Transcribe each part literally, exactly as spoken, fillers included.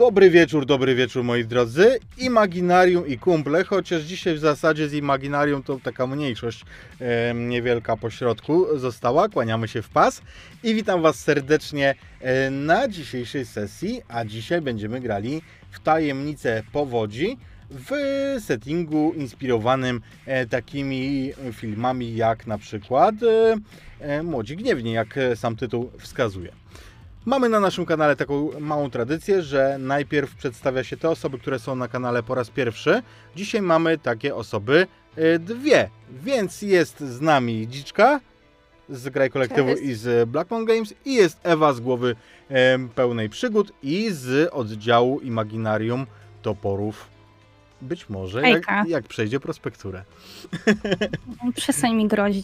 Dobry wieczór, dobry wieczór moi drodzy. Imaginarium i kumple, chociaż dzisiaj w zasadzie z Imaginarium to taka mniejszość e, niewielka po środku została. Kłaniamy się w pas i witam Was serdecznie e, na dzisiejszej sesji, a dzisiaj będziemy grali w Tajemnicę Powodzi w settingu inspirowanym e, takimi filmami jak na przykład e, e, Młodzi Gniewni, jak sam tytuł wskazuje. Mamy na naszym kanale taką małą tradycję, że najpierw przedstawia się te osoby, które są na kanale po raz pierwszy. Dzisiaj mamy takie osoby y, dwie, więc jest z nami Dziczka z Graj Kolektywu Cześć. I z Blackmon Games i jest Ewa z Głowy y, Pełnej Przygód i z oddziału Imaginarium Toporów. Być może, jak, jak przejdzie prospekturę. Przestań mi grozić.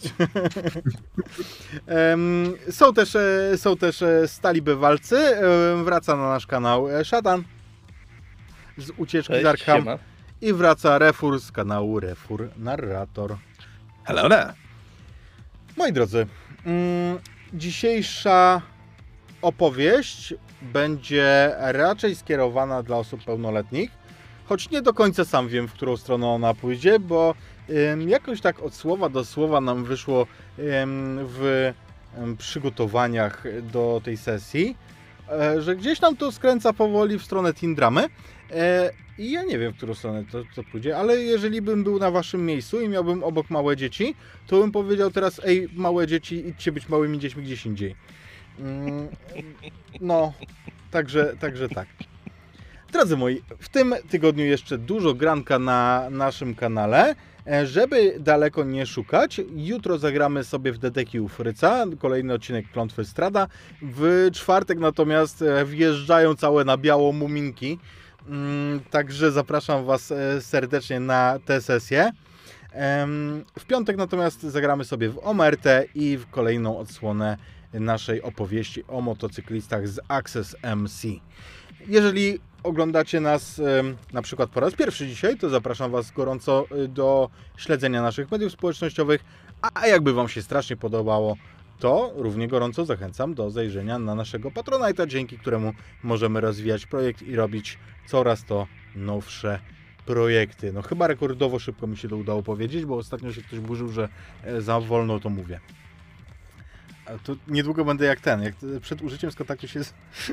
są, też, są też stali bywalcy. Wraca na nasz kanał Szatan z Ucieczki Cześć, z Arkham. Siema. I wraca Refur z kanału Refur Narrator. Hello there. Moi drodzy, dzisiejsza opowieść będzie raczej skierowana dla osób pełnoletnich. Choć nie do końca sam wiem, w którą stronę ona pójdzie, bo ym, jakoś tak od słowa do słowa nam wyszło ym, w ym, przygotowaniach do tej sesji, e, że gdzieś nam to skręca powoli w stronę teen dramy. E, I ja nie wiem, w którą stronę to, to pójdzie, ale jeżeli bym był na waszym miejscu i miałbym obok małe dzieci, to bym powiedział teraz, ej, małe dzieci, idźcie być małymi dziećmi gdzieś indziej. Ym, no, także, także tak. Drodzy moi, w tym tygodniu jeszcze dużo granka na naszym kanale. Żeby daleko nie szukać, jutro zagramy sobie w Detektyw Fryca, kolejny odcinek Klątwy Strada. W czwartek natomiast wjeżdżają całe na biało muminki, także zapraszam Was serdecznie na tę sesję. W piątek natomiast zagramy sobie w Omertę i w kolejną odsłonę naszej opowieści o motocyklistach z Access M C. Jeżeli oglądacie nas na przykład po raz pierwszy dzisiaj, to zapraszam Was gorąco do śledzenia naszych mediów społecznościowych, a jakby Wam się strasznie podobało, to równie gorąco zachęcam do zajrzenia na naszego Patronite'a, dzięki któremu możemy rozwijać projekt i robić coraz to nowsze projekty. No chyba rekordowo szybko mi się to udało powiedzieć, bo ostatnio się ktoś burzył, że za wolno to mówię. A to niedługo będę jak ten, jak przed użyciem z kontaktu się...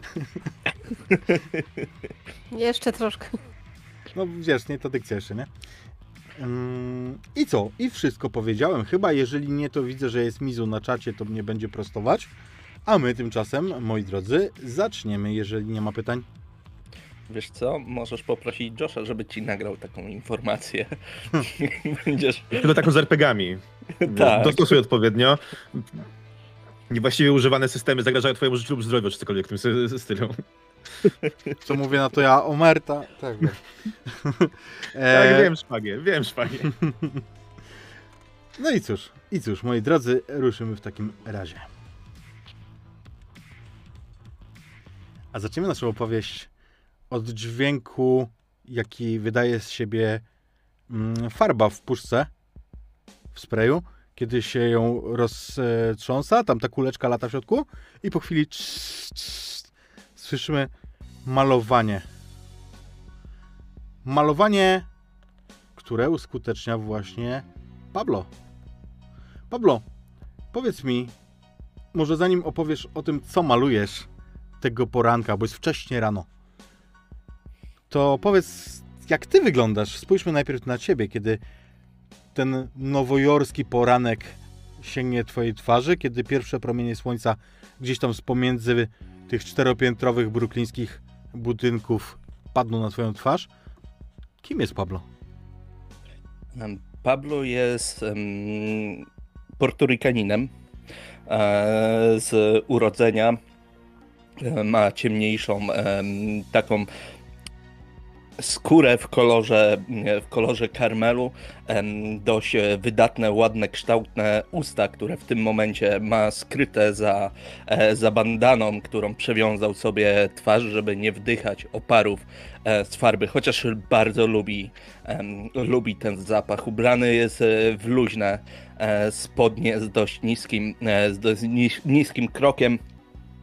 Jeszcze troszkę. No wiesz, nie, to dykcja jeszcze, nie? Um, I co? I wszystko powiedziałem. Chyba jeżeli nie, to widzę, że jest Mizu na czacie, to mnie będzie prostować. A my tymczasem, moi drodzy, zaczniemy, jeżeli nie ma pytań. Wiesz co? Możesz poprosić Josha, żeby ci nagrał taką informację. Będziesz... Tylko taką z er pe gami. Tak. Dostosuj odpowiednio. Niewłaściwie używane systemy zagrażają twojemu życiu lub zdrowiu, czy cokolwiek w tym stylu. Co mówię na to ja? Omerta? Tak, wiem. Tak, wiem szpagier, wiem szpagier. No i cóż, i cóż, moi drodzy, ruszymy w takim razie. A zaczniemy naszą opowieść od dźwięku, jaki wydaje z siebie farba w puszce, w sprayu, kiedy się ją roztrząsa, tam ta kuleczka lata w środku i po chwili cz, cz, słyszymy malowanie. Malowanie, które uskutecznia właśnie Pablo. Pablo, powiedz mi, może zanim opowiesz o tym, co malujesz tego poranka, bo jest wcześnie rano, to powiedz, jak ty wyglądasz. Spójrzmy najpierw na ciebie, kiedy ten nowojorski poranek sięgnie twojej twarzy, kiedy pierwsze promienie słońca gdzieś tam z pomiędzy tych czteropiętrowych bruklińskich budynków padną na twoją twarz. Kim jest Pablo? Pablo jest um, Portorykaninem e, z urodzenia. E, ma ciemniejszą e, taką skórę w kolorze, w kolorze karmelu, dość wydatne, ładne, kształtne usta, które w tym momencie ma skryte za, za bandaną, którą przewiązał sobie twarz, żeby nie wdychać oparów z farby, chociaż bardzo lubi, lubi ten zapach. Ubrany jest w luźne spodnie z dość niskim, z dość niskim krokiem.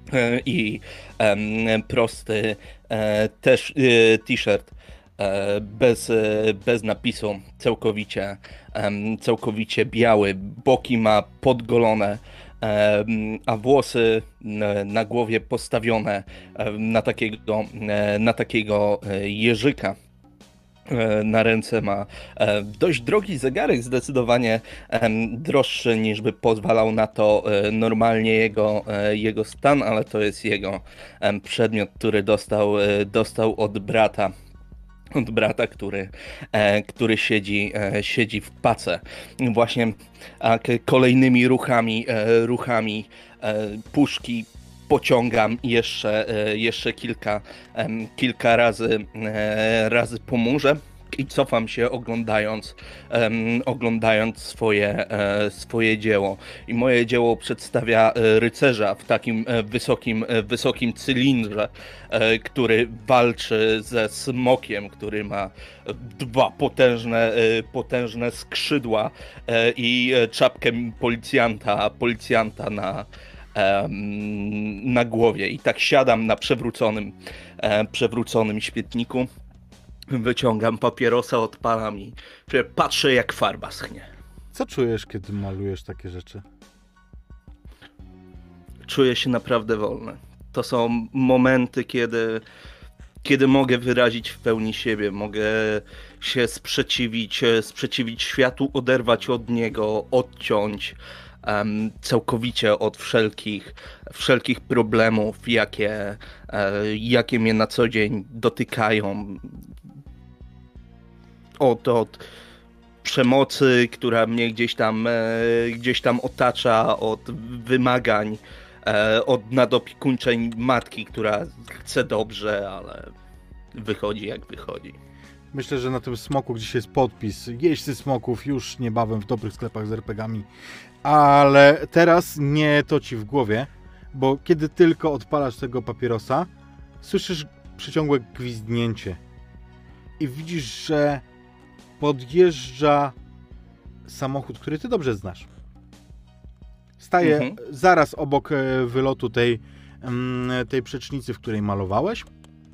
e, i em, prosty e, też e, t-shirt e, bez, e, bez napisu, całkowicie, em, całkowicie biały, boki ma podgolone, em, a włosy e, na głowie postawione e, na takiego, e, na takiego e, jeżyka. E, Na ręce ma e, dość drogi zegarek, zdecydowanie em, droższy niż by pozwalał na to e, normalnie jego, e, jego stan, ale to jest jego em, przedmiot, który dostał, e, dostał od brata. Od brata, który, e, który siedzi, e, siedzi w pace. Właśnie a, k- kolejnymi ruchami, e, ruchami e, puszki pociągam jeszcze, e, jeszcze kilka, em, kilka razy, e, razy po murze i cofam się oglądając, em, oglądając swoje, e, swoje dzieło. I moje dzieło przedstawia e, rycerza w takim e, wysokim, e, wysokim cylindrze, e, który walczy ze smokiem, który ma dwa potężne, e, potężne skrzydła e, i e, czapkę policjanta, policjanta na, em, na głowie. I tak siadam na przewróconym, e, przewróconym świetniku. Wyciągam papierosa, odpalam i patrzę, jak farba schnie. Co czujesz, kiedy malujesz takie rzeczy? Czuję się naprawdę wolny. To są momenty, kiedy, kiedy mogę wyrazić w pełni siebie, mogę się sprzeciwić, e, sprzeciwić światu, oderwać od niego, odciąć em, całkowicie od wszelkich, wszelkich problemów, jakie, e, jakie mnie na co dzień dotykają. Od, od przemocy, która mnie gdzieś tam, e, gdzieś tam otacza, od wymagań, e, od nadopiekuńczeń matki, która chce dobrze, ale wychodzi jak wychodzi. Myślę, że na tym smoku gdzieś jest podpis. Jeźdźcy smoków już niebawem w dobrych sklepach z er pe gie ami. Ale teraz nie to ci w głowie, bo kiedy tylko odpalasz tego papierosa, słyszysz przeciągłe gwizdnięcie. I widzisz, że podjeżdża samochód, który ty dobrze znasz. Staje Mhm. zaraz obok e, wylotu tej, mm, tej przecznicy, w której malowałeś.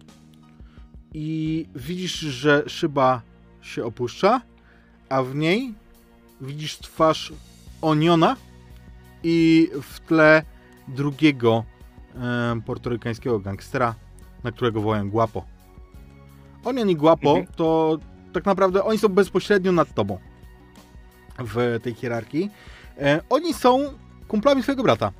I widzisz, że szyba się opuszcza, a w niej widzisz twarz Oniona i w tle drugiego e, portorykańskiego gangstera, na którego wołają Guapo. Onion i Guapo Mhm. to tak naprawdę oni są bezpośrednio nad tobą w tej hierarchii. E, oni są kumplami twojego brata.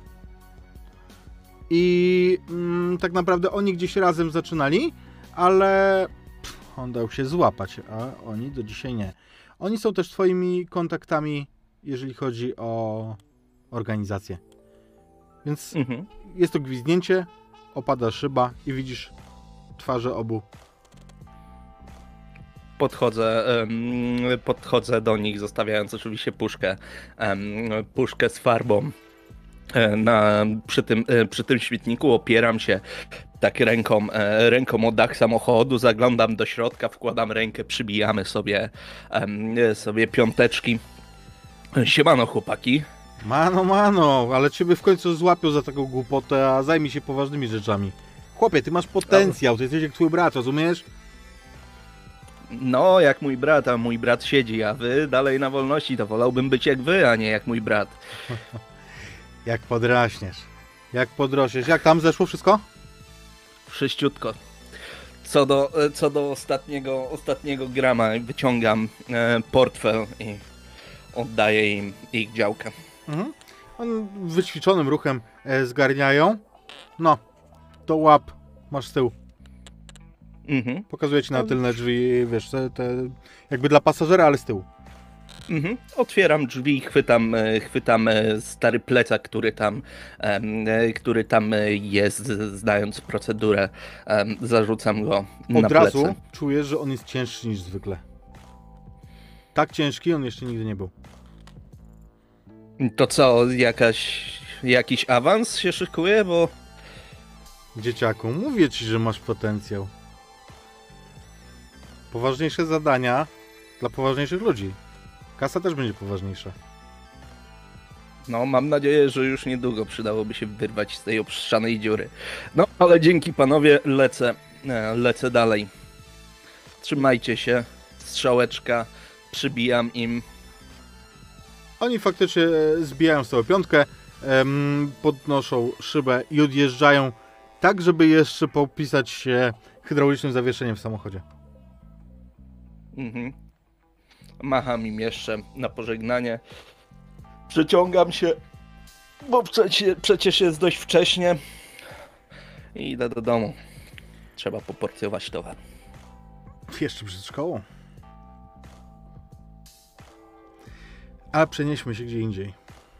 I mm, tak naprawdę oni gdzieś razem zaczynali, ale pff, on dał się złapać, a oni do dzisiaj nie. Oni są też twoimi kontaktami, jeżeli chodzi o organizację. Więc Mhm. jest to gwizdnięcie, opada szyba i widzisz twarze obu. Podchodzę, em, podchodzę do nich, zostawiając oczywiście puszkę, em, puszkę z farbą e, na, przy, tym, e, przy tym świetniku. Opieram się tak ręką, e, ręką o dach samochodu, zaglądam do środka, wkładam rękę, przybijamy sobie, em, sobie piąteczki. Siemano chłopaki. Mano, mano, ale ciebie w końcu złapią za taką głupotę, a zajmij się poważnymi rzeczami. Chłopie, ty masz potencjał, ty jesteś jak twój brat, rozumiesz? No, jak mój brat, a mój brat siedzi, a wy dalej na wolności, to wolałbym być jak wy, a nie jak mój brat. Jak podraśniesz, jak podrośniesz. Jak tam zeszło wszystko? Wszyściutko. Co do, co do ostatniego, ostatniego grama, wyciągam e, portfel i oddaję im ich działkę. Mhm. On wyćwiczonym ruchem e, zgarniają. No, to łap, masz z tyłu. Mhm. Pokazuję ci na tylne drzwi, wiesz, te, te jakby dla pasażera, ale z tyłu. Mhm. Otwieram drzwi, chwytam, e, chwytam e, stary plecak, który tam, em, e, który tam e, jest, znając procedurę, em, zarzucam go na Od razu plecy. czujesz, że on jest cięższy niż zwykle. Tak ciężki on jeszcze nigdy nie był. To co, jakaś, jakiś awans się szykuje, bo Dzieciaku, mówię ci, że masz potencjał. Poważniejsze zadania dla poważniejszych ludzi. Kasa też będzie poważniejsza. No, mam nadzieję, że już niedługo przydałoby się wyrwać z tej obszczanej dziury. No, ale dzięki panowie, lecę, e, lecę dalej. Trzymajcie się, strzałeczka, przybijam im. Oni faktycznie zbijają z tego piątkę, em, podnoszą szybę i odjeżdżają tak, żeby jeszcze popisać się hydraulicznym zawieszeniem w samochodzie. Mhm. Macham im jeszcze na pożegnanie. Przeciągam się, bo przecie, przecież jest dość wcześnie. I idę do domu. Trzeba poporcjować towar. Jeszcze przed szkołą. Ale przenieśmy się gdzie indziej.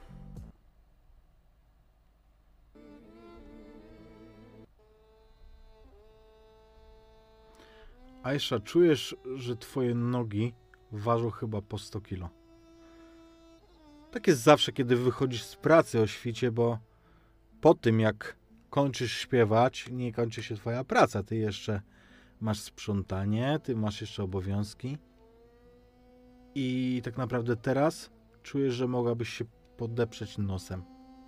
Aisha, czujesz, że twoje nogi ważą chyba po sto kilo. Tak jest zawsze, kiedy wychodzisz z pracy o świcie, bo po tym, jak kończysz śpiewać, nie kończy się twoja praca. Ty jeszcze masz sprzątanie, ty masz jeszcze obowiązki. I tak naprawdę teraz czujesz, że mogłabyś się podeprzeć nosem.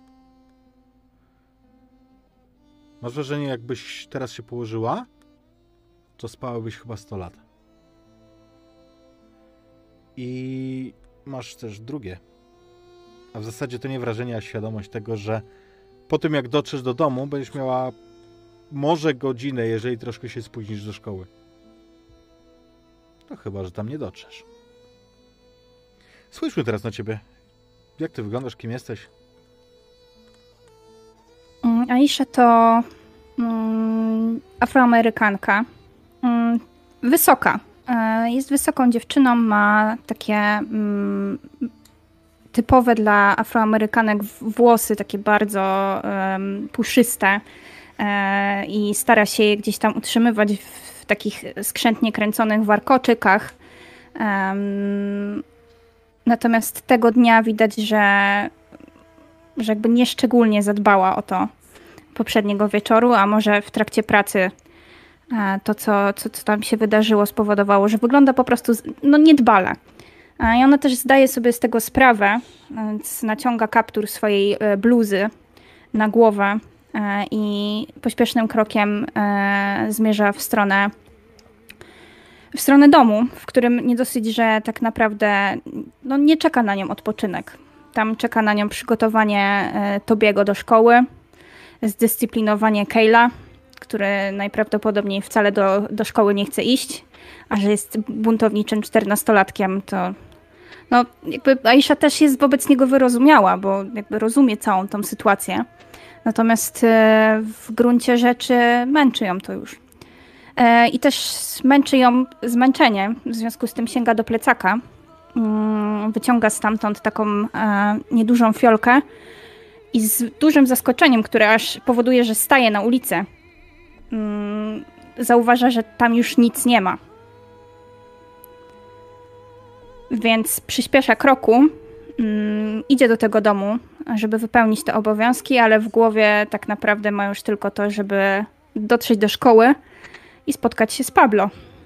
Masz wrażenie, jakbyś teraz się położyła, to spałabyś chyba sto lat. I masz też drugie. A w zasadzie to nie wrażenie, a świadomość tego, że po tym jak dotrzesz do domu, będziesz miała może godzinę, jeżeli troszkę się spóźnisz do szkoły. No chyba, że tam nie dotrzesz. Spójrzmy teraz na ciebie. Jak ty wyglądasz, kim jesteś? Aisha to mm, Afroamerykanka. Mm, wysoka. E, jest wysoką dziewczyną, ma takie mm, typowe dla Afroamerykanek włosy, takie bardzo um, puszyste e, i stara się je gdzieś tam utrzymywać w takich skrzętnie kręconych warkoczykach. Um, natomiast tego dnia widać, że, że jakby nieszczególnie zadbała o to poprzedniego wieczoru, a może w trakcie pracy to, co, co, co tam się wydarzyło, spowodowało, że wygląda po prostu no, niedbale. I ona też zdaje sobie z tego sprawę, więc naciąga kaptur swojej bluzy na głowę i pośpiesznym krokiem zmierza w stronę, w stronę domu, w którym nie dosyć, że tak naprawdę no, nie czeka na nią odpoczynek. Tam czeka na nią przygotowanie Tobiego do szkoły, zdyscyplinowanie Kayla, który najprawdopodobniej wcale do, do szkoły nie chce iść, a że jest buntowniczym czternastolatkiem, to no, jakby Aisha też jest wobec niego wyrozumiała, bo jakby rozumie całą tą sytuację. Natomiast w gruncie rzeczy męczy ją to już. I też męczy ją zmęczenie, w związku z tym sięga do plecaka, wyciąga stamtąd taką niedużą fiolkę i z dużym zaskoczeniem, które aż powoduje, że staje na ulicę, zauważa, że tam już nic nie ma. Więc przyspiesza kroku, idzie do tego domu, żeby wypełnić te obowiązki, ale w głowie tak naprawdę ma już tylko to, żeby dotrzeć do szkoły i spotkać się z Pablo.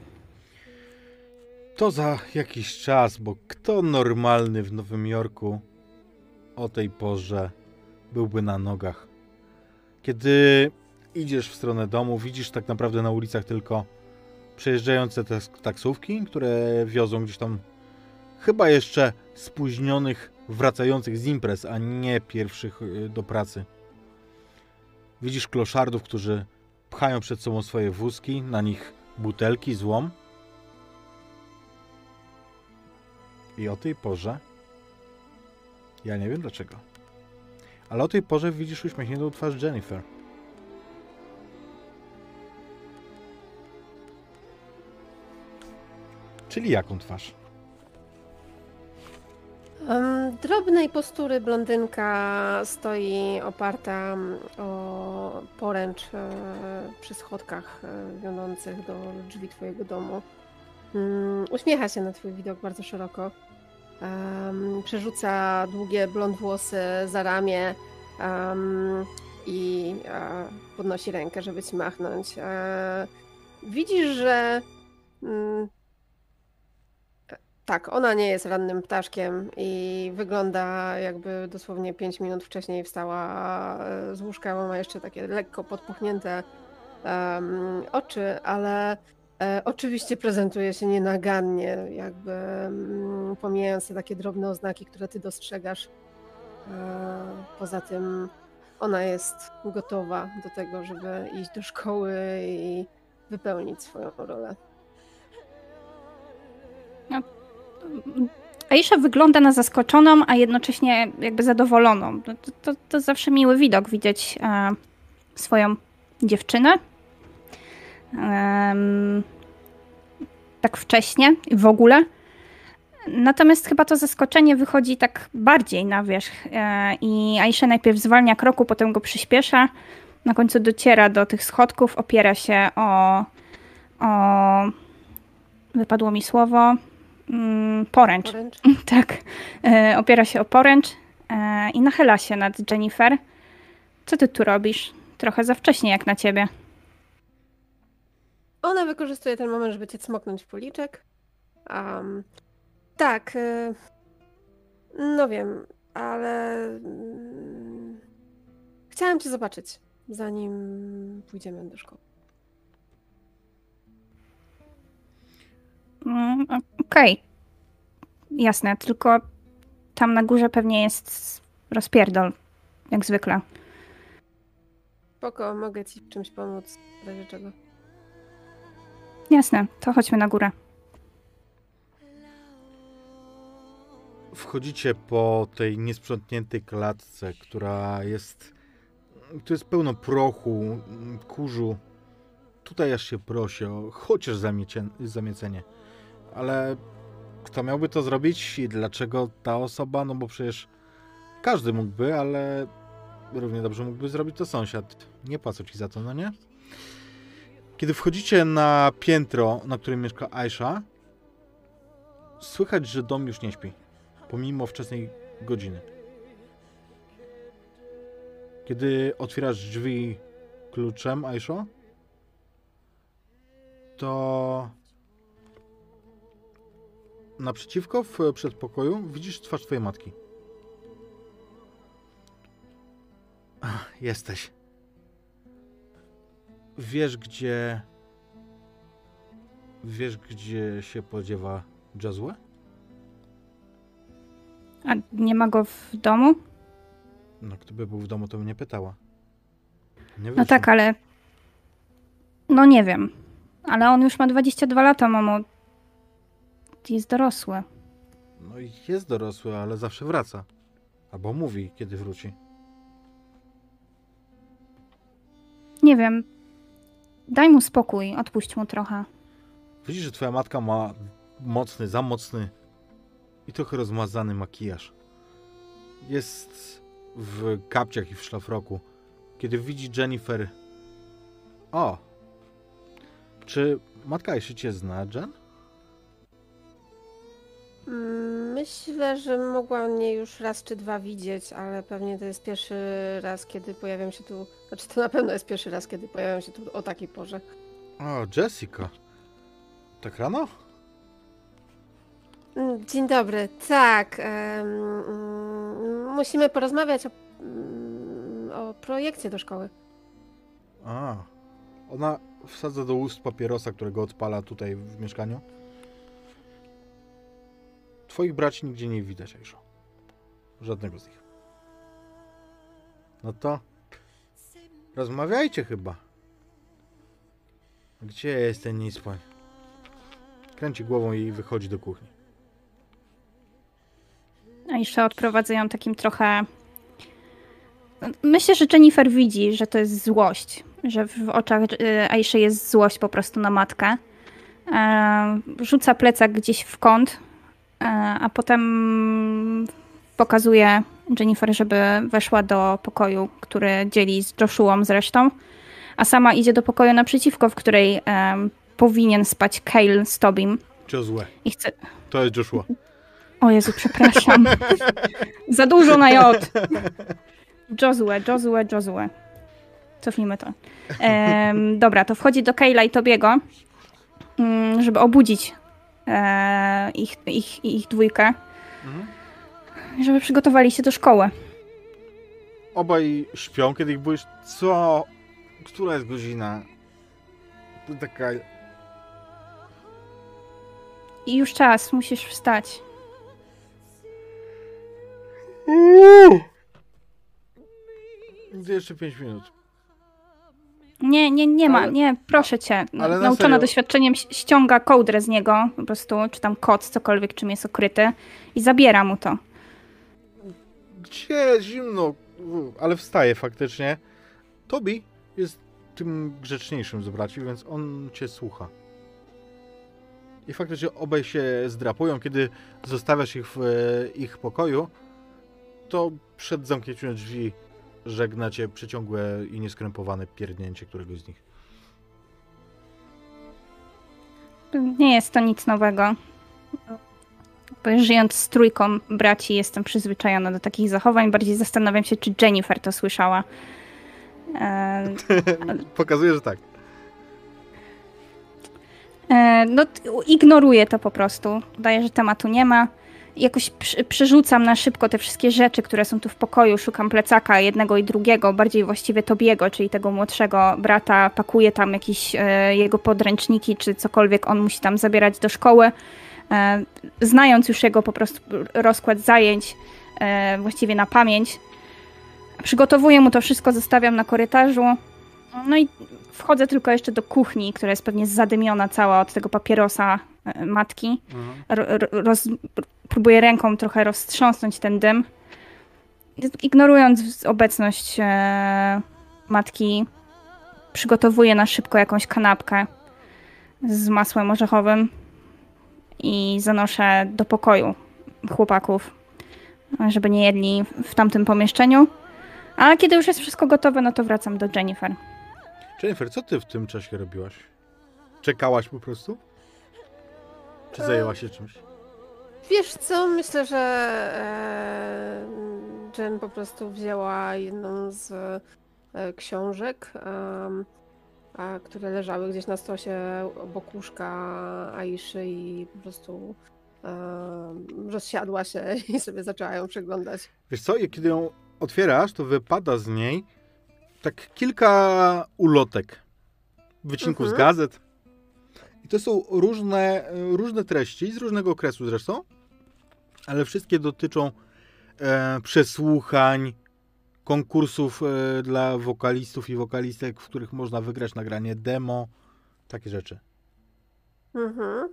To za jakiś czas, bo kto normalny w Nowym Jorku o tej porze byłby na nogach? Kiedy idziesz w stronę domu, widzisz tak naprawdę na ulicach tylko przejeżdżające te taksówki, które wiozą gdzieś tam chyba jeszcze spóźnionych, wracających z imprez, a nie pierwszych do pracy. Widzisz kloszardów, którzy pchają przed sobą swoje wózki, na nich butelki, złom. I o tej porze, ja nie wiem dlaczego, ale o tej porze widzisz uśmiechniętą twarz Jennifer. Czyli jaką twarz? Um, drobnej postury blondynka stoi oparta o poręcz e, przy schodkach e, wiodących do drzwi twojego domu. Um, uśmiecha się na twój widok bardzo szeroko. Um, przerzuca długie blond włosy za ramię um, i e, podnosi rękę, żeby ci machnąć. E, widzisz, że mm, tak, ona nie jest rannym ptaszkiem i wygląda jakby dosłownie pięć minut wcześniej wstała z łóżka, bo ma jeszcze takie lekko podpuchnięte um, oczy, ale e, oczywiście prezentuje się nienagannie, jakby um, pomijając te takie drobne oznaki, które ty dostrzegasz. E, poza tym ona jest gotowa do tego, żeby iść do szkoły i wypełnić swoją rolę. No, Aisha wygląda na zaskoczoną, a jednocześnie jakby zadowoloną. No to, to, to zawsze miły widok widzieć e, swoją dziewczynę. E, tak wcześnie i w ogóle. Natomiast chyba to zaskoczenie wychodzi tak bardziej na wierzch e, i Aisha najpierw zwalnia kroku, potem go przyspiesza. Na końcu dociera do tych schodków, opiera się o... o wypadło mi słowo... Mm, poręcz. Poręcz? Tak. E, opiera się o poręcz e, i nachyla się nad Jennifer. Co ty tu robisz? Trochę za wcześnie jak na ciebie. Ona wykorzystuje ten moment, żeby cię cmoknąć w policzek. Um, tak. Y, no wiem, ale mm, chciałam cię zobaczyć, zanim pójdziemy do szkoły. Mm, Okej. Okay. Jasne, tylko tam na górze pewnie jest rozpierdol, jak zwykle. Spoko, mogę ci w czymś pomóc, w razie czego. Jasne, to chodźmy na górę. Wchodzicie po tej niesprzątniętej klatce, która jest... Tu jest pełno prochu, kurzu. Tutaj aż się prosi o chociaż zamiecie, zamiecenie. Ale kto miałby to zrobić i dlaczego ta osoba? No bo przecież każdy mógłby, ale równie dobrze mógłby zrobić to sąsiad. Nie płacą ci za to, no nie? Kiedy wchodzicie na piętro, na którym mieszka Aisha, słychać, że dom już nie śpi, pomimo wczesnej godziny. Kiedy otwierasz drzwi kluczem, Aisha, to naprzeciwko w przedpokoju widzisz twarz twojej matki. Ach, jesteś. Wiesz, gdzie... Wiesz, gdzie się podziewa Jazue? A nie ma go w domu? No, gdyby był w domu, to by mnie pytała. Nie No tak, ale... No nie wiem. Ale on już ma dwadzieścia dwa lata, mamo. Jest dorosły. No i jest dorosły, ale zawsze wraca. Albo mówi, kiedy wróci. Nie wiem. Daj mu spokój, odpuść mu trochę. Widzisz, że twoja matka ma mocny, za mocny i trochę rozmazany makijaż. Jest w kapciach i w szlafroku. Kiedy widzi Jennifer... O! Czy matka jeszcze cię zna, Jen? Myślę, że mogła mnie już raz czy dwa widzieć, ale pewnie to jest pierwszy raz, kiedy pojawiam się tu... Znaczy, to na pewno jest pierwszy raz, kiedy pojawiam się tu o takiej porze. O, Jessica. Tak rano? Dzień dobry. Tak. Um, musimy porozmawiać o, um, o projekcie do szkoły. A, ona wsadza do ust papierosa, którego odpala tutaj w mieszkaniu. Twoich braci nigdzie nie widać, Aisha. Żadnego z nich. No to rozmawiajcie chyba. Gdzie jest ten niespań? Kręci głową i wychodzi do kuchni. Aisha odprowadza ją takim trochę... Myślę, że Jennifer widzi, że to jest złość. Że w oczach Aiszy jest złość po prostu na matkę. Rzuca plecak gdzieś w kąt, a potem pokazuje Jennifer, żeby weszła do pokoju, który dzieli z Joshuą zresztą. A sama idzie do pokoju naprzeciwko, w której um, powinien spać Cale z Tobim. Josue. I chce... To jest Joshua. O Jezu, przepraszam. Za dużo na J. Josue, Josue, Josue. Cofnijmy to. Ehm, dobra, to wchodzi do Cale'a i Tobiego, żeby obudzić e, ich, ich, ich dwójkę, Mhm. żeby przygotowali się do szkoły. Obaj śpią, kiedy ich byłeś. Co? Która jest godzina? To taka... I już czas, musisz wstać. Jeszcze pięć minut. Nie, nie, nie ma, Ale- nie, proszę cię. No, ale na nauczona serio? doświadczeniem ś- ściąga kołdrę z niego, po prostu, czy tam koc, cokolwiek, czym jest okryty i zabiera mu to. Gdzie? Zimno. U, Ale wstaje faktycznie. Tobi jest tym grzeczniejszym z braci, więc on cię słucha. I faktycznie obaj się zdrapują. Kiedy zostawiasz ich w e, ich pokoju, to przed zamknięciem drzwi żegnacie przeciągłe i nieskrępowane pierdnięcie któregoś z nich. Nie jest to nic nowego. Bo żyjąc z trójką braci jestem przyzwyczajona do takich zachowań. Bardziej zastanawiam się, czy Jennifer to słyszała. E, Pokazuje, że tak. e, no, t- ignoruję to po prostu. Udaję, że tematu nie ma. Jakoś przy, przerzucam na szybko te wszystkie rzeczy, które są tu w pokoju. Szukam plecaka jednego i drugiego, bardziej właściwie Tobiego, czyli tego młodszego brata. Pakuję tam jakieś e, jego podręczniki, czy cokolwiek on musi tam zabierać do szkoły. E, znając już jego po prostu rozkład zajęć, e, właściwie na pamięć, przygotowuję mu to wszystko, zostawiam na korytarzu. No i wchodzę tylko jeszcze do kuchni, która jest pewnie zadymiona cała od tego papierosa e, matki. Mhm. Ro, roz, próbuję ręką trochę roztrząsnąć ten dym. Ignorując obecność e, matki, przygotowuję na szybko jakąś kanapkę z masłem orzechowym i zanoszę do pokoju chłopaków, żeby nie jedli w tamtym pomieszczeniu. A kiedy już jest wszystko gotowe, no to wracam do Jennifer. Jennifer, co ty w tym czasie robiłaś? Czekałaś po prostu? Czy zajęłaś się czymś? Wiesz co, myślę, że e, Jen po prostu wzięła jedną z e, książek, em, a, które leżały gdzieś na stosie obok łóżka Aiszy i po prostu em, rozsiadła się i sobie zaczęła ją przeglądać. Wiesz co, i kiedy ją otwierasz, to wypada z niej tak kilka ulotek, wycinków Mhm. z gazet. I to są różne, różne treści, z różnego okresu zresztą, ale wszystkie dotyczą e, przesłuchań, konkursów e, dla wokalistów i wokalistek, w których można wygrać nagranie demo, takie rzeczy. Mhm.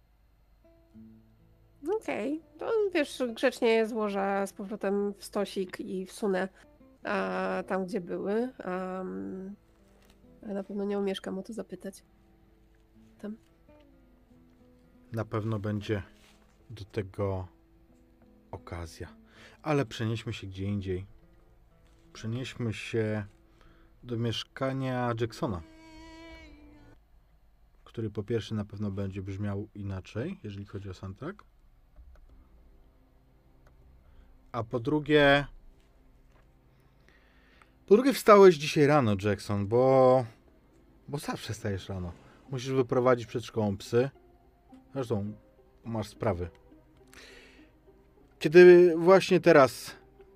Okej, to wiesz, grzecznie je złożę z powrotem w stosik i wsunę a, tam, gdzie były. Um, na pewno nie omieszkam o to zapytać. Tam. Na pewno będzie do tego okazja. Ale przenieśmy się gdzie indziej. Przenieśmy się do mieszkania Jacksona, który po pierwsze na pewno będzie brzmiał inaczej, jeżeli chodzi o soundtrack. A po drugie... Po drugie wstałeś dzisiaj rano, Jackson, bo... Bo zawsze stajesz rano. Musisz wyprowadzić przed szkołą psy. Zresztą masz sprawy. Kiedy właśnie teraz...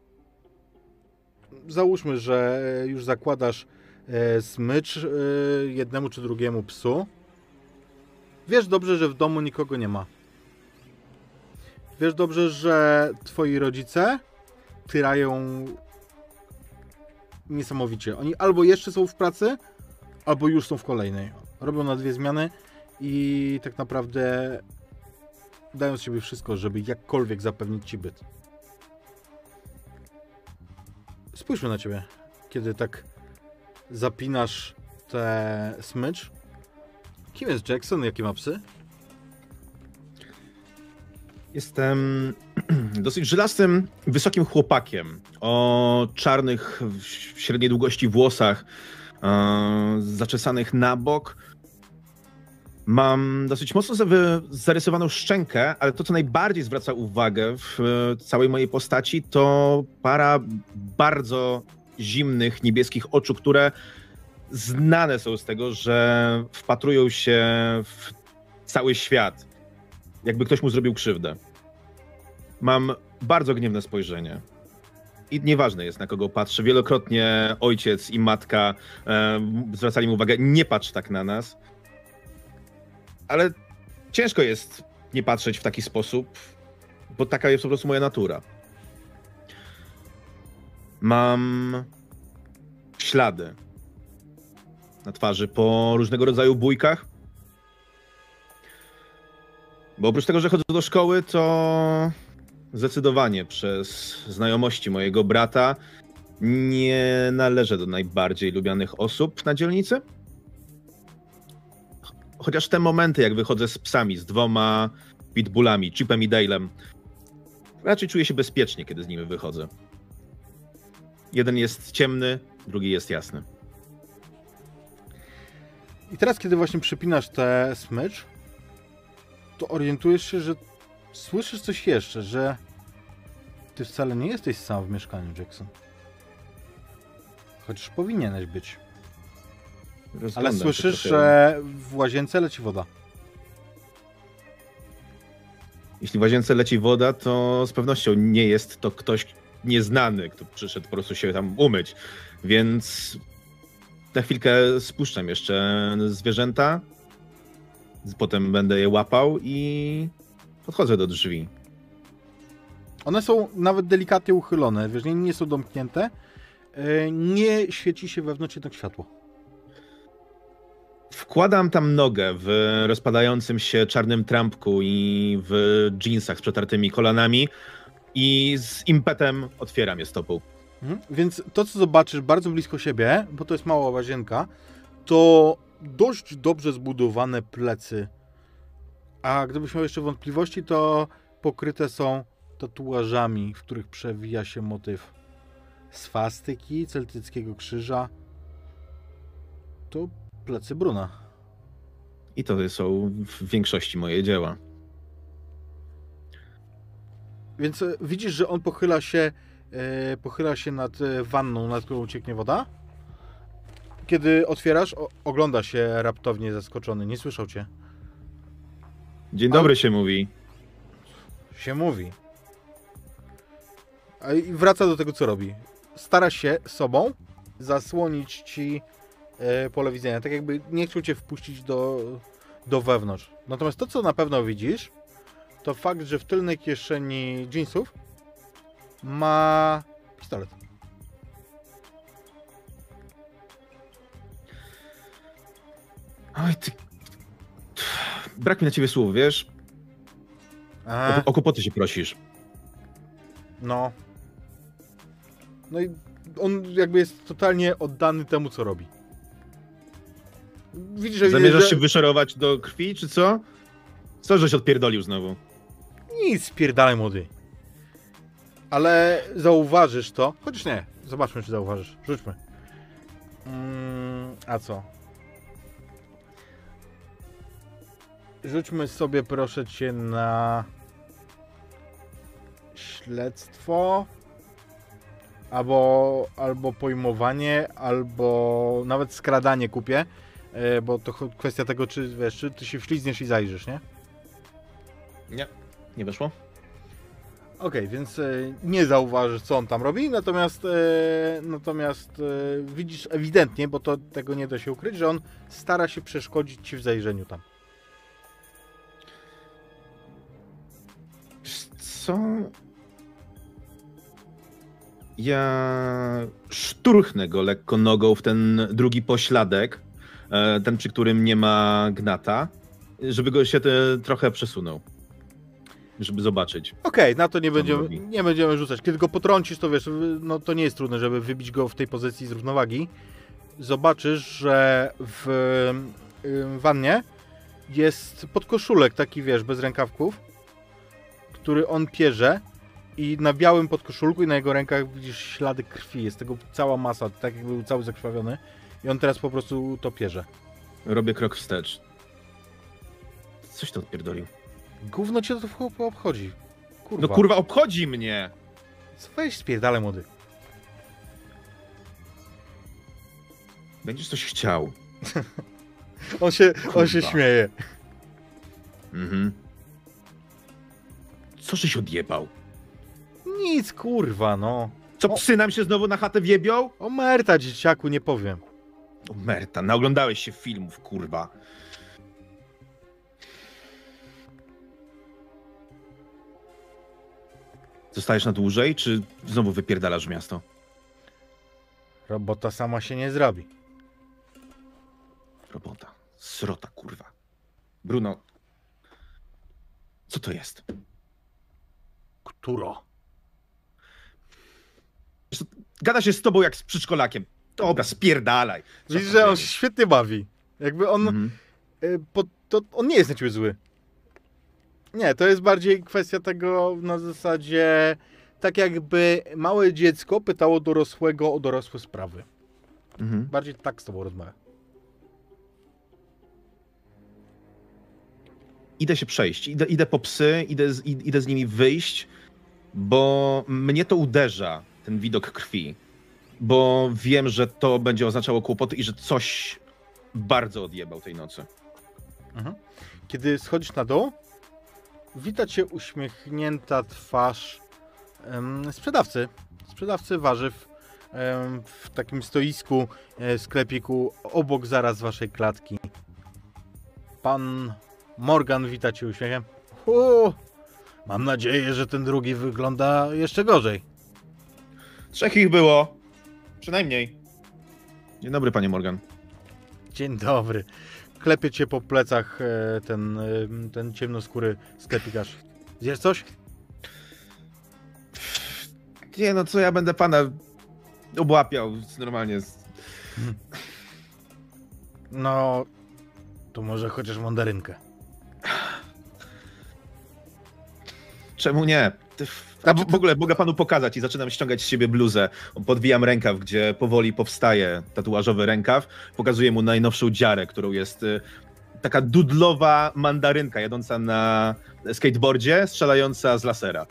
Załóżmy, że już zakładasz e, smycz e, jednemu czy drugiemu psu. Wiesz dobrze, że w domu nikogo nie ma. Wiesz dobrze, że twoi rodzice tyrają niesamowicie. Oni albo jeszcze są w pracy, albo już są w kolejnej. Robią na dwie zmiany i tak naprawdę dają z siebie wszystko, żeby jakkolwiek zapewnić ci byt. Spójrzmy na ciebie, kiedy tak zapinasz tę smycz. Kim jest Jackson? Jakie ma psy? Jestem dosyć żelastym, wysokim chłopakiem o czarnych, średniej długości włosach, e, zaczesanych na bok. Mam dosyć mocno zarysowaną szczękę, ale to, co najbardziej zwraca uwagę w całej mojej postaci, to para bardzo zimnych, niebieskich oczu, które znane są z tego, że wpatrują się w cały świat. jakby ktoś mu zrobił krzywdę. Mam bardzo gniewne spojrzenie. I nieważne jest, na kogo patrzę. Wielokrotnie ojciec i matka e, zwracali mi uwagę, nie patrz tak na nas. Ale ciężko jest nie patrzeć w taki sposób, bo taka jest po prostu moja natura. Mam ślady na twarzy po różnego rodzaju bójkach. Bo oprócz tego, że chodzę do szkoły, to zdecydowanie przez znajomości mojego brata nie należę do najbardziej lubianych osób na dzielnicy. Chociaż te momenty, jak wychodzę z psami, z dwoma pitbullami, Chipem i Dale'em, raczej czuję się bezpiecznie, kiedy z nimi wychodzę. Jeden jest ciemny, drugi jest jasny. I teraz, kiedy właśnie przypinasz tę smycz, to orientujesz się, że słyszysz coś jeszcze, że ty wcale nie jesteś sam w mieszkaniu, Jackson. Chociaż powinieneś być. Rozglądam Ale słyszysz, się trochę. że w łazience leci woda. Jeśli w łazience leci woda, to z pewnością nie jest to ktoś nieznany, kto przyszedł po prostu się tam umyć. Więc na chwilkę spuszczam jeszcze zwierzęta, potem będę je łapał i podchodzę do drzwi. One są nawet delikatnie uchylone, wiesz, nie, nie są domknięte. Yy, Nie świeci się wewnątrz jednak światło. Wkładam tam nogę w rozpadającym się czarnym trampku i w dżinsach z przetartymi kolanami i z impetem otwieram je stopą. Mhm. Więc to, co zobaczysz bardzo blisko siebie, bo to jest mała łazienka, to dość dobrze zbudowane plecy. A gdybyś miał jeszcze wątpliwości, to pokryte są tatuażami, w których przewija się motyw swastyki, celtyckiego krzyża. To plecy Bruna. I to są w większości moje dzieła. Więc e, widzisz, że on pochyla się, e, pochyla się nad e, wanną, nad którą cieknie woda. Kiedy otwierasz, o, ogląda się raptownie zaskoczony. Nie słyszał cię. Dzień dobry się mówi. Się mówi. A i wraca do tego, co robi. Stara się sobą zasłonić ci e, pole widzenia. Tak jakby nie chciał cię wpuścić do, do wewnątrz. Natomiast to, co na pewno widzisz, to fakt, że w tylnej kieszeni dżinsów ma pistolet. Oj, ty... Brak mi na ciebie słów, wiesz? Aha. O, o kłopoty się prosisz. No. No i on jakby jest totalnie oddany temu, co robi. Widzisz, że... Zamierzasz że... się wyszorować do krwi, czy co? Co, żeś odpierdolił znowu? Nic, spierdalaj, młody. Ale zauważysz to. Chociaż nie, zobaczmy, czy zauważysz. Rzućmy. Mm, a co? Rzućmy sobie, proszę cię, na śledztwo. Albo, albo pojmowanie, albo nawet skradanie kupię. e, Bo to ch- kwestia tego, czy wiesz, czy ty się wślizgniesz i zajrzysz, nie? Nie. Nie weszło? Okej, więc e, nie zauważysz, co on tam robi, natomiast, e, natomiast e, widzisz ewidentnie, bo to tego nie da się ukryć, że on stara się przeszkodzić ci w zajrzeniu tam. Co? Ja szturchnę go lekko nogą w ten drugi pośladek, e, ten, przy którym nie ma gnata, żeby go się te, trochę przesunął, żeby zobaczyć. Okej, na to nie on będziemy, robi? nie będziemy rzucać. Kiedy go potrącisz, to wiesz, no to nie jest trudne, żeby wybić go w tej pozycji z równowagi. Zobaczysz, że w y, wannie jest podkoszulek taki, wiesz, bez rękawków, który on pierze i na białym podkoszulku i na jego rękach widzisz ślady krwi. Jest tego cała masa, tak jakby był cały zakrwawiony i on teraz po prostu to pierze. Robię krok wstecz. Coś to odpierdolił. Gówno cię to w chłopu obchodzi. Kurwa. No kurwa, obchodzi mnie! Weź spierdalaj, młody. Będziesz coś chciał. On się, on się Kurwa. śmieje. Mhm. Co żeś odjebał? Nic, kurwa, no. Co, O. psy nam się znowu na chatę wjebią? O Merta, dzieciaku, nie powiem. O Merta, naoglądałeś się filmów, kurwa. Zostajesz na dłużej, czy znowu wypierdalasz w miasto? Robota sama się nie zrobi. Robota. Srota, kurwa. Bruno. Co to jest? Któro? Gada się z tobą jak z przedszkolakiem. Dobra, spierdalaj. Co Widzisz, tam że on wiedzieć? się świetnie bawi. Jakby on... Mhm. y, po, to on nie jest na ciebie zły. Nie, to jest bardziej kwestia tego na zasadzie... Tak jakby małe dziecko pytało dorosłego o dorosłe sprawy. Mhm. Bardziej tak z tobą rozmawia. Idę się przejść, idę, idę po psy, idę z, id- idę z nimi wyjść, bo mnie to uderza, ten widok krwi. Bo wiem, że to będzie oznaczało kłopoty i że coś bardzo odjebał tej nocy. Mhm. Kiedy schodzisz na dół, wita cię uśmiechnięta twarz em, sprzedawcy. Sprzedawcy warzyw em, w takim stoisku, e, sklepiku obok zaraz waszej klatki. Pan Morgan wita cię uśmiechem. U, mam nadzieję, że ten drugi wygląda jeszcze gorzej. Trzech ich było. Przynajmniej. Dzień dobry, panie Morgan. Dzień dobry. Klepie cię po plecach e, ten, e, ten ciemnoskóry sklepikarz. Zjesz coś? Nie no, co ja będę pana obłapiał normalnie. No, to może chociaż mandarynkę. Czemu nie? Ty- A w w ogóle mogę panu pokazać i zaczynam ściągać z siebie bluzę. Podwijam rękaw, gdzie powoli powstaje tatuażowy rękaw. Pokazuję mu najnowszą dziarę, którą jest y, taka dudlowa mandarynka jadąca na skateboardzie, strzelająca z lasera.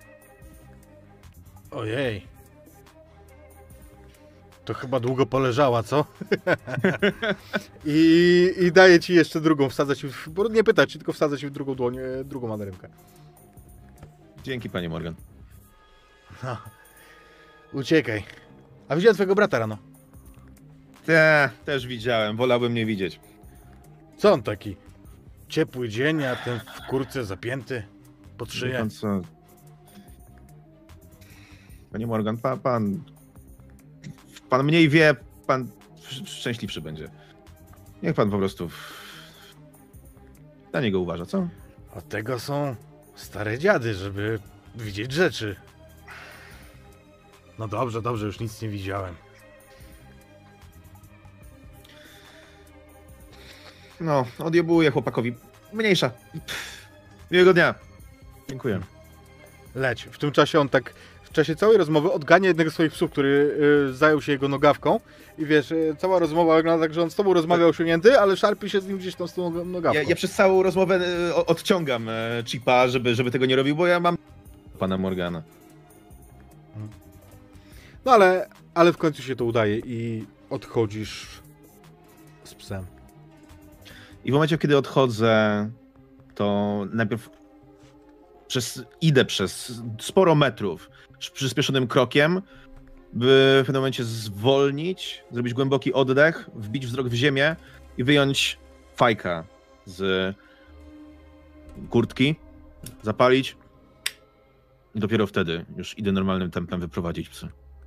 Ojej. To chyba długo poleżała, co? I, I daję ci jeszcze drugą, wsadzę ci, w, bo nie pytać ci, tylko wsadzę ci w drugą dłoń, e, drugą mandarynkę. Dzięki, panie Morgan. No. Uciekaj. A widziałem twojego brata rano. Te, też widziałem, wolałbym nie widzieć. Co on taki? Ciepły dzień, a ten w kurce zapięty pod Wie szyję. pan co? Panie Morgan, pan, pan... Pan mniej wie, pan sz- szczęśliwszy będzie. Niech pan po prostu na niego uważa, co? Od tego są stare dziady, żeby widzieć rzeczy. No dobrze, dobrze, już nic nie widziałem. No, odjebuję chłopakowi. Mniejsza. Miłego dnia. Dziękuję. Leć. W tym czasie on tak, w czasie całej rozmowy odgania jednego z swoich psów, który y, zajął się jego nogawką. I wiesz, y, cała rozmowa wygląda tak, że on z tobą rozmawiał osiągnięty, ale szarpie się z nim gdzieś tam z tą nogawką. Ja, ja przez całą rozmowę e, o- odciągam e, Chipa, żeby, żeby tego nie robił, bo ja mam pana Morgana. No ale, ale w końcu się to udaje i odchodzisz z psem. I w momencie, kiedy odchodzę, to najpierw przez, idę przez sporo metrów z przyspieszonym krokiem, by w pewnym momencie zwolnić, zrobić głęboki oddech, wbić wzrok w ziemię i wyjąć fajka z kurtki, zapalić i dopiero wtedy już idę normalnym tempem wyprowadzić psy.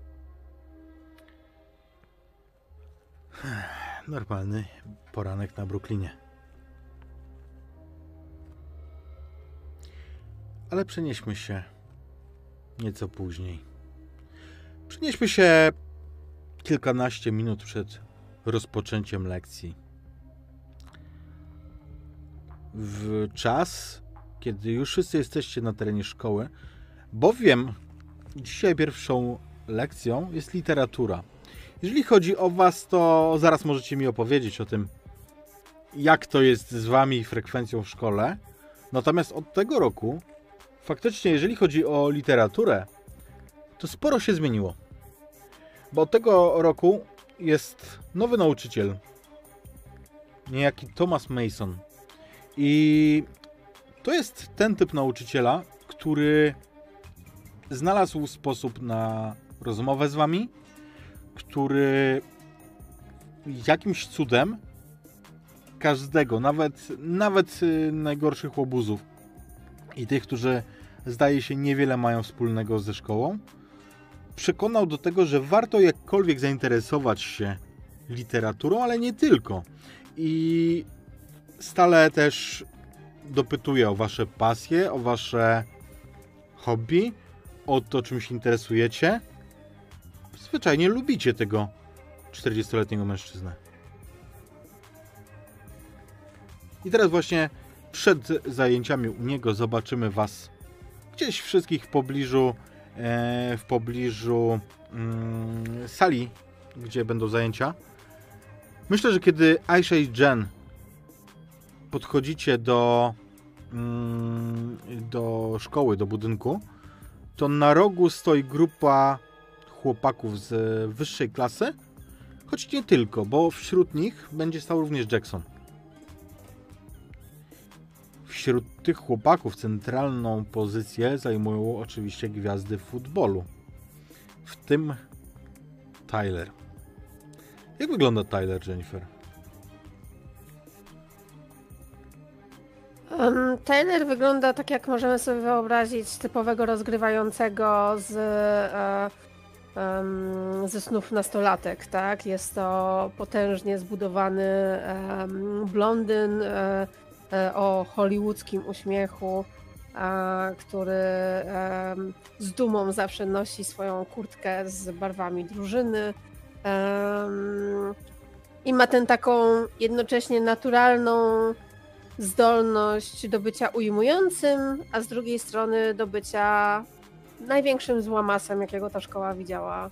Normalny poranek na Brooklynie. Ale przenieśmy się nieco później. Przenieśmy się kilkanaście minut przed rozpoczęciem lekcji. W czas, kiedy już wszyscy jesteście na terenie szkoły, bowiem dzisiaj pierwszą lekcją jest literatura. Jeżeli chodzi o was, to zaraz możecie mi opowiedzieć o tym, jak to jest z wami frekwencją w szkole. Natomiast od tego roku, faktycznie jeżeli chodzi o literaturę, to sporo się zmieniło. Bo od tego roku jest nowy nauczyciel, niejaki Thomas Mason. I to jest ten typ nauczyciela, który który znalazł sposób na rozmowę z wami, który jakimś cudem każdego, nawet, nawet najgorszych łobuzów i tych, którzy zdaje się niewiele mają wspólnego ze szkołą, przekonał do tego, że warto jakkolwiek zainteresować się literaturą, ale nie tylko. I stale też dopytuje o wasze pasje, o wasze hobby, o to, czym się interesujecie. Zwyczajnie lubicie tego czterdziestoletniego mężczyznę. I teraz właśnie przed zajęciami u niego zobaczymy was gdzieś wszystkich w pobliżu w pobliżu mm, sali, gdzie będą zajęcia. Myślę, że kiedy Aisha i Jen podchodzicie do mm, do szkoły, do budynku, to na rogu stoi grupa chłopaków z wyższej klasy, choć nie tylko, bo wśród nich będzie stał również Jackson. Wśród tych chłopaków centralną pozycję zajmują oczywiście gwiazdy futbolu. W tym Tyler. Jak wygląda Tyler, Jennifer? Um, Tyler wygląda tak, jak możemy sobie wyobrazić typowego rozgrywającego z, e, um, ze snów nastolatek, tak? Jest to potężnie zbudowany e, blondyn, e, o hollywoodzkim uśmiechu, który z dumą zawsze nosi swoją kurtkę z barwami drużyny i ma tę taką jednocześnie naturalną zdolność do bycia ujmującym, a z drugiej strony do bycia największym złamasem, jakiego ta szkoła widziała.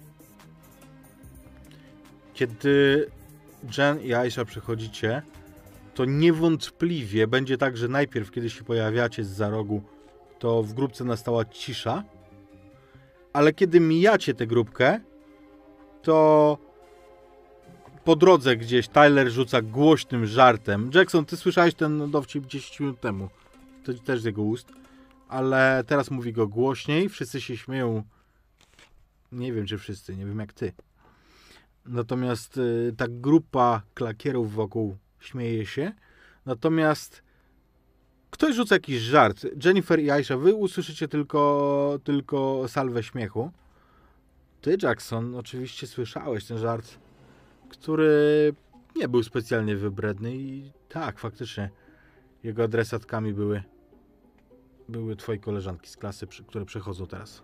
Kiedy Jen i Aisha przychodzicie, to niewątpliwie będzie tak, że najpierw, kiedy się pojawiacie zza rogu, to w grupce nastała cisza, ale kiedy mijacie tę grupkę, to po drodze gdzieś Tyler rzuca głośnym żartem. Jackson, ty słyszałeś ten dowcip dziesięć minut temu. To też z jego ust. Ale teraz mówi go głośniej. Wszyscy się śmieją. Nie wiem, czy wszyscy. Nie wiem, jak ty. Natomiast y, ta grupa klakierów wokół śmieje się. Natomiast ktoś rzuca jakiś żart. Jennifer i Aisha, wy usłyszycie tylko, tylko salwę śmiechu. Ty, Jackson, oczywiście słyszałeś ten żart, który nie był specjalnie wybredny i tak, faktycznie jego adresatkami były były twoje koleżanki z klasy, które przechodzą teraz.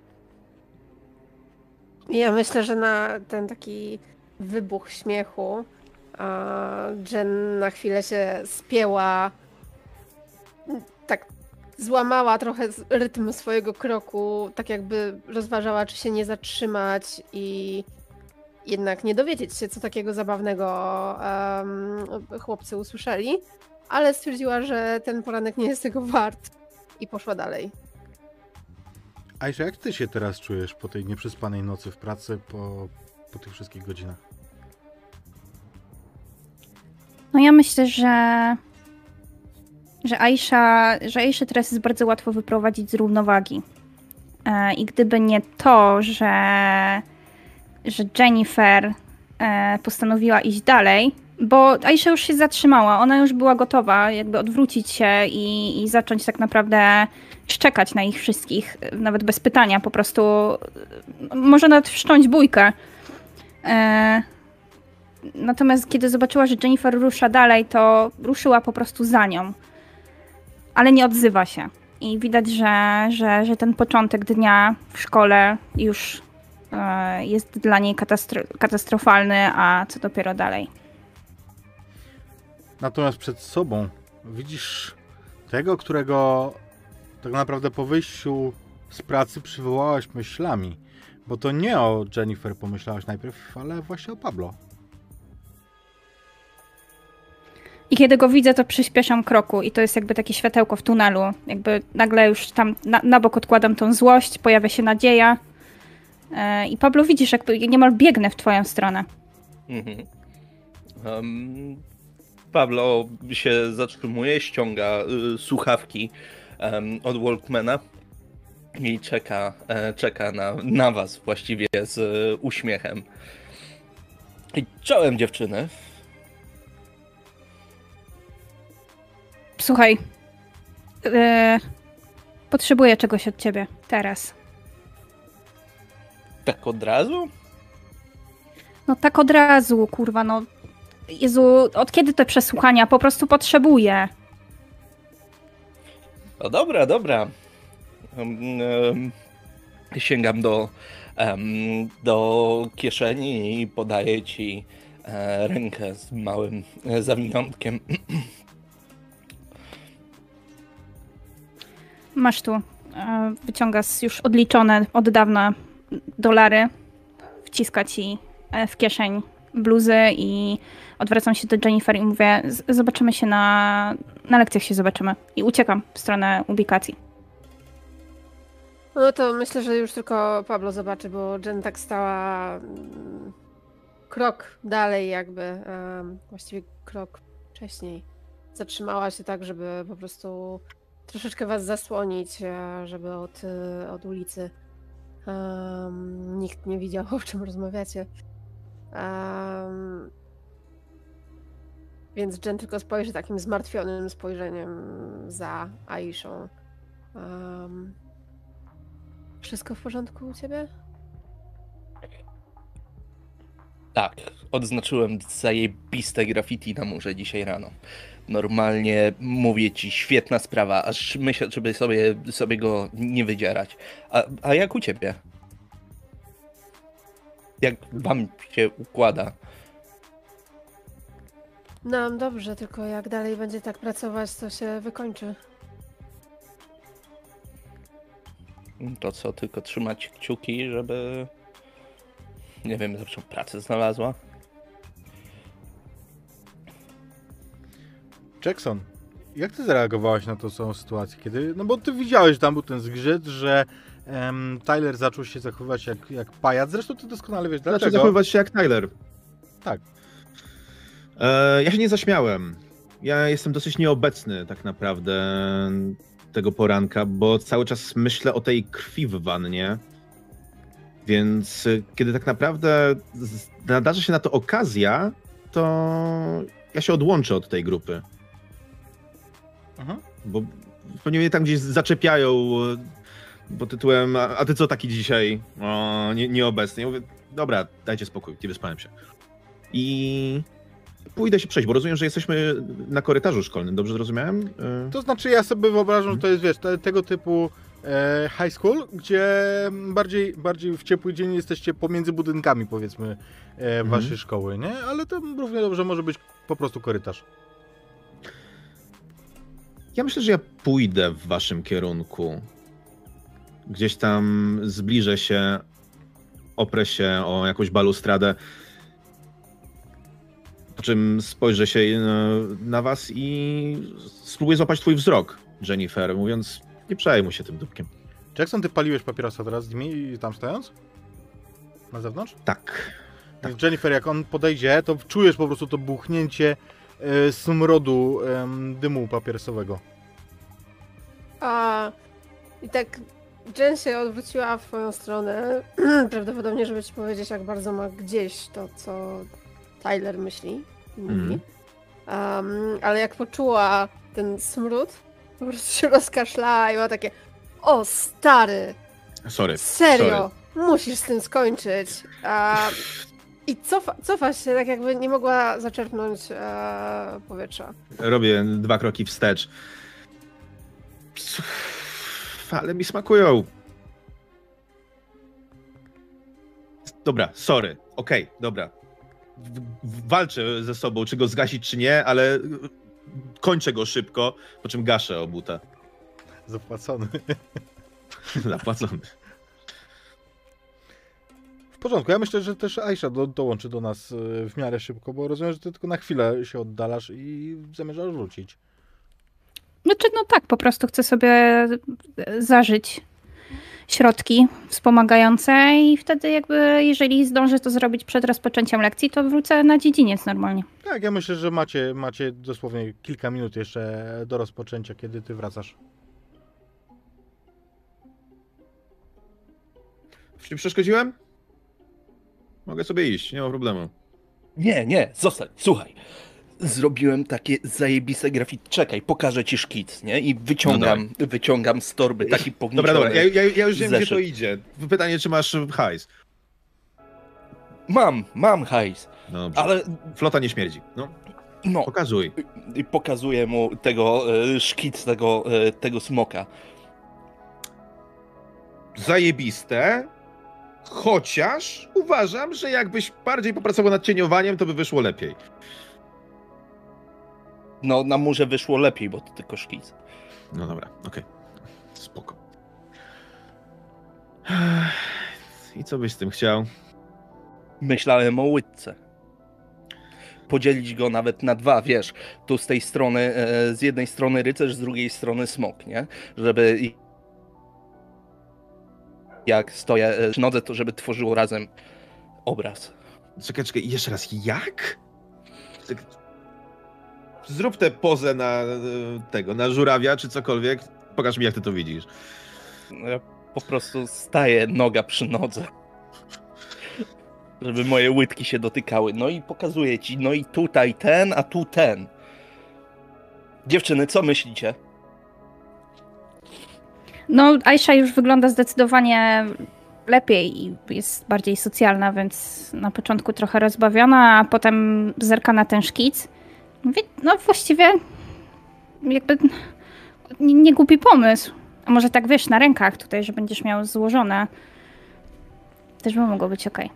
Ja myślę, że na ten taki wybuch śmiechu Jen na chwilę się spięła, tak złamała trochę rytm swojego kroku, tak jakby rozważała, czy się nie zatrzymać i jednak nie dowiedzieć się, co takiego zabawnego um, chłopcy usłyszeli, ale stwierdziła, że ten poranek nie jest tego wart i poszła dalej. Aisha, jak ty się teraz czujesz po tej nieprzespanej nocy w pracy, po, po tych wszystkich godzinach? No ja myślę, że że Aisha, że Aisha teraz jest bardzo łatwo wyprowadzić z równowagi. E, I gdyby nie to, że, że Jennifer e, postanowiła iść dalej, bo Aisha już się zatrzymała, ona już była gotowa jakby odwrócić się i, i zacząć tak naprawdę szczekać na ich wszystkich, nawet bez pytania, po prostu może nawet wszcząć bójkę. E, natomiast kiedy zobaczyła, że Jennifer rusza dalej, to ruszyła po prostu za nią. Ale nie odzywa się. I widać, że, że, że ten początek dnia w szkole już e, jest dla niej katastro- katastrofalny, a co dopiero dalej. Natomiast przed sobą widzisz tego, którego tak naprawdę po wyjściu z pracy przywołałaś myślami. Bo to nie o Jennifer pomyślałaś najpierw, ale właśnie o Pablo. I kiedy go widzę, to przyspieszam kroku i to jest jakby takie światełko w tunelu. Jakby nagle już tam na, na bok odkładam tą złość, pojawia się nadzieja. Yy, I Pablo, widzisz, jakby niemal biegnę w twoją stronę. Mhm. Um, Pablo się zatrzymuje, ściąga y, słuchawki um, od Walkmana i czeka, e, czeka na, na was właściwie z e, uśmiechem. I czołem, dziewczyny. Słuchaj, yy, potrzebuję czegoś od ciebie teraz. Tak od razu? No tak od razu, kurwa, no. Jezu, od kiedy te przesłuchania? Po prostu potrzebuję. No dobra, dobra. Um, um, sięgam do, um, do kieszeni i podaję ci e, rękę z małym e, zawiniątkiem. Masz tu. E, wyciąga z już odliczone od dawna dolary. Wciska ci e, w kieszeń bluzy i odwracam się do Jennifer i mówię, "Z- zobaczymy się na, na lekcjach się zobaczymy. I uciekam w stronę ubikacji. No to myślę, że już tylko Pablo zobaczy, bo Jen tak stała mm, krok dalej jakby, em, właściwie krok wcześniej. Zatrzymała się tak, żeby po prostu troszeczkę was zasłonić, e, żeby od, e, od ulicy em, nikt nie widział, o czym rozmawiacie. Em, więc Jen tylko spojrzy takim zmartwionym spojrzeniem za Aishą. Um, wszystko w porządku u ciebie? Tak, odznaczyłem zajebiste graffiti na murze dzisiaj rano. Normalnie mówię ci, świetna sprawa, aż myślę, żeby sobie, sobie go nie wydzierać. A, a jak u ciebie? Jak wam się układa? No dobrze, tylko jak dalej będzie tak pracować, to się wykończy. To co, tylko trzymać kciuki, żeby... Nie wiem, lepszą pracę znalazła? Jackson, jak ty zareagowałaś na tą całą sytuację, kiedy... No bo ty widziałeś, tam był ten zgrzyt, że em, Tyler zaczął się zachowywać jak, jak pajac. Zresztą ty doskonale wiesz Zaczął dlaczego. zachowywać się jak Tyler. Tak. E, ja się nie zaśmiałem. Ja jestem dosyć nieobecny tak naprawdę tego poranka, bo cały czas myślę o tej krwi w wannie. Więc y, kiedy tak naprawdę z- nadarzy się na to okazja, to ja się odłączę od tej grupy. Mhm. Bo pewnie mnie tam gdzieś zaczepiają y, pod tytułem a, a ty co taki dzisiaj o, nie, nieobecny? Ja mówię, dobra, dajcie spokój, nie wyspałem się. I pójdę się przejść, bo rozumiem, że jesteśmy na korytarzu szkolnym, dobrze zrozumiałem? Y, To znaczy ja sobie wyobrażam, że to jest, wiesz, te, tego typu e, high school, gdzie bardziej, bardziej w ciepły dzień jesteście pomiędzy budynkami, powiedzmy, e, waszej Mhm. szkoły, nie? Ale to równie dobrze może być po prostu korytarz. Ja myślę, że ja pójdę w waszym kierunku. Gdzieś tam zbliżę się, oprę się o jakąś balustradę, po czym spojrzę się e, na was i spróbuję złapać twój wzrok, Jennifer, mówiąc, nie przejmuj się tym dupkiem. Jackson, ty paliłeś papierosa teraz z nimi tam stojąc? Na zewnątrz? Tak. Więc Jennifer, jak on podejdzie, to czujesz po prostu to buchnięcie e, smrodu em, dymu papierosowego. A i tak Jen się odwróciła w twoją stronę, prawdopodobnie, żeby ci powiedzieć, jak bardzo ma gdzieś to, co Tyler myśli i mówi. Mhm. Um, ale jak poczuła ten smród, po prostu się rozkaszlała i ma takie: o stary, Sorry. serio, musisz z tym skończyć. A, I cofa, cofa się, tak jakby nie mogła zaczerpnąć e, powietrza. Robię dwa kroki wstecz. Ale mi smakują. Dobra, sorry. Okej, dobra. W- w- Walczę ze sobą, czy go zgasić, czy nie, ale kończę go szybko, po czym gaszę obuta. Zapłacony. Zapłacony. W porządku, ja myślę, że też Aisha do, dołączy do nas e, w miarę szybko, bo rozumiem, że ty tylko na chwilę się oddalasz i zamierzasz wrócić. Znaczy, no tak, po prostu chcę sobie zażyć środki wspomagające i wtedy jakby, jeżeli zdążę to zrobić przed rozpoczęciem lekcji, to wrócę na dziedziniec normalnie. Tak, ja myślę, że macie, macie dosłownie kilka minut jeszcze do rozpoczęcia, kiedy ty wracasz. Czy przeszkodziłem? Mogę sobie iść, nie ma problemu. Nie, nie, zostań, słuchaj. Zrobiłem takie zajebiste grafit. Czekaj, pokażę ci szkic, nie? I wyciągam, No wyciągam z torby taki pognieciony Dobra, dobra, ja, ja, ja już wiem, zeszyt. gdzie to idzie. Pytanie, czy masz hajs? Mam, mam hajs, No dobrze. ale Flota nie śmierdzi. No, no, pokazuj. i pokazuję mu tego e, szkic tego, e, tego smoka. Zajebiste, chociaż uważam, że jakbyś bardziej popracował nad cieniowaniem, to by wyszło lepiej. No, na murze wyszło lepiej, bo to tylko szkic. No dobra, okej. Spoko. I co byś z tym chciał? Myślałem o łydce. Podzielić go nawet na dwa, wiesz, tu z tej strony, e, z jednej strony rycerz, z drugiej strony smok, nie? Żeby i- jak stoję e, przy nodze, to żeby tworzyło razem obraz. Czekaj, czekaj, jeszcze raz, jak? Tak- Zrób tę pozę na e, tego, na żurawia czy cokolwiek. Pokaż mi, jak ty to widzisz. No, ja po prostu staję noga przy nodze. Żeby moje łydki się dotykały. No i pokazuję ci, no i tutaj ten, a tu ten. Dziewczyny, co myślicie? No, Aisha już wygląda zdecydowanie lepiej i jest bardziej socjalna, więc na początku trochę rozbawiona, a potem zerka na ten szkic. Mówi, no właściwie jakby nie, nie głupi pomysł. A może tak wiesz, na rękach tutaj, że będziesz miał złożone. Też by mogło być okej.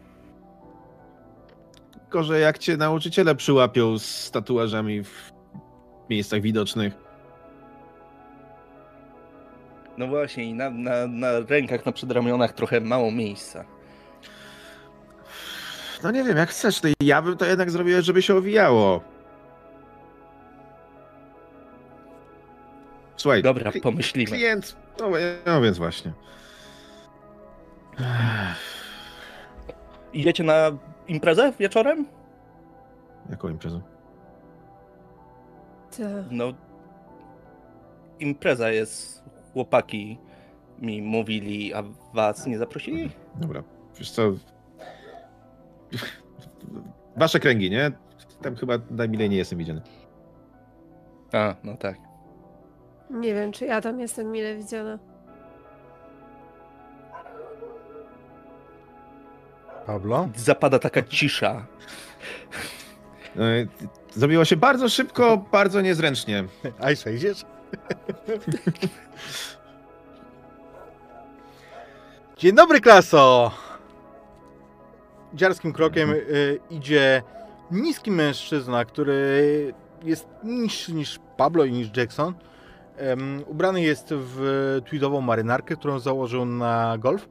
Gorzej, jak cię nauczyciele przyłapią z tatuażami w miejscach widocznych. No właśnie, i na, na, na rękach, na przedramionach trochę mało miejsca. No nie wiem, jak chcesz, to ja bym to jednak zrobił, żeby się owijało. Słuchaj, Dobra, kli- pomyślimy. klient, no, no więc właśnie. Idziecie na imprezę wieczorem? Jaką imprezę? Tak. No, impreza jest. Chłopaki mi mówili, a was nie zaprosili? Dobra, wiesz co... Wasze kręgi, nie? Tam chyba najmilej nie jestem widziany. A, no tak. Nie wiem, czy ja tam jestem mile widziana. Pablo? Zapada taka cisza. No i Zrobiło się bardzo szybko, bardzo niezręcznie. Aisha, idziesz? Dzień dobry, klaso! Dziarskim krokiem y, idzie niski mężczyzna, który jest niższy niż Pablo i niż Jackson. Um, ubrany jest w tweedową marynarkę, którą założył na golf.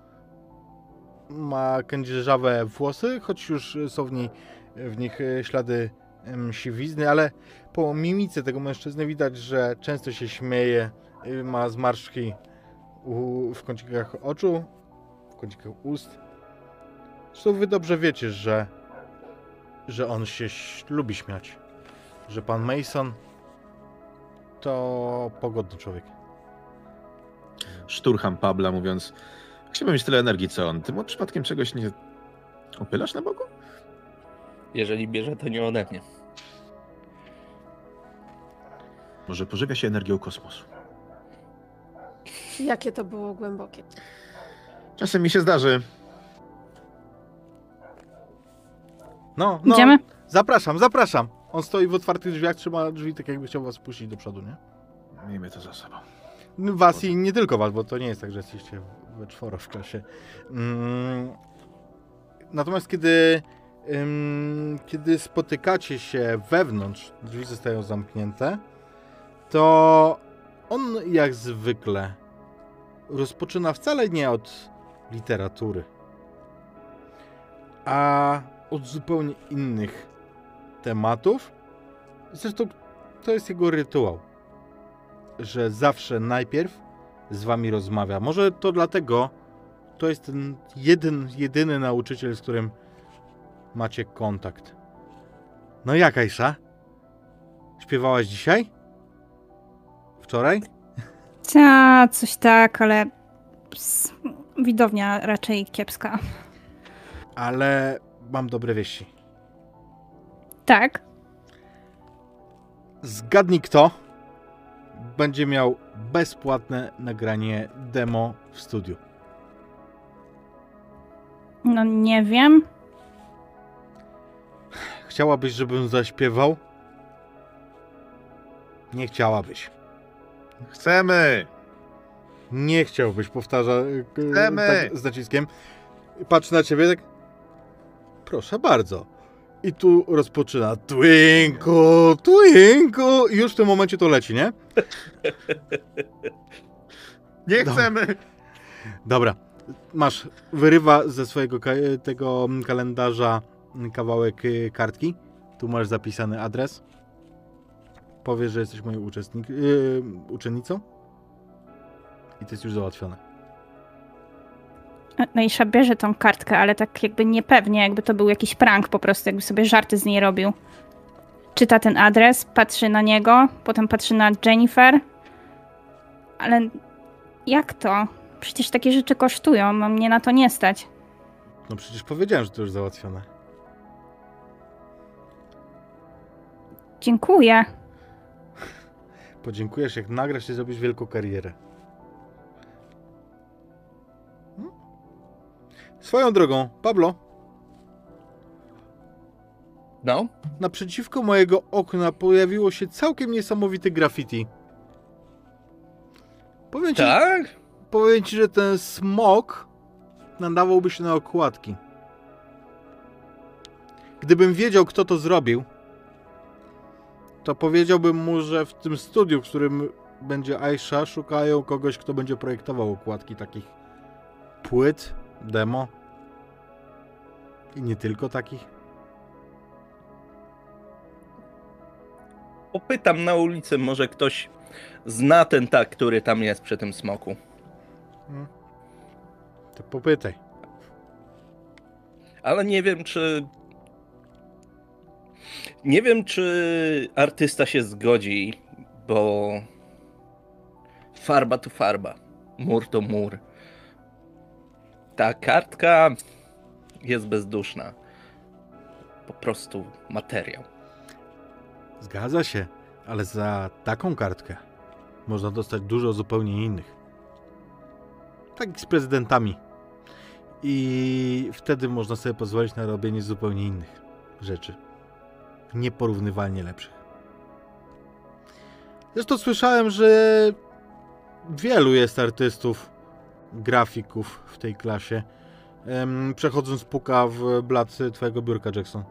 Ma kędzierzawe włosy, choć już są w, niej, w nich ślady um, siwizny, ale po mimice tego mężczyzny widać, że często się śmieje, ma zmarszczki u, w kącikach oczu, w kącikach ust. Zresztą wy dobrze wiecie, że, że on się lubi śmiać. Że pan Mason to pogodny człowiek. Szturcham Pabla, mówiąc: chciałbym mieć tyle energii, co on. Ty mu przypadkiem czegoś nie opylasz na boku? Jeżeli bierze, to nie ode mnie. Może pożywia się energią kosmosu. Jakie to było głębokie. Czasem mi się zdarzy. No, no. Idziemy? Zapraszam, zapraszam. On stoi w otwartych drzwiach, trzyma drzwi tak jakby chciał was puścić do przodu, nie? Miejmy to za sobą. Was i nie tylko was, bo to nie jest tak, że jesteście we czworo w klasie. Mm. Natomiast kiedy, ym, kiedy spotykacie się wewnątrz, drzwi zostają zamknięte, to on jak zwykle rozpoczyna wcale nie od literatury, a od zupełnie innych tematów. Zresztą to jest jego rytuał, że zawsze najpierw z wami rozmawia. Może to dlatego to jest ten jeden, jedyny nauczyciel, z którym macie kontakt. No jak, Aisha? Śpiewałaś dzisiaj? Wczoraj? Ta, coś tak, ale ps, widownia raczej kiepska. Ale mam dobre wieści. Tak. Zgadnij kto będzie miał bezpłatne nagranie demo w studiu. No nie wiem. Chciałabyś, żebym zaśpiewał? Nie chciałabyś. Chcemy! Nie chciałbyś, powtarza y, y, Chcemy! tak, z naciskiem. Patrzy na ciebie tak. Proszę bardzo. I tu rozpoczyna Twinkle, Twinkle. I już w tym momencie to leci, nie? Nie Dobra. chcemy! Dobra. Masz, wyrywa ze swojego ka tego kalendarza kawałek y, kartki. Tu masz zapisany adres. Powiesz, że jesteś moją uczestnik, yy, uczennicą. I to jest już załatwione. Nejsza bierze tą kartkę, ale tak jakby niepewnie, jakby to był jakiś prank po prostu, jakby sobie żarty z niej robił. Czyta ten adres, patrzy na niego, potem patrzy na Jennifer. Ale jak to? Przecież takie rzeczy kosztują, a mnie na to nie stać. No przecież powiedziałem, że to już załatwione. Dziękuję. Podziękujesz, jak nagrasz i zrobisz wielką karierę. Hmm? Swoją drogą, Pablo, No? naprzeciwko mojego okna pojawiło się całkiem niesamowite graffiti. Powiem ci, Tak? powiem ci, że ten smok nadawałby się na okładki. Gdybym wiedział, kto to zrobił, to powiedziałbym mu, że w tym studiu, w którym będzie Aisha, szukają kogoś, kto będzie projektował okładki takich płyt, demo i nie tylko takich. Popytam na ulicy, może ktoś zna ten tak, który tam jest przy tym smoku. To popytaj. Ale nie wiem, czy... Nie wiem, czy artysta się zgodzi, bo... Farba to farba. Mur to mur. Ta kartka jest bezduszna. Po prostu materiał. Zgadza się, ale za taką kartkę można dostać dużo zupełnie innych. Tak jak z prezydentami. I wtedy można sobie pozwolić na robienie zupełnie innych rzeczy. Nieporównywalnie lepszych. Zresztą słyszałem, że wielu jest artystów, grafików w tej klasie. Em, przechodząc puka w blat twojego biurka, Jackson.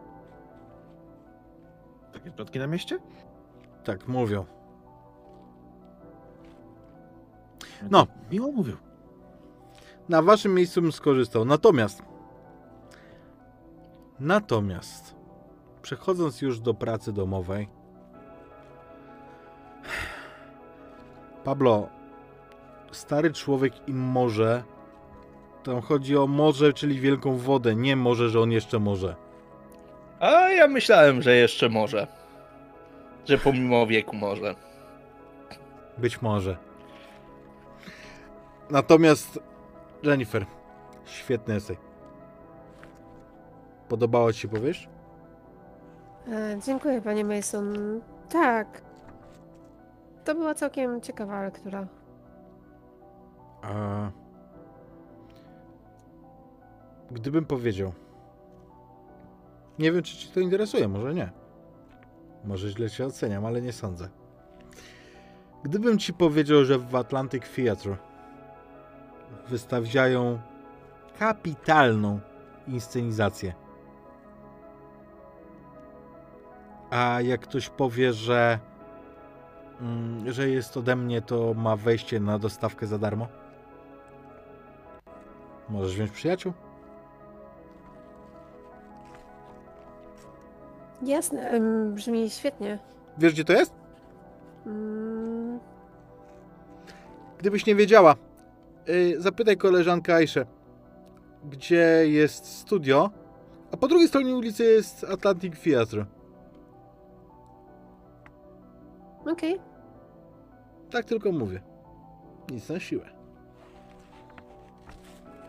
Takie plotki na mieście? Tak mówią. No. Miło mówił. Na waszym miejscu bym skorzystał. Natomiast Natomiast przechodząc już do pracy domowej, Pablo, stary człowiek i morze, tam chodzi o morze, czyli wielką wodę, nie morze, że on jeszcze może. A ja myślałem, że jeszcze może. Że pomimo wieku może. Być może. Natomiast Jennifer, świetny esej. Podobało ci się, powiesz? E, dziękuję, panie Mason. Tak. To była całkiem ciekawa lektura. A... Gdybym powiedział... Nie wiem, czy ci to interesuje, może nie. Może źle cię oceniam, ale nie sądzę. Gdybym ci powiedział, że w Atlantic Theatre wystawiają kapitalną inscenizację, a jak ktoś powie, że mm, że jest ode mnie, to ma wejście na dostawkę za darmo? Możesz wziąć przyjaciół? Jasne, em, brzmi świetnie. Wiesz, gdzie to jest? Mm, Gdybyś nie wiedziała, yy, zapytaj koleżankę Aiszę, gdzie jest studio, a po drugiej stronie ulicy jest Atlantic Theatre. Okej. Tak tylko mówię. Nic na siłę.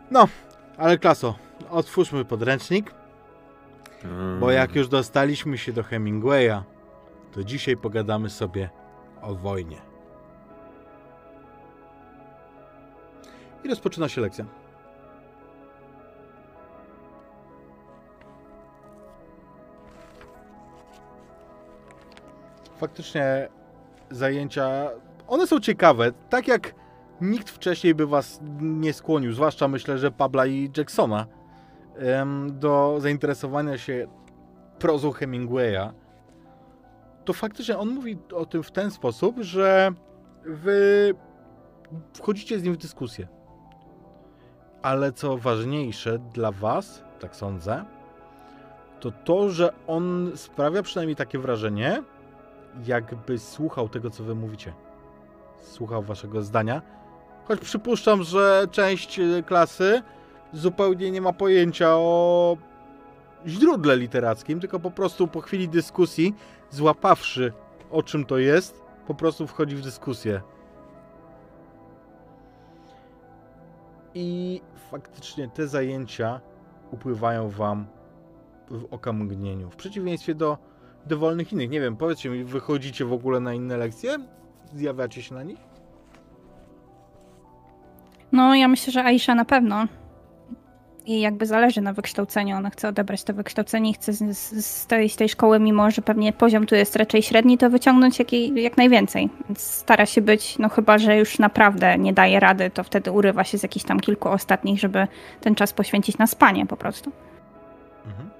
No, ale klaso, otwórzmy podręcznik, bo jak już dostaliśmy się do Hemingwaya, to dzisiaj pogadamy sobie o wojnie. I rozpoczyna się lekcja. Faktycznie zajęcia, one są ciekawe, tak jak nikt wcześniej by was nie skłonił, zwłaszcza myślę, że Pabla i Jacksona, do zainteresowania się prozą Hemingwaya. To faktycznie on mówi o tym w ten sposób, że wy wchodzicie z nim w dyskusję. Ale co ważniejsze dla was, tak sądzę, to to, że on sprawia przynajmniej takie wrażenie, jakby słuchał tego, co wy mówicie. Słuchał waszego zdania. Choć przypuszczam, że część klasy zupełnie nie ma pojęcia o źródle literackim, tylko po prostu po chwili dyskusji, złapawszy o czym to jest, po prostu wchodzi w dyskusję. I faktycznie te zajęcia upływają wam w okamgnieniu. W przeciwieństwie do dowolnych innych. Nie wiem, powiedzcie mi, wychodzicie w ogóle na inne lekcje? Zjawiacie się na nich? No, ja myślę, że Aisha na pewno. I jakby zależy na wykształceniu. Ona chce odebrać to wykształcenie i chce z, z, z, tej, z tej szkoły, mimo że pewnie poziom tu jest raczej średni, to wyciągnąć jak, jak najwięcej. Więc stara się być, no chyba, że już naprawdę nie daje rady, to wtedy urywa się z jakichś tam kilku ostatnich, żeby ten czas poświęcić na spanie po prostu. Mhm.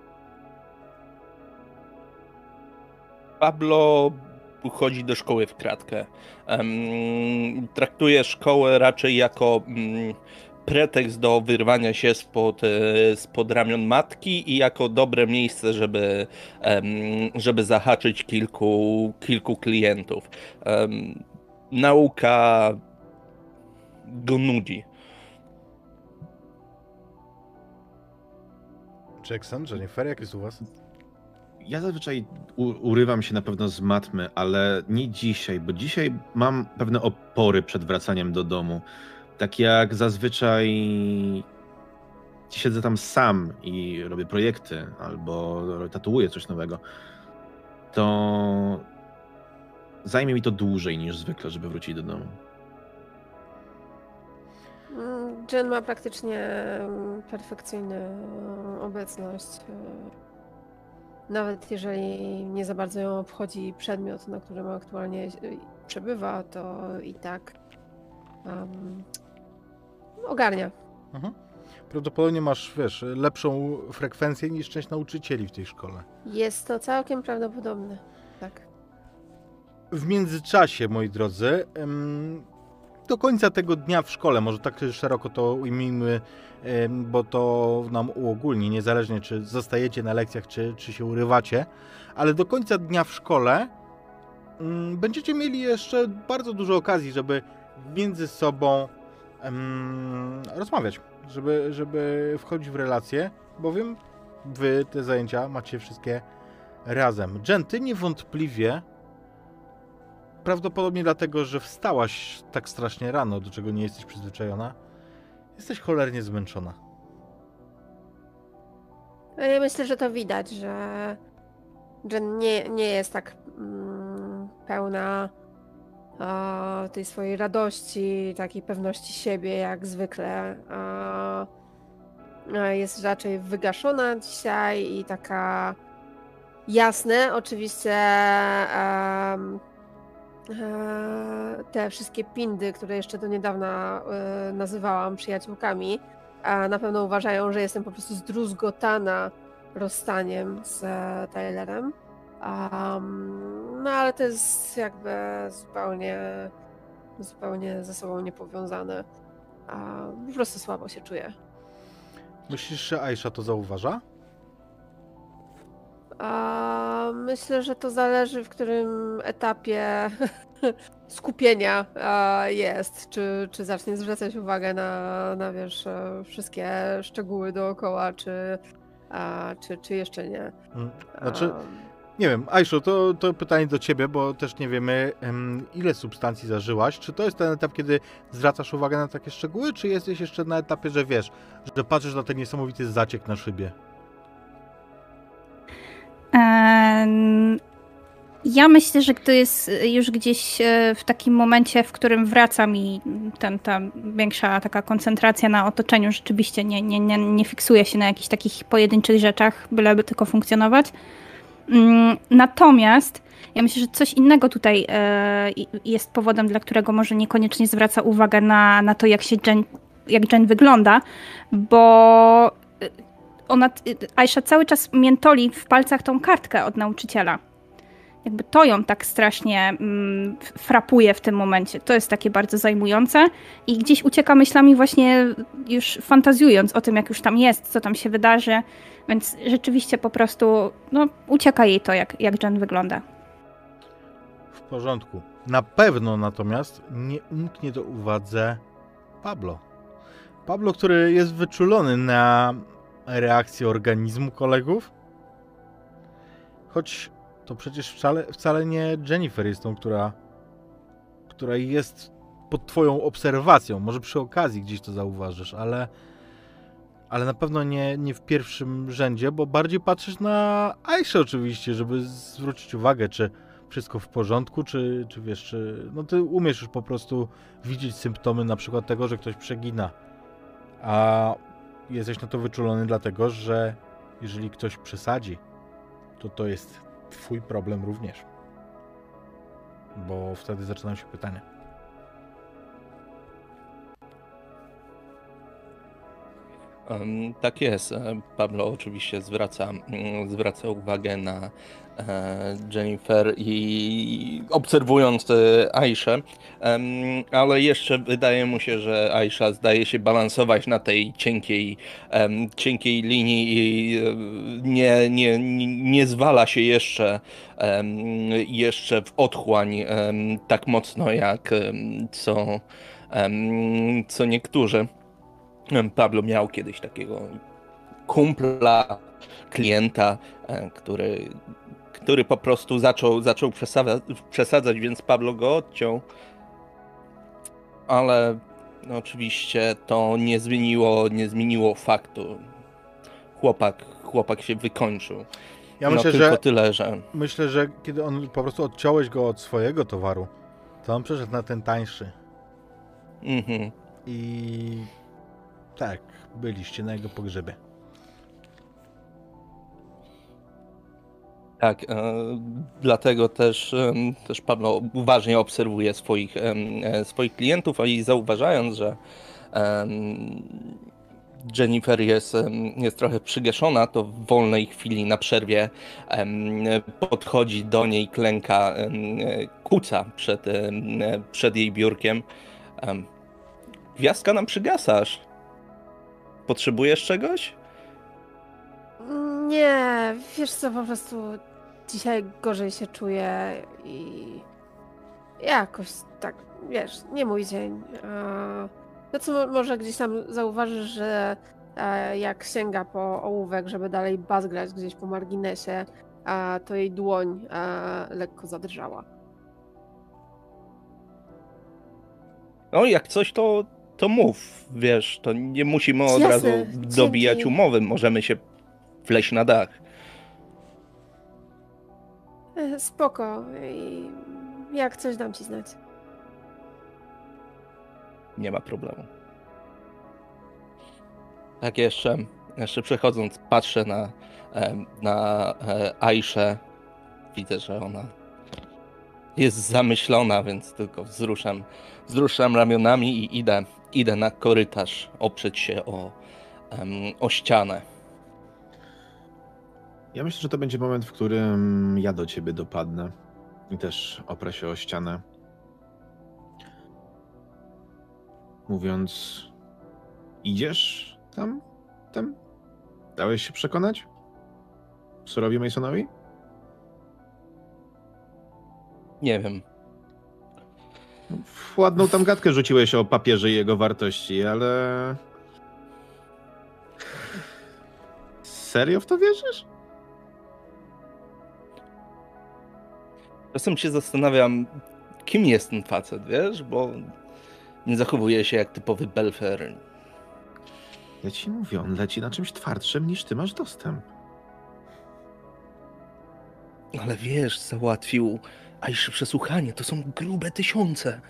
Pablo chodzi do szkoły w kratkę. Um, traktuje szkołę raczej jako um, pretekst do wyrwania się spod, spod ramion matki i jako dobre miejsce, żeby, um, żeby zahaczyć kilku, kilku klientów. Um, nauka go nudzi. Jackson, Jennifer, jak jest u was? Ja zazwyczaj u- urywam się na pewno z matmy, ale nie dzisiaj, bo dzisiaj mam pewne opory przed wracaniem do domu. Tak jak zazwyczaj siedzę tam sam i robię projekty albo tatuuję coś nowego, to zajmie mi to dłużej niż zwykle, żeby wrócić do domu. Jen ma praktycznie perfekcyjną obecność. Nawet jeżeli nie za bardzo ją obchodzi przedmiot, na którym aktualnie przebywa, to i tak um, ogarnia. Mhm. Prawdopodobnie masz, wiesz, lepszą frekwencję niż część nauczycieli w tej szkole. Jest to całkiem prawdopodobne, tak. W międzyczasie, moi drodzy, do końca tego dnia w szkole, może tak szeroko to ujmijmy, bo to nam uogólni, niezależnie czy zostajecie na lekcjach, czy, czy się urywacie, ale do końca dnia w szkole będziecie mieli jeszcze bardzo dużo okazji, żeby między sobą um, rozmawiać, żeby, żeby wchodzić w relacje, bowiem wy te zajęcia macie wszystkie razem. Jen, ty niewątpliwie, prawdopodobnie dlatego, że wstałaś tak strasznie rano, do czego nie jesteś przyzwyczajona, jesteś cholernie zmęczona. Ja myślę, że to widać, że Jen nie, nie jest tak mm, pełna a, tej swojej radości, takiej pewności siebie jak zwykle. A, a jest raczej wygaszona dzisiaj i taka jasne, oczywiście um, te wszystkie pindy, które jeszcze do niedawna e, nazywałam przyjaciółkami, a na pewno uważają, że jestem po prostu zdruzgotana rozstaniem z Tylerem. Um, no ale to jest jakby zupełnie, zupełnie ze sobą niepowiązane. Um, po prostu słabo się czuję. Myślisz, że Aisha to zauważa? A myślę, że to zależy, w którym etapie skupienia jest. Czy, czy zacznie zwracać uwagę na, na wiesz, wszystkie szczegóły dookoła, czy, a, czy, czy jeszcze nie. Znaczy, Nie wiem, Aiszu, to, to pytanie do ciebie, bo też nie wiemy, em, ile substancji zażyłaś. Czy to jest ten etap, kiedy zwracasz uwagę na takie szczegóły, czy jesteś jeszcze na etapie, że wiesz, że patrzysz na ten niesamowity zaciek na szybie? Em, Ja myślę, że to jest już gdzieś e, w takim momencie, w którym wraca mi ten, ta większa taka koncentracja na otoczeniu. Rzeczywiście nie, nie, nie, nie fiksuję się na jakichś takich pojedynczych rzeczach, byleby tylko funkcjonować. Mm, Natomiast ja myślę, że coś innego tutaj e, i- jest powodem, dla którego może niekoniecznie zwraca uwagę na, na to, jak się Jen, jak Jen wygląda, bo e, ona, Aisha cały czas miętoli w palcach tą kartkę od nauczyciela. Jakby to ją tak strasznie mm, frapuje w tym momencie. To jest takie bardzo zajmujące i gdzieś ucieka myślami właśnie już fantazjując o tym, jak już tam jest, co tam się wydarzy, więc rzeczywiście po prostu no, ucieka jej to, jak, jak Jen wygląda. W porządku. Na pewno natomiast nie umknie do uwadze Pablo. Pablo, który jest wyczulony na reakcję organizmu kolegów, choć to przecież wcale, wcale nie Jennifer jest tą, która, która jest pod twoją obserwacją. Może przy okazji gdzieś to zauważysz, ale, ale na pewno nie, nie w pierwszym rzędzie, bo bardziej patrzysz na Aiszę oczywiście, żeby zwrócić uwagę, czy wszystko w porządku, czy, czy wiesz, czy... No ty umiesz już po prostu widzieć symptomy na przykład tego, że ktoś przegina. A jesteś na to wyczulony dlatego, że jeżeli ktoś przesadzi, to to jest twój problem również. Bo wtedy zaczynają się pytania. Um, tak jest. E, Pablo oczywiście zwraca, mm, zwraca uwagę na e, Jennifer i obserwując e, Aiszę, em, ale jeszcze wydaje mu się, że Aisha zdaje się balansować na tej cienkiej, em, cienkiej linii i e, nie, nie, nie, nie zwala się jeszcze, em, jeszcze w otchłań em, tak mocno jak em, co, em, co niektórzy. Pablo miał kiedyś takiego kumpla, klienta, e, który, który po prostu zaczął, zaczął przesadzać, przesadzać, więc Pablo go odciął. Ale no, oczywiście to nie zmieniło, nie zmieniło faktu. Chłopak, chłopak się wykończył. Ja no myślę, tylko że, tyle, że... myślę, że kiedy on po prostu odciąłeś go od swojego towaru, to on przeszedł na ten tańszy. Mhm. I tak, byliście na jego pogrzebie. Tak, e, dlatego też, e, też Pablo uważnie obserwuje swoich, e, swoich klientów, a i zauważając, że e, Jennifer jest, e, jest trochę przygaszona, to w wolnej chwili na przerwie e, podchodzi do niej, klęka, e, kuca przed, e, przed jej biurkiem. E, Gwiazdka, nam przygasasz. Potrzebujesz czegoś? Nie, wiesz co, po prostu dzisiaj gorzej się czuję i jakoś tak, wiesz, nie mój dzień. A to co mo- może gdzieś tam zauważysz, że e, jak sięga po ołówek, żeby dalej bazgrać gdzieś po marginesie, a to jej dłoń e, lekko zadrżała. No jak coś, to, to mów, wiesz, to nie musimy od Jasne, razu dzięki. dobijać umowy, możemy się wleźć na dach. E, Spoko i jak coś dam ci znać. Nie ma problemu. Tak jeszcze, jeszcze przechodząc, patrzę na, em, na e, Aiszę. Widzę, że ona jest zamyślona, więc tylko wzruszam, wzruszam ramionami i idę, idę na korytarz, oprzeć się o, em, o ścianę. Ja myślę, że to będzie moment, w którym ja do ciebie dopadnę i też oprę się o ścianę. Mówiąc, idziesz tam? Tam? Dałeś się przekonać? Surowi Masonowi? Nie wiem. W ładną tam gadkę rzuciłeś o papierze i jego wartości, ale... Serio w to wierzysz? Czasem się zastanawiam, kim jest ten facet, wiesz? Bo nie zachowuje się jak typowy belfer. Ja ci mówię, on leci na czymś twardszym niż ty masz dostęp. Ale wiesz, załatwił Aiszy przesłuchanie. To są grube tysiące.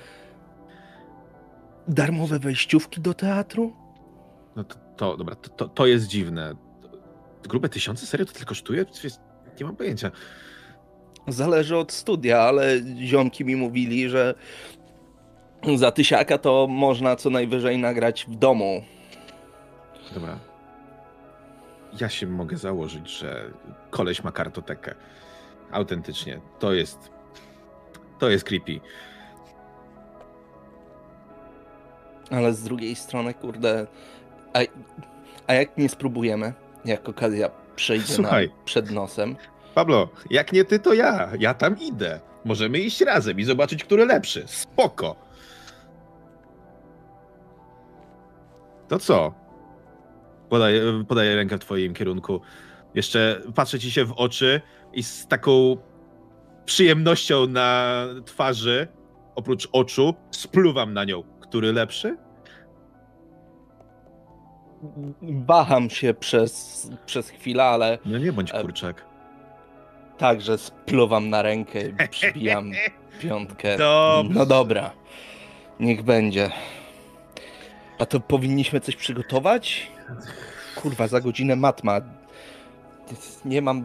Darmowe wejściówki do teatru? No to, to dobra, to, to, to jest dziwne. Grube tysiące? Serio to tyle kosztuje? Nie mam pojęcia. Zależy od studia, ale ziomki mi mówili, że za tysiaka to można co najwyżej nagrać w domu. Dobra. Ja się mogę założyć, że koleś ma kartotekę. Autentycznie. To jest... To jest creepy. Ale z drugiej strony, kurde... A, a jak nie spróbujemy? Jak okazja przejdzie Słuchaj. nam przed nosem? Pablo, jak nie ty, to ja. Ja tam idę. Możemy iść razem i zobaczyć, który lepszy. Spoko. To co? Podaję, podaję rękę w twoim kierunku. Jeszcze patrzę ci się w oczy i z taką przyjemnością na twarzy, oprócz oczu, spluwam na nią. Który lepszy? Waham się przez, przez chwilę, ale No nie bądź kurczak. także spluwam na rękę i przybijam piątkę. Dobrze. No dobra, niech będzie. A to powinniśmy coś przygotować? Kurwa, za godzinę matma. Nie mam,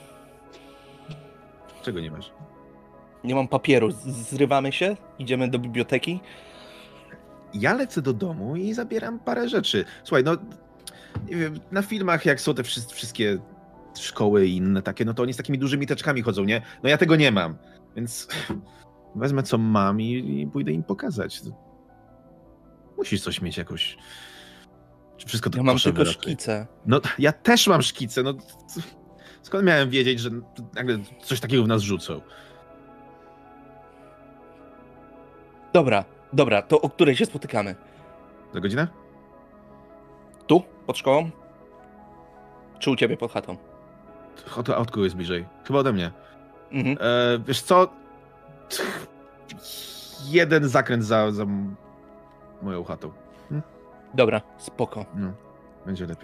Czego nie masz? nie mam papieru. Z- Zrywamy się? Idziemy do biblioteki? Ja lecę do domu i zabieram parę rzeczy. Słuchaj, no nie wiem, na filmach jak są te wszy- wszystkie szkoły i inne takie, no to oni z takimi dużymi teczkami chodzą, nie? No ja tego nie mam, więc wezmę co mam i, i pójdę im pokazać. Musisz coś mieć jakoś... Czy wszystko to Ja mam kosze tylko wyratuje? szkice. No ja też mam szkice, no skąd miałem wiedzieć, że nagle coś takiego w nas rzucą? Dobra, dobra, to o której się spotykamy? Za godzinę? Tu? Pod szkołą? Czy u ciebie pod chatą? Od, od kogo jest bliżej? Chyba ode mnie. Mhm. E, wiesz co? Jeden zakręt za, za moją chatą. Dobra, spoko. No, będzie lepiej.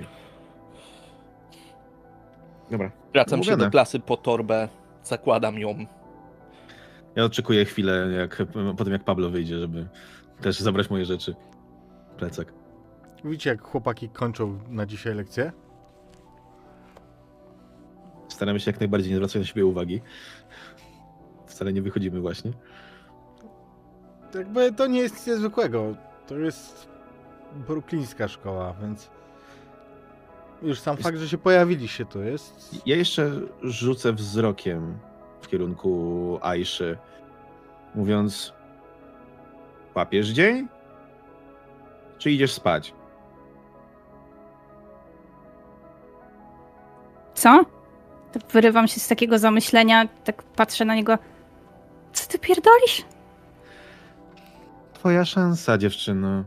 Dobra. Wracam się Mówione. do klasy po torbę, zakładam ją. Ja oczekuję chwilę, jak, po tym jak Pablo wyjdzie, żeby też zabrać moje rzeczy. Plecak. Widzicie, jak chłopaki kończą na dzisiaj lekcję? Staramy się jak najbardziej nie zwracać na siebie uwagi. Wcale nie wychodzimy właśnie. Jakby to nie jest nic niezwykłego. To jest bruklińska szkoła, więc już sam Jest- fakt, że się pojawiliście tu jest... Ja jeszcze rzucę wzrokiem w kierunku Aiszy, mówiąc: łapiesz dzień? Czy idziesz spać? Co? Tak wyrywam się z takiego zamyślenia, tak patrzę na niego. Co ty pierdolisz? Twoja szansa, dziewczyno.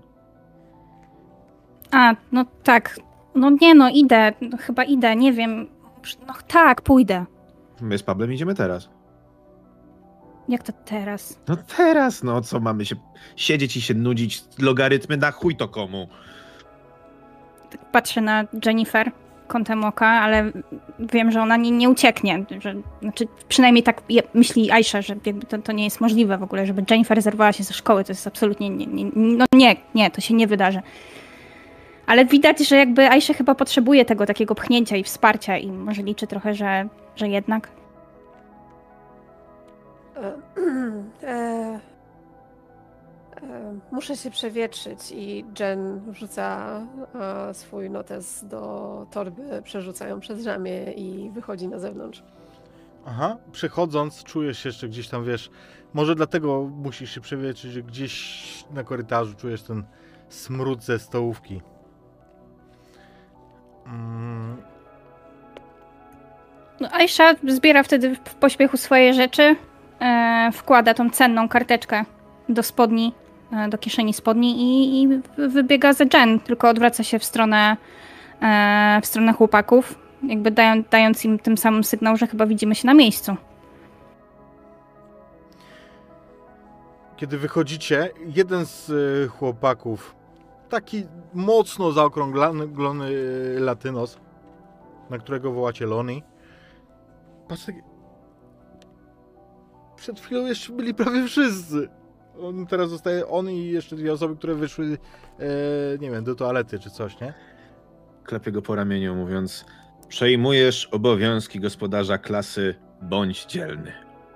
A, no tak. No nie no, idę. No, chyba idę, nie wiem. No tak, pójdę. My z Pablem idziemy teraz. Jak to teraz? No teraz, no co mamy się siedzieć i się nudzić? Logarytmy na chuj to komu? Tak patrzę na Jennifer kątem oka, ale wiem, że ona nie, nie ucieknie. Że, znaczy, przynajmniej tak je- myśli Aisha, że jakby to, to nie jest możliwe w ogóle, żeby Jennifer zerwała się ze szkoły. To jest absolutnie nie, nie, no nie, nie, to się nie wydarzy. Ale widać, że jakby Aisha chyba potrzebuje tego takiego pchnięcia i wsparcia i może liczy trochę, że, że jednak. E, e, e, muszę się przewietrzyć i Jen wrzuca e, swój notes do torby, przerzuca ją przez ramię i wychodzi na zewnątrz. Aha, przechodząc czujesz się jeszcze gdzieś tam, wiesz, może dlatego musisz się przewietrzyć, że gdzieś na korytarzu czujesz ten smród ze stołówki. Mm, No, Aisha zbiera wtedy w pośpiechu swoje rzeczy, e, wkłada tą cenną karteczkę do spodni, e, do kieszeni spodni i, i wybiega za Jen, tylko odwraca się w stronę, e, w stronę chłopaków, jakby dają, dając im tym samym sygnał, że chyba widzimy się na miejscu. Kiedy wychodzicie, jeden z y, chłopaków, taki mocno zaokrąglony y, latynos, na którego wołacie Loni, patrzy, przed chwilą jeszcze byli prawie wszyscy. On teraz zostaje on i jeszcze dwie osoby, które wyszły, e, nie wiem, do toalety czy coś, nie? Klepię go po ramieniu, mówiąc: przejmujesz obowiązki gospodarza klasy, bądź dzielny.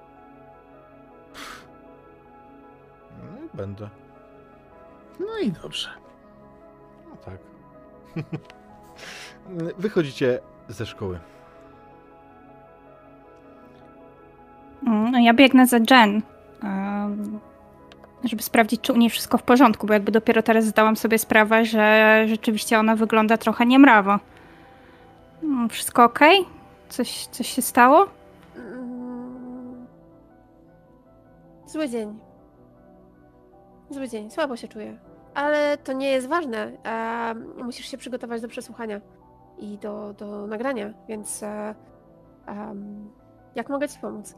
No i będę. No i dobrze. No tak. Wychodzicie ze szkoły. No ja biegnę za Jen, um, żeby sprawdzić, czy u niej wszystko w porządku, bo jakby dopiero teraz zdałam sobie sprawę, że rzeczywiście ona wygląda trochę niemrawo. Mm, Wszystko okej? Coś, coś się stało? Mm. Zły dzień. Zły dzień, słabo się czuję. Ale to nie jest ważne. E, musisz się przygotować do przesłuchania i do, do nagrania, więc e, em, jak mogę ci pomóc?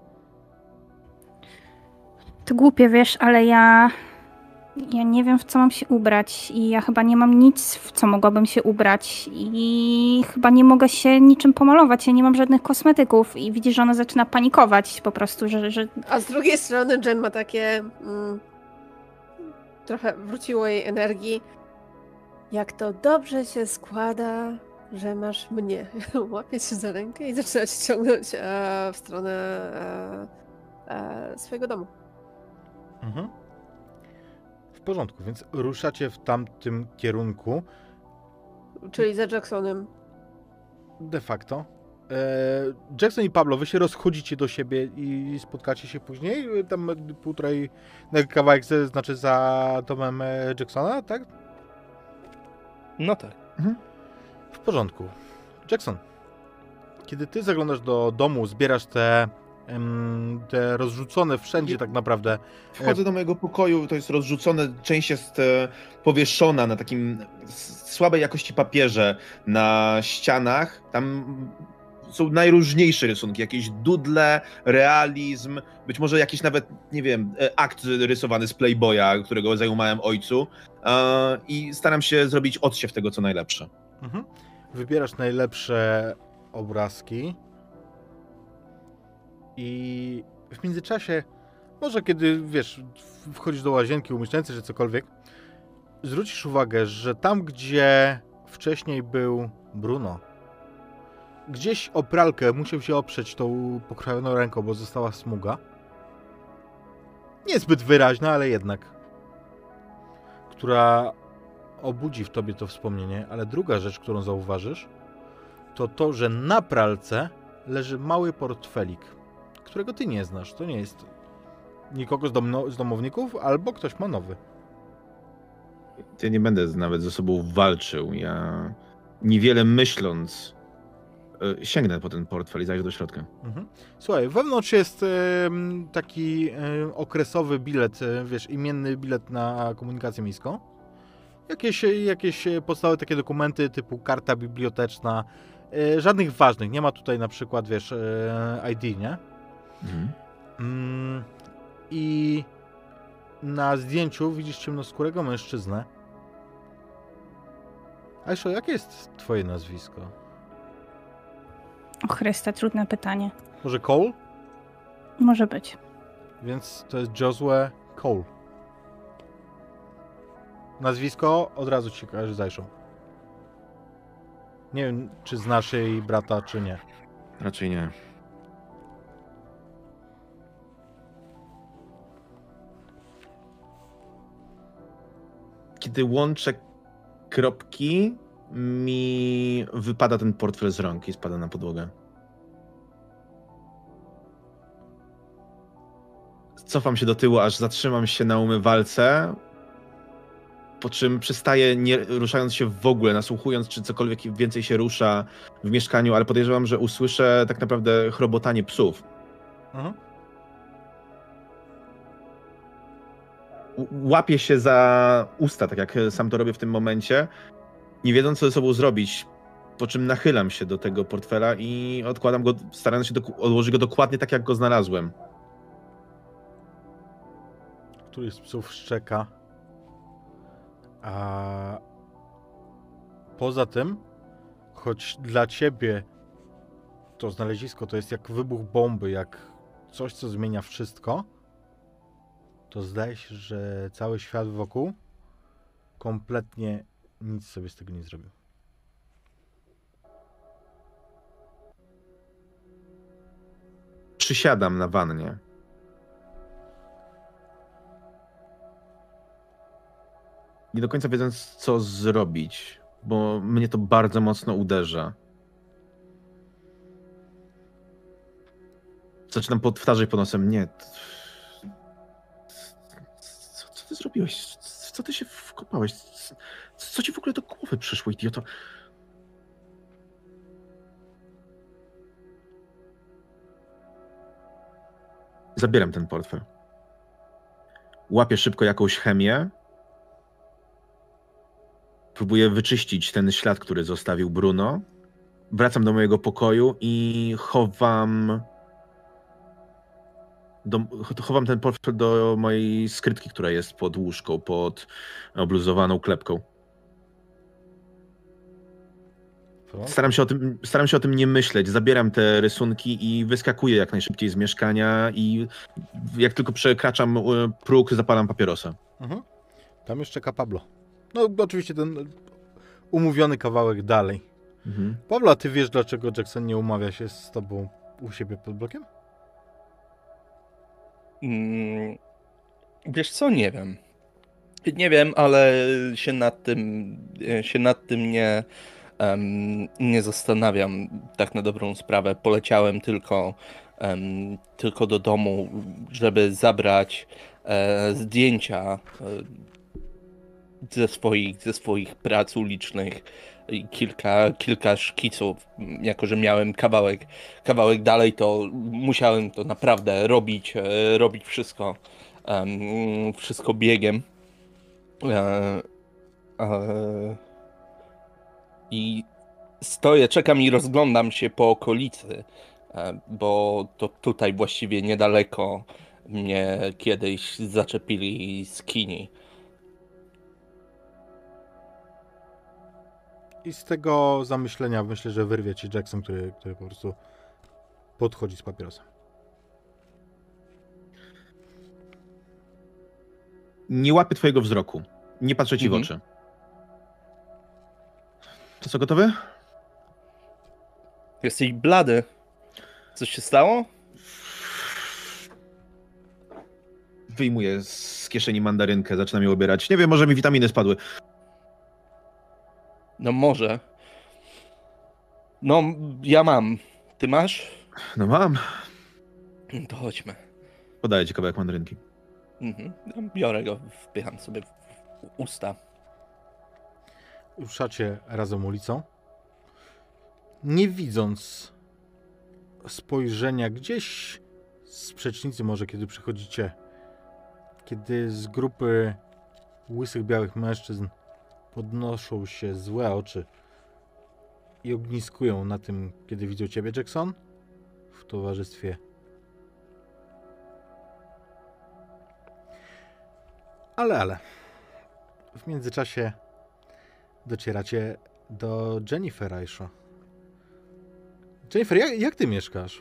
To głupie, wiesz, ale ja... Ja nie wiem, w co mam się ubrać i ja chyba nie mam nic, w co mogłabym się ubrać i chyba nie mogę się niczym pomalować. Ja nie mam żadnych kosmetyków i widzisz, że ona zaczyna panikować po prostu, że... że... A z drugiej strony Jen ma takie... Mm, trochę wróciło jej energii. Jak to dobrze się składa, że masz mnie. Łapie się za rękę i zaczyna cię ciągnąć e, w stronę e, e, swojego domu. Mhm. W porządku, więc ruszacie w tamtym kierunku. Czyli za Jacksonem. De facto. E, Jackson i Pablo, wy się rozchodzicie do siebie i spotkacie się później? Tam półtorej kawałek, ze- znaczy za domem e, Jacksona, tak? No tak. W porządku. Jackson, kiedy ty zaglądasz do domu, zbierasz te, em, te rozrzucone wszędzie tak naprawdę. Wchodzę do mojego pokoju, to jest rozrzucone, część jest e, powieszona na takim s- słabej jakości papierze na ścianach. Tam są najróżniejsze rysunki, jakieś dudle, realizm, być może jakiś nawet, nie wiem, e, akt rysowany z Playboya, którego zajumałem ojcu. E, I staram się zrobić odsiew tego, co najlepsze. Mhm. Wybierasz najlepsze obrazki i w międzyczasie, może kiedy, wiesz, wchodzisz do łazienki, umyć ręce czy cokolwiek, zwrócisz uwagę, że tam, gdzie wcześniej był Bruno, gdzieś o pralkę musiał się oprzeć tą pokrojoną ręką, bo została smuga. Niezbyt wyraźna, ale jednak. Która obudzi w tobie to wspomnienie, ale druga rzecz, którą zauważysz, to to, że na pralce leży mały portfelik, którego ty nie znasz. To nie jest nikogo z, domno, z domowników, albo ktoś ma nowy. Ja nie będę nawet ze sobą walczył. Ja niewiele myśląc e, sięgnę po ten portfel i zajrzę do środka. Mhm. Słuchaj, wewnątrz jest em, taki em, okresowy bilet, e, wiesz, imienny bilet na komunikację miejską. Jakieś, jakieś podstawowe takie dokumenty typu karta biblioteczna, e, żadnych ważnych. Nie ma tutaj na przykład, wiesz, e, I D, nie? Mhm. Mm, I na zdjęciu widzisz ciemnoskórego mężczyznę. Aisho, jakie jest twoje nazwisko? O Chryste, trudne pytanie. Może Cole? Może być. Więc to jest Josue Cole. Nazwisko od razu ci się kojarzy z Aishą. Nie wiem, czy znasz jej brata, czy nie. Raczej nie. Kiedy łączę kropki, mi wypada ten portfel z rąk i spada na podłogę. Cofam się do tyłu, aż zatrzymam się na umywalce, po czym przestaję, nie ruszając się w ogóle, nasłuchując, czy cokolwiek więcej się rusza w mieszkaniu, ale podejrzewam, że usłyszę tak naprawdę chrobotanie psów. Mhm. Łapię się za usta, tak jak sam to robię w tym momencie, nie wiedząc, co ze sobą zrobić, po czym nachylam się do tego portfela i odkładam go, starając się doku- odłożyć go dokładnie tak, jak go znalazłem. któryś z psów szczeka. A poza tym, choć dla ciebie to znalezisko to jest jak wybuch bomby, jak coś, co zmienia wszystko, to zdaje się, że cały świat wokół kompletnie nic sobie z tego nie zrobił. Przysiadam na wannie. Nie do końca wiedząc, co zrobić, bo mnie to bardzo mocno uderza. Zaczynam powtarzać pod nosem, nie. Co, co ty zrobiłeś? Co ty się wkopałeś? Co ci w ogóle do głowy przyszło, idioto? Zabieram ten portfel. Łapię szybko jakąś chemię. Próbuję wyczyścić ten ślad, który zostawił Bruno. Wracam do mojego pokoju i chowam... Do, chowam ten portfel do mojej skrytki, która jest pod łóżką, pod obluzowaną klepką. Staram się, o tym, staram się o tym nie myśleć. Zabieram te rysunki i wyskakuję jak najszybciej z mieszkania i jak tylko przekraczam próg, zapalam papierosa. Mhm. Tam już czeka Pablo. No oczywiście ten umówiony kawałek dalej. Mhm. Pablo, a ty wiesz, dlaczego Jackson nie umawia się z tobą u siebie pod blokiem? Mm, wiesz co, nie wiem. Nie wiem, ale się nad tym, się nad tym nie, um, nie zastanawiam tak na dobrą sprawę. Poleciałem tylko, um, tylko do domu, żeby zabrać e, zdjęcia e, ze swoich, ze swoich prac ulicznych i kilka, kilka szkiców. Jako że miałem kawałek, kawałek dalej, to musiałem to naprawdę robić, e, robić wszystko, um, wszystko biegiem. E, e, I stoję, czekam i rozglądam się po okolicy, e, bo to tutaj właściwie niedaleko mnie kiedyś zaczepili skini. I z tego zamyślenia myślę, że wyrwie ci Jackson, który, który po prostu podchodzi z papierosem. Nie łapię twojego wzroku. Nie patrzę ci Mhm. w oczy. To co, gotowy? Jesteś blady. Coś się stało? Wyjmuję z kieszeni mandarynkę, zaczynam ją obierać. Nie wiem, może mi witaminy spadły. No może. No, ja mam. Ty masz? No mam. To chodźmy. Podaję ci kawałek mandarynki. Mhm. Biorę go, wpycham sobie w usta. Ruszacie razem ulicą. Nie widząc spojrzenia gdzieś z przecznicy, może kiedy przychodzicie, kiedy z grupy łysych, białych mężczyzn podnoszą się złe oczy i ogniskują na tym, kiedy widzą ciebie, Jackson, w towarzystwie. Ale, ale. W międzyczasie docieracie do Jennifer Aisha. Jennifer, jak, jak ty mieszkasz?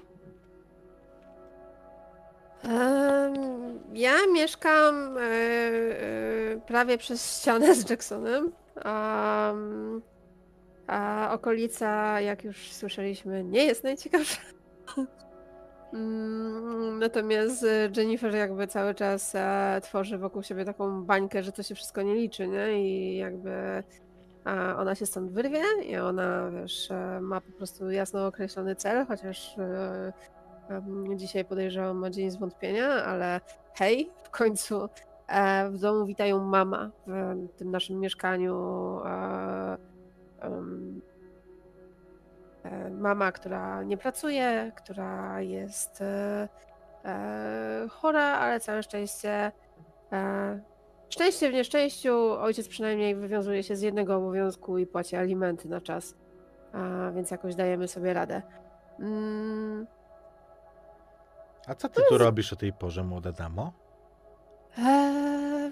Em, ja mieszkam e, e, prawie przez ścianę z Jacksonem. Um, a okolica, jak już słyszeliśmy, nie jest najciekawsza. Mm, Natomiast Jennifer jakby cały czas e, tworzy wokół siebie taką bańkę, że to się wszystko nie liczy, nie? I jakby e, ona się stąd wyrwie i ona, wiesz, e, ma po prostu jasno określony cel, chociaż e, e, dzisiaj podejrzewam ma dzień zwątpienia, ale hej, w końcu e, w domu witają mama w tym naszym mieszkaniu. E, em, e, Mama, która nie pracuje, która jest e, e, chora, ale całe szczęście, e, szczęście w nieszczęściu, ojciec przynajmniej wywiązuje się z jednego obowiązku i płaci alimenty na czas, a, więc jakoś dajemy sobie radę. Mm, A co ty tu robisz o tej porze, młoda damo? Eee,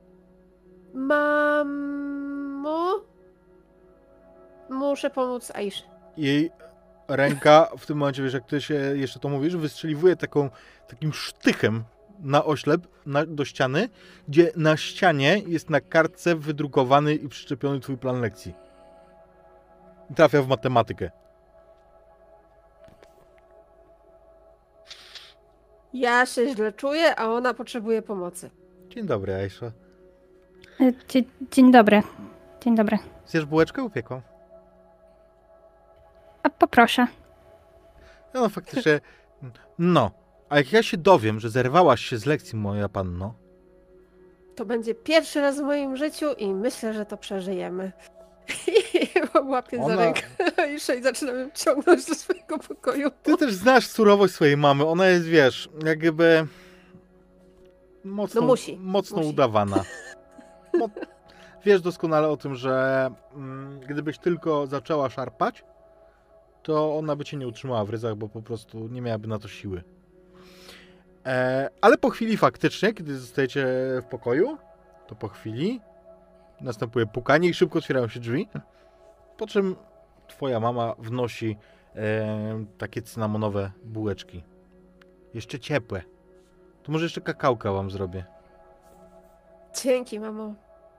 mamo? Muszę pomóc Aiszy. Jej ręka w tym momencie, wiesz, jak ty się jeszcze to mówisz, wystrzeliwuje taką, takim sztychem na oślep na, do ściany, gdzie na ścianie jest na kartce wydrukowany i przyczepiony twój plan lekcji. I trafia w matematykę. Ja się źle czuję, a ona potrzebuje pomocy. Dzień dobry, Aisza. E, Dzień, dzień dobry. Dzień dobry. Zjesz bułeczkę? Upiekłam. A poproszę. No faktycznie, no. A jak ja się dowiem, że zerwałaś się z lekcji, moja panno, To będzie pierwszy raz w moim życiu i myślę, że to przeżyjemy. I łapię za Ona- rękę Aiszę i zaczynam ją ciągnąć do swojego pokoju. ty też znasz surowość swojej mamy. Ona jest, wiesz, jakby mocno, No musi, mocno musi. udawana. Mo- wiesz doskonale o tym, że mm, gdybyś tylko zaczęła szarpać, to ona by cię nie utrzymała w ryzach, bo po prostu nie miałaby na to siły. E, ale po chwili faktycznie, kiedy zostajecie w pokoju, to po chwili następuje pukanie i szybko otwierają się drzwi, po czym twoja mama wnosi e, takie cynamonowe bułeczki. Jeszcze ciepłe. To może jeszcze kakałka wam zrobię. Dzięki, mamo.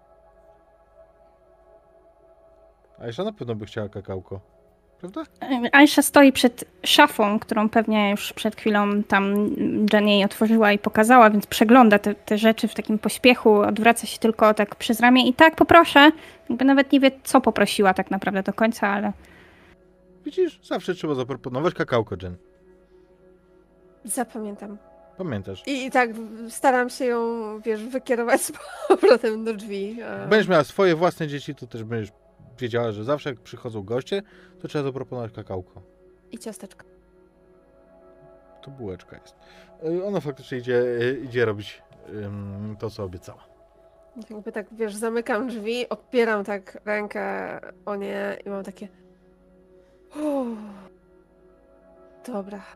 A jeszcze na pewno by chciała kakałko. Prawda? Aisza stoi przed szafą, którą pewnie już przed chwilą tam Jen jej otworzyła i pokazała, więc przegląda te, te rzeczy w takim pośpiechu, odwraca się tylko tak przez ramię i tak, poproszę. Jakby nawet nie wie, co poprosiła tak naprawdę do końca, ale Widzisz, zawsze trzeba zaproponować kakałko, Jen. Zapamiętam. Pamiętasz. I, I tak staram się ją, wiesz, wykierować z powrotem do drzwi. a- Będziesz miała swoje własne dzieci, to też będziesz wiedziała, że zawsze jak przychodzą goście, to trzeba zaproponować kakałko. I ciasteczka. To bułeczka jest. Y, Ona faktycznie idzie, y, idzie robić ym, to, co obiecała. Jakby tak, wiesz, zamykam drzwi, opieram tak rękę o nie i mam takie... Uff. Dobra.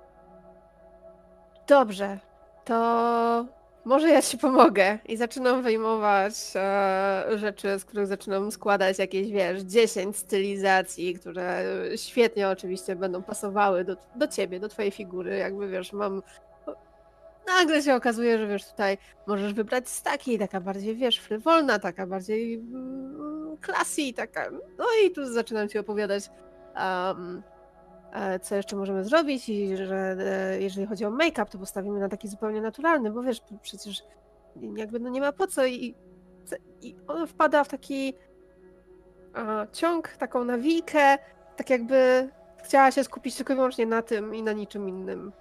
Dobrze, to może ja ci pomogę. I zaczynam wyjmować e, rzeczy, z których zaczynam składać jakieś, wiesz, dziesięć stylizacji, które świetnie oczywiście będą pasowały do, do ciebie, do twojej figury. Jakby, wiesz, mam... Nagle się okazuje, że wiesz, tutaj możesz wybrać z takiej, taka bardziej, wiesz, frywolna, taka bardziej mm, classy, taka... No i tu zaczynam ci opowiadać, um, e, co jeszcze możemy zrobić i że e, jeżeli chodzi o make-up, to postawimy na taki zupełnie naturalny, bo wiesz, przecież jakby no nie ma po co i, i on wpada w taki a, ciąg, taką nawijkę, tak jakby chciała się skupić tylko i wyłącznie na tym i na niczym innym.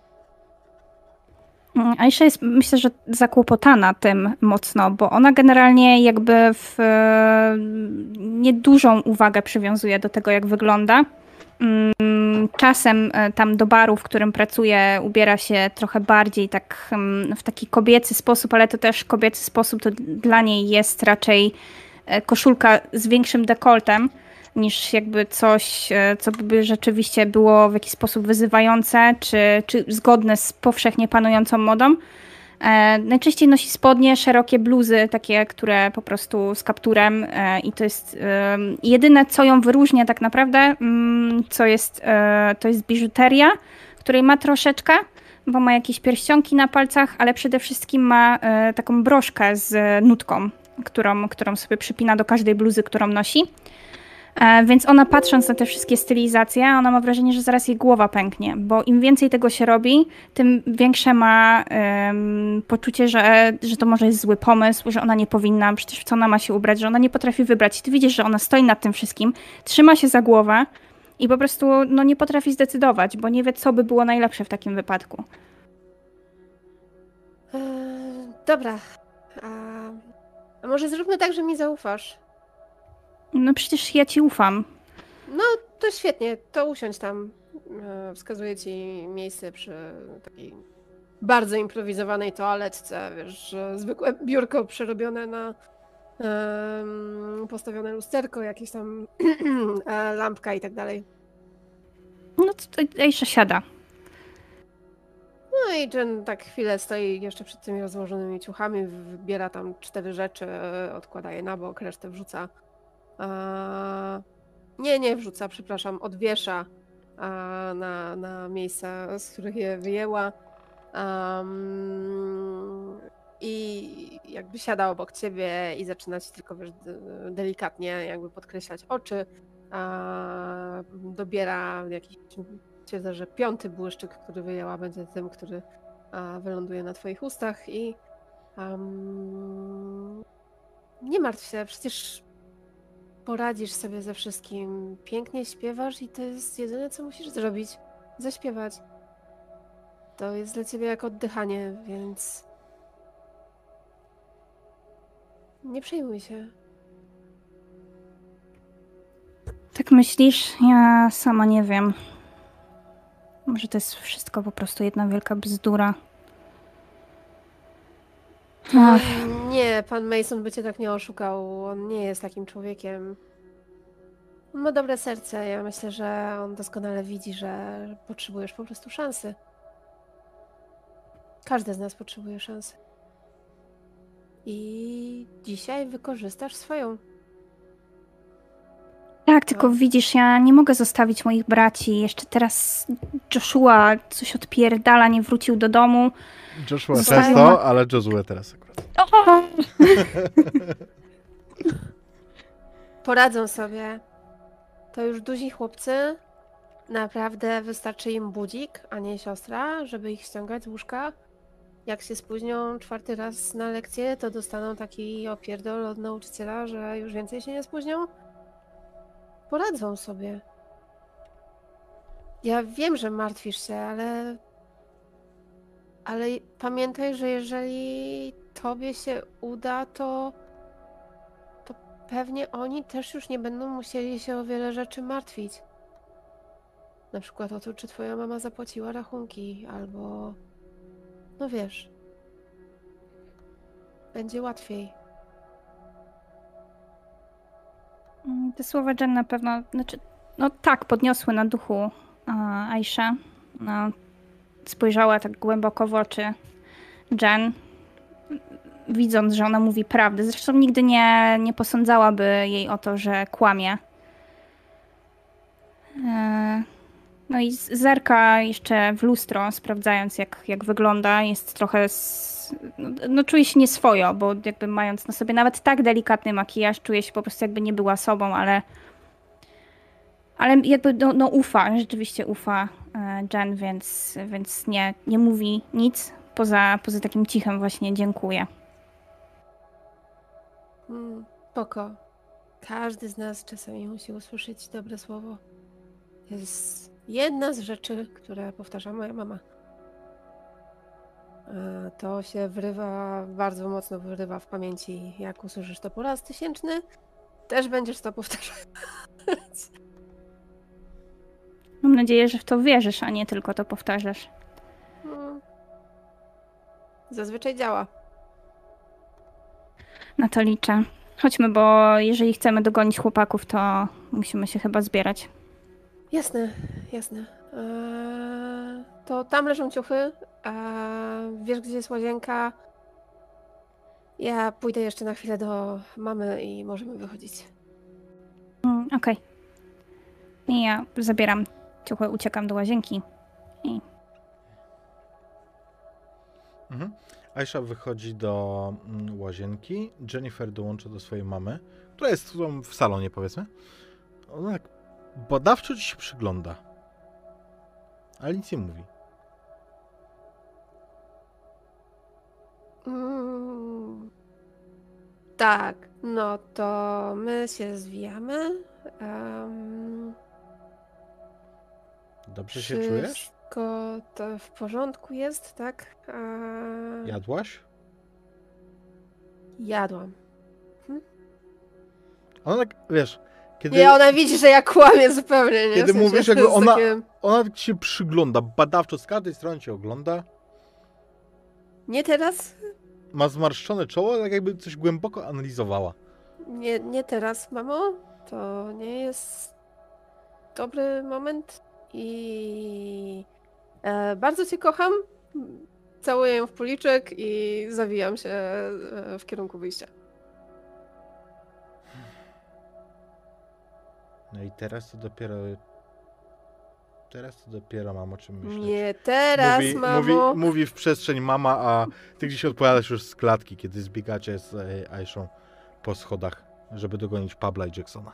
Aisza jest, myślę, że zakłopotana tym mocno, bo ona generalnie jakby w niedużą uwagę przywiązuje do tego, jak wygląda. Czasem tam do baru, w którym pracuje, ubiera się trochę bardziej tak w taki kobiecy sposób, ale to też kobiecy sposób to dla niej jest raczej koszulka z większym dekoltem, niż jakby coś, co by rzeczywiście było w jakiś sposób wyzywające, czy, czy zgodne z powszechnie panującą modą. E, najczęściej nosi spodnie, szerokie bluzy, takie, które po prostu z kapturem e, i to jest e, jedyne, co ją wyróżnia tak naprawdę, mm, co jest, e, to jest biżuteria, której ma troszeczkę, bo ma jakieś pierścionki na palcach, ale przede wszystkim ma e, taką broszkę z nutką, którą, którą sobie przypina do każdej bluzy, którą nosi. E, więc ona patrząc na te wszystkie stylizacje, ona ma wrażenie, że zaraz jej głowa pęknie, bo im więcej tego się robi, tym większe ma um, poczucie, że, że to może jest zły pomysł, że ona nie powinna, przecież w co ona ma się ubrać, że ona nie potrafi wybrać. I ty widzisz, że ona stoi nad tym wszystkim, trzyma się za głowę i po prostu no, nie potrafi zdecydować, bo nie wie, co by było najlepsze w takim wypadku. Eee, dobra. A, a może zróbmy tak, że mi zaufasz? No przecież ja ci ufam. No, to świetnie, to usiądź tam. E, Wskazuję ci miejsce przy takiej bardzo improwizowanej toaletce, wiesz, że zwykłe biurko przerobione na em, postawione lusterko, jakieś tam e, lampka i tak dalej. No to Aisza siada. No No i Jen tak chwilę stoi jeszcze przed tymi rozłożonymi ciuchami, wybiera tam cztery rzeczy, odkłada je na bok, resztę wrzuca. A... Nie, nie wrzuca, przepraszam, odwiesza a, na, na miejsca, z których je wyjęła. Um, I jakby siada obok ciebie i zaczyna ci tylko, wiesz, delikatnie jakby podkreślać oczy. A, dobiera jakiś, stwierdza, że piąty błyszczyk, który wyjęła, będzie tym, który a, wyląduje na twoich ustach i um, nie martw się, przecież poradzisz sobie ze wszystkim. Pięknie śpiewasz i to jest jedyne, co musisz zrobić. Zaśpiewać. To jest dla ciebie jak oddychanie, więc nie przejmuj się. Tak myślisz? Ja sama nie wiem. Może to jest wszystko po prostu jedna wielka bzdura. Ach, Nie, pan Mason by cię tak nie oszukał. On nie jest takim człowiekiem. On ma dobre serce. Ja myślę, że on doskonale widzi, że potrzebujesz po prostu szansy. Każdy z nas potrzebuje szansy. I dzisiaj wykorzystasz swoją. tak, tylko widzisz, ja nie mogę zostawić moich braci. Jeszcze teraz Joshua coś odpierdala, nie wrócił do domu. Joshua Zostawiła- często, ale Josue teraz akurat. O! Poradzą sobie. To już duzi chłopcy. Naprawdę wystarczy im budzik, a nie siostra, żeby ich ściągać z łóżka. Jak się spóźnią czwarty raz na lekcję, to dostaną taki opierdol od nauczyciela, że już więcej się nie spóźnią. Poradzą sobie. Ja wiem, że martwisz się, ale... Ale pamiętaj, że jeżeli tobie się uda, to... to pewnie oni też już nie będą musieli się o wiele rzeczy martwić. Na przykład o to, czy twoja mama zapłaciła rachunki, albo... No wiesz... Będzie łatwiej. Mm, Te słowa Jen na pewno, znaczy, no tak, podniosły na duchu a, Aisha. No, spojrzała tak głęboko w oczy Jen, widząc, że ona mówi prawdę. Zresztą nigdy nie, nie posądzałaby jej o to, że kłamie. E, No i z- zerka jeszcze w lustro, sprawdzając jak, jak wygląda. Jest trochę, s- no, no czuje się nieswojo, bo jakby mając na sobie nawet tak delikatny makijaż, czuje się po prostu jakby nie była sobą, ale ale jakby no, no ufa, rzeczywiście ufa e, Jen, więc, więc nie, nie mówi nic poza, poza takim cichem właśnie dziękuję. Mm, spoko. Każdy z nas czasami musi usłyszeć dobre słowo. To jest jedna z rzeczy, które powtarza moja mama. E, To się wrywa, bardzo mocno wyrywa w pamięci. Jak usłyszysz to po raz tysięczny, też będziesz to powtarzać. Mam nadzieję, że w to wierzysz, a nie tylko to powtarzasz. Mm. Zazwyczaj działa. Na to liczę. Chodźmy, bo jeżeli chcemy dogonić chłopaków, to musimy się chyba zbierać. Jasne, jasne. Eee, to tam leżą ciuchy. Eee, wiesz, gdzie jest łazienka? Ja pójdę jeszcze na chwilę do mamy i możemy wychodzić. Mm, Okej. I ja zabieram ciuchy, uciekam do łazienki. I Mhm. Aisha wychodzi do mm, łazienki. Jennifer dołącza do swojej mamy, która jest tu w salonie, powiedzmy. Ona tak badawczo ci się przygląda, ale nic nie mówi. Mm, tak, no to my się zwijamy. Em, Dobrze się czujesz? Wszystko to w porządku jest, tak? Eee, Jadłaś? Jadłam. Ona tak, wiesz, kiedy, Nie, ona widzi, że ja kłamię zupełnie, nie? kiedy W sensie, mówisz, to jakby jest ona, takie- ona tak ci się przygląda badawczo, z każdej strony cię ogląda. Nie teraz? Ma zmarszczone czoło, tak jakby coś głęboko analizowała. Nie, nie teraz, mamo. To nie jest dobry moment i e, bardzo cię kocham całuję ją w policzek i zawijam się e, w kierunku wyjścia. No i teraz to dopiero... Teraz to dopiero mam o czym myśleć. Nie teraz, mówi, mamo. mówi, mówi w przestrzeń mama, a ty gdzieś odpowiadasz już z klatki, kiedy zbiegacie z e, Aishą po schodach, żeby dogonić Pabla i Jacksona.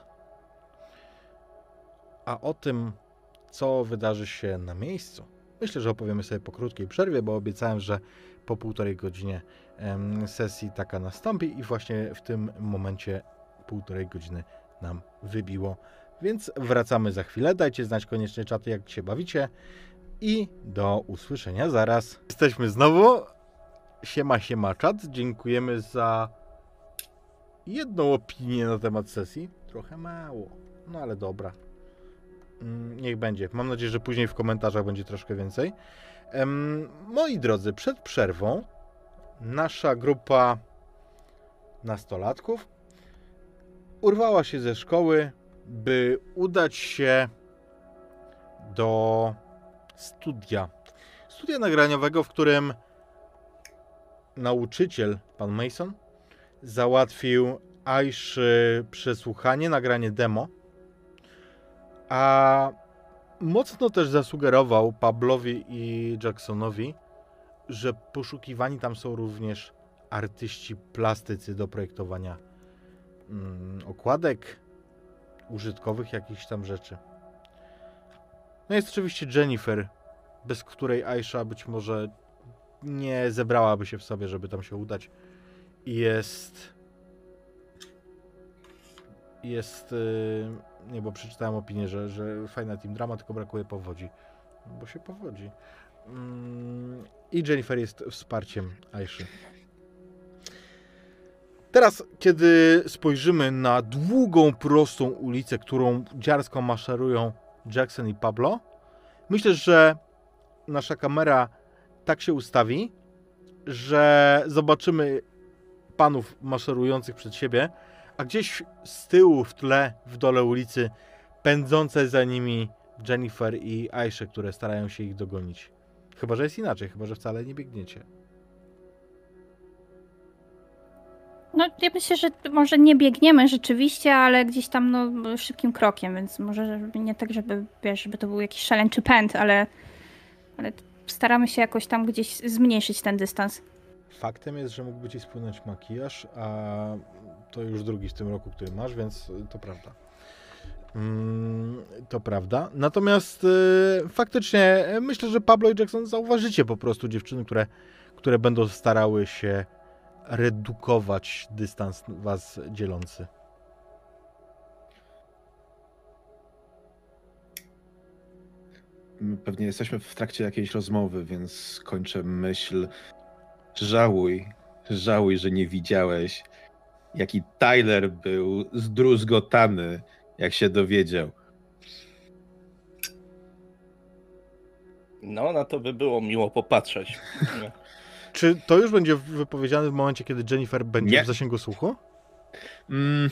A o tym, co wydarzy się na miejscu, myślę, że opowiemy sobie po krótkiej przerwie, bo obiecałem, że po półtorej godzinie em, sesji taka nastąpi i właśnie w tym momencie półtorej godziny nam wybiło. Więc wracamy za chwilę. Dajcie znać koniecznie czaty, jak się bawicie. I do usłyszenia zaraz. Jesteśmy znowu. Siema, siema czat. Dziękujemy za jedną opinię na temat sesji. Trochę mało. No ale dobra. Niech będzie. Mam nadzieję, że później w komentarzach będzie troszkę więcej. Um, moi drodzy, przed przerwą nasza grupa nastolatków urwała się ze szkoły, by udać się do studia. Studia nagraniowego, w którym nauczyciel, pan Mason, załatwił Aiszy przesłuchanie, nagranie demo, a mocno też zasugerował Pablowi i Jacksonowi, że poszukiwani tam są również artyści plastycy do projektowania mm, okładek, użytkowych jakichś tam rzeczy. No jest oczywiście Jennifer, bez której Aisha być może nie zebrałaby się w sobie, żeby tam się udać. I jest... Jest... Yy... Nie, bo przeczytałem opinię, że, że fajna team drama, tylko brakuje powodzi. Bo się powodzi. Yy... I Jennifer jest wsparciem Aiszy. Teraz, kiedy spojrzymy na długą, prostą ulicę, którą dziarsko maszerują Jackson i Pablo, myślę, że nasza kamera tak się ustawi, że zobaczymy panów maszerujących przed siebie, a gdzieś z tyłu, w tle, w dole ulicy, pędzące za nimi Jennifer i Aisha, które starają się ich dogonić. Chyba że jest inaczej, chyba że wcale nie biegniecie. No, ja myślę, że może nie biegniemy rzeczywiście, ale gdzieś tam no, szybkim krokiem, więc może nie tak, żeby, wiesz, żeby to był jakiś szaleńczy pęd, ale, ale staramy się jakoś tam gdzieś zmniejszyć ten dystans. Faktem jest, że mógłby ci spłynąć makijaż, a to już drugi w tym roku, który masz, więc to prawda. Mm, to prawda. Natomiast y, faktycznie myślę, że Pablo i Jackson zauważycie po prostu dziewczyny, które, które będą starały się redukować dystans was dzielący. Pewnie jesteśmy w trakcie jakiejś rozmowy, więc kończę myśl. Żałuj, żałuj, że nie widziałeś, jaki Tyler był zdruzgotany, jak się dowiedział. No, na to by było miło popatrzeć. Czy to już będzie wypowiedziane w momencie, kiedy Jennifer będzie Nie. w zasięgu słuchu? Mm.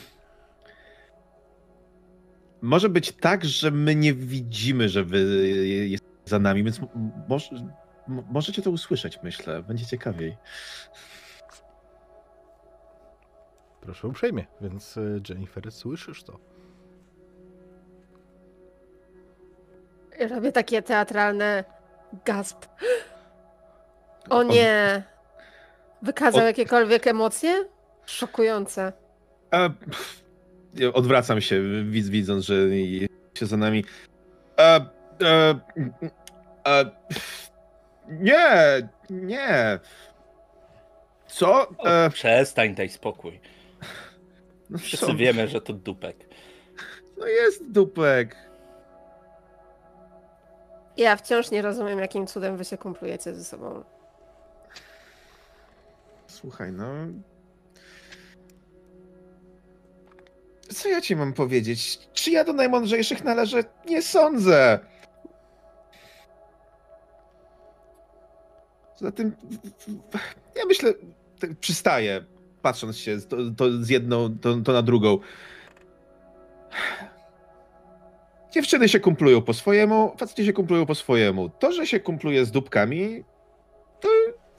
Może być tak, że my nie widzimy, że wy jest za nami, więc może, możecie to usłyszeć, myślę. Będzie ciekawiej. Proszę uprzejmie, więc Jennifer, słyszysz to? Ja robię takie teatralne gasp. O nie! Wykazał O... jakiekolwiek emocje? Szokujące. A, pff, odwracam się, widz, widząc, że się za nami. A, a, a, pff, nie, nie. Co? O, przestań, daj spokój. No, Wszyscy co? wiemy, że to dupek. No jest dupek. Ja wciąż nie rozumiem, jakim cudem wy się kumplujecie ze sobą. Słuchaj, no... Co ja ci mam powiedzieć? Czy ja do najmądrzejszych należę? Nie sądzę! Poza tym... Ja myślę... Tak przystaję, patrząc się to, to z jedną, to, to na drugą. Dziewczyny się kumplują po swojemu, faceci się kumplują po swojemu. To, że się kumpluje z dupkami,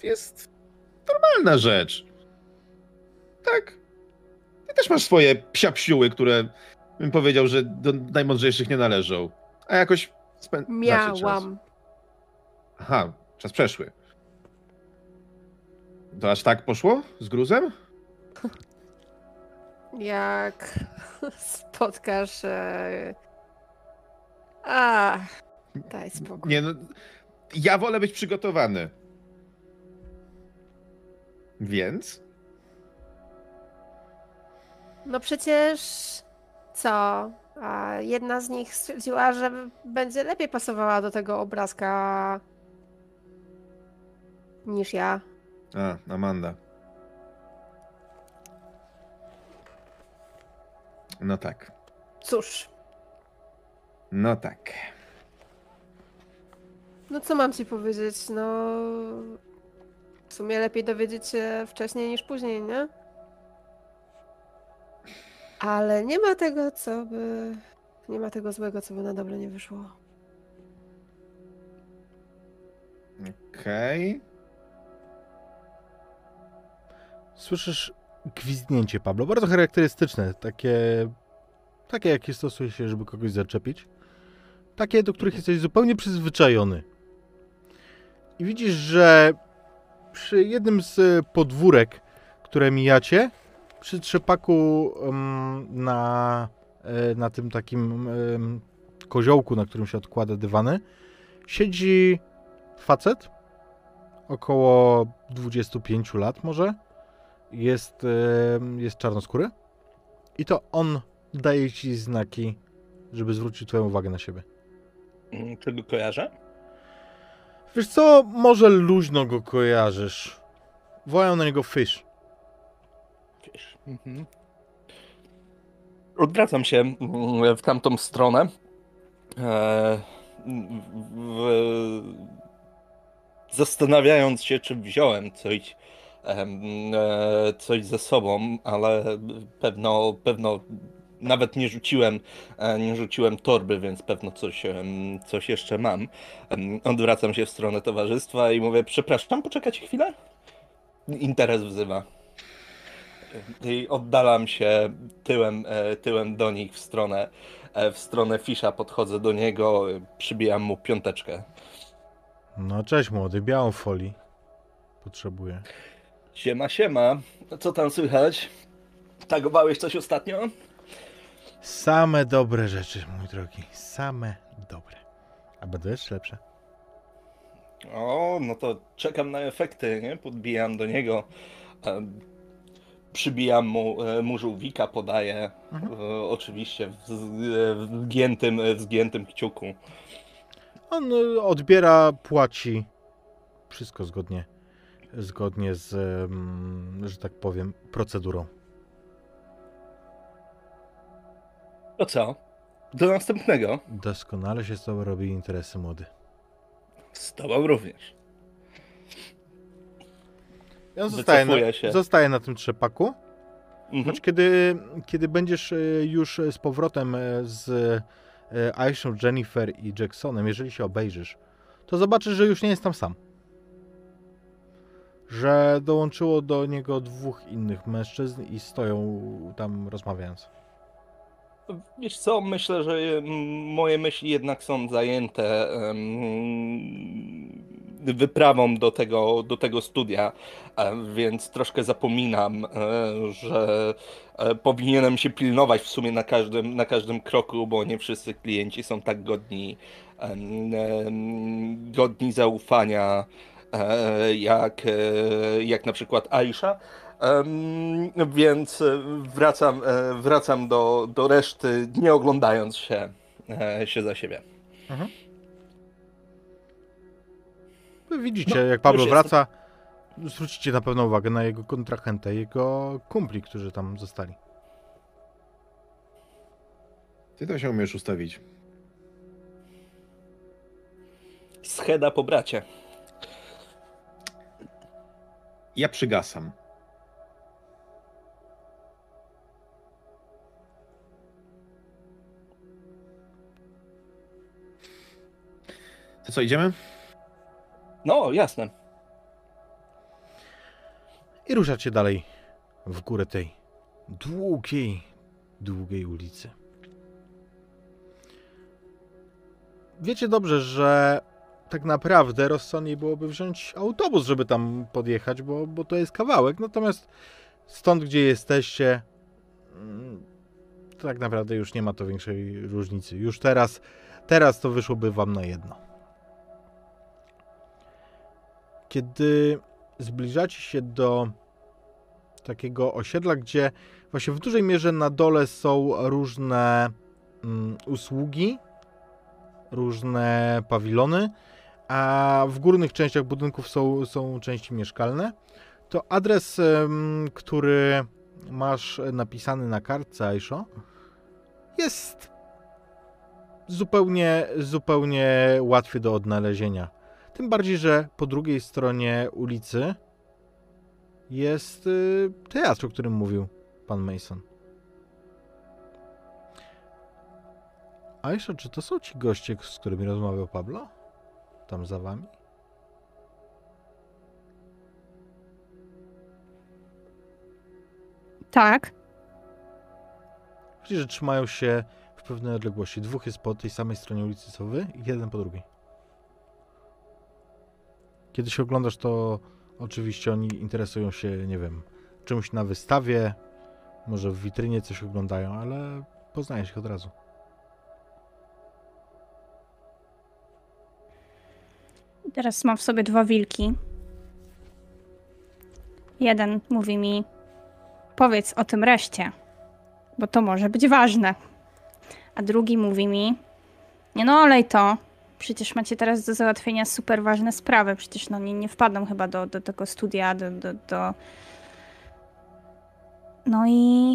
jest normalna rzecz. Tak. Ty też masz swoje psiapsiuły, które bym powiedział, że do najmądrzejszych nie należą. A jakoś spędzacie czas. Miałam. Aha, czas przeszły. To aż tak poszło z gruzem? Jak spotkasz... E... A, daj spokój. Nie no, ja wolę być przygotowany. Więc? No przecież... Co? A jedna z nich stwierdziła, że będzie lepiej pasowała do tego obrazka niż ja. A, Amanda. No tak. Cóż, No tak. no co mam ci powiedzieć? No... W sumie lepiej dowiedzieć się wcześniej niż później, nie? Ale nie ma tego, co by... Nie ma tego złego, co by na dobre nie wyszło. Okej. Słyszysz gwizdnięcie, Pablo. Bardzo charakterystyczne. Takie, takie jakie stosuje się, żeby kogoś zaczepić. Takie, do których jesteś zupełnie przyzwyczajony. I widzisz, że przy jednym z podwórek, które mijacie, przy trzepaku um, na, na tym takim um, koziołku, na którym się odkłada dywany, siedzi facet, około dwudziestu pięciu lat może. Jest, jest czarnoskóry i to on daje ci znaki, żeby zwrócić twoją uwagę na siebie. Czy go kojarzę? Wiesz co, może luźno go kojarzysz. Wołają na niego Fish. Fish. Mhm. Odwracam się w tamtą stronę. E, w, zastanawiając się, czy wziąłem coś, e, coś ze sobą, ale pewno, pewno nawet nie rzuciłem, nie rzuciłem torby, więc pewno coś, coś jeszcze mam. Odwracam się w stronę towarzystwa i mówię, przepraszam, poczekajcie chwilę? Interes wzywa. I oddalam się tyłem, tyłem do nich w stronę, w stronę Fisha, podchodzę do niego, przybijam mu piąteczkę. No cześć młody, białą folii potrzebuję. Siema, siema. Co tam słychać? Tagowałeś coś ostatnio? Same dobre rzeczy, mój drogi. Same dobre. A będą jeszcze lepsze. O, no to czekam na efekty, nie? Podbijam do niego. E, przybijam mu, e, mu żółwika, podaję. Mhm. E, oczywiście w, w, zgiętym, w zgiętym kciuku. On y, odbiera, płaci. Wszystko zgodnie, zgodnie z, mm, że tak powiem, procedurą. To co? Do następnego. Doskonale się z tobą robi interesy, młody. Z tobą również. Ja zostaję Wycofuję na, się. zostaję na tym trzepaku. Mhm. Choć kiedy, kiedy będziesz y, już z powrotem y, z y, Aishą, Jennifer i Jacksonem, jeżeli się obejrzysz, to zobaczysz, że już nie jest tam sam. Że dołączyło do niego dwóch innych mężczyzn i stoją tam rozmawiając. Wiesz co, myślę, że mm, moje myśli jednak są zajęte em, wyprawą do tego, do tego studia, e, więc troszkę zapominam, e, że e, powinienem się pilnować w sumie na każdym, na każdym kroku, bo nie wszyscy klienci są tak godni, em, em, godni zaufania, e, jak, e, jak na przykład Aisha. Um, więc wracam, wracam do, do reszty, nie oglądając się, się za siebie. Mhm. Wy widzicie, No, jak Pablo już wraca, zwrócicie na pewno uwagę na jego kontrahentę, jego kumpli, którzy tam zostali. Ty to się umiesz ustawić. Scheda po bracie. Ja przygasam. To co, idziemy? No, jasne. ruszacie dalej w górę tej długiej, długiej ulicy. Wiecie dobrze, że tak naprawdę rozsądniej byłoby wziąć autobus, żeby tam podjechać, bo, bo to jest kawałek. Natomiast stąd, gdzie jesteście, tak naprawdę już nie ma to większej różnicy. Już teraz, teraz to wyszłoby wam na jedno. Kiedy zbliżacie się do takiego osiedla, gdzie właśnie w dużej mierze na dole są różne mm, usługi, różne pawilony, a w górnych częściach budynków są, są części mieszkalne, to adres, ym, który masz napisany na kartce, Aisho, jest zupełnie, zupełnie łatwy do odnalezienia. Tym bardziej, że po drugiej stronie ulicy jest y, teatr, o którym mówił pan Mason. Aisho, czy to są ci goście, z którymi rozmawiał Pablo? Tam za wami? Tak. Widzicie, że trzymają się w pewnej odległości. Dwóch jest po tej samej stronie ulicy co wy i jeden po drugiej. Kiedy się oglądasz, to oczywiście oni interesują się, nie wiem, czymś na wystawie, może w witrynie coś oglądają, ale poznajesz ich od razu. Teraz mam w sobie dwa wilki. Jeden mówi mi, powiedz o tym reszcie, bo to może być ważne. A drugi mówi mi, nie no olej to, przecież macie teraz do załatwienia super ważne sprawy, przecież no nie, nie wpadną chyba do, do tego studia, do, do, do... No i...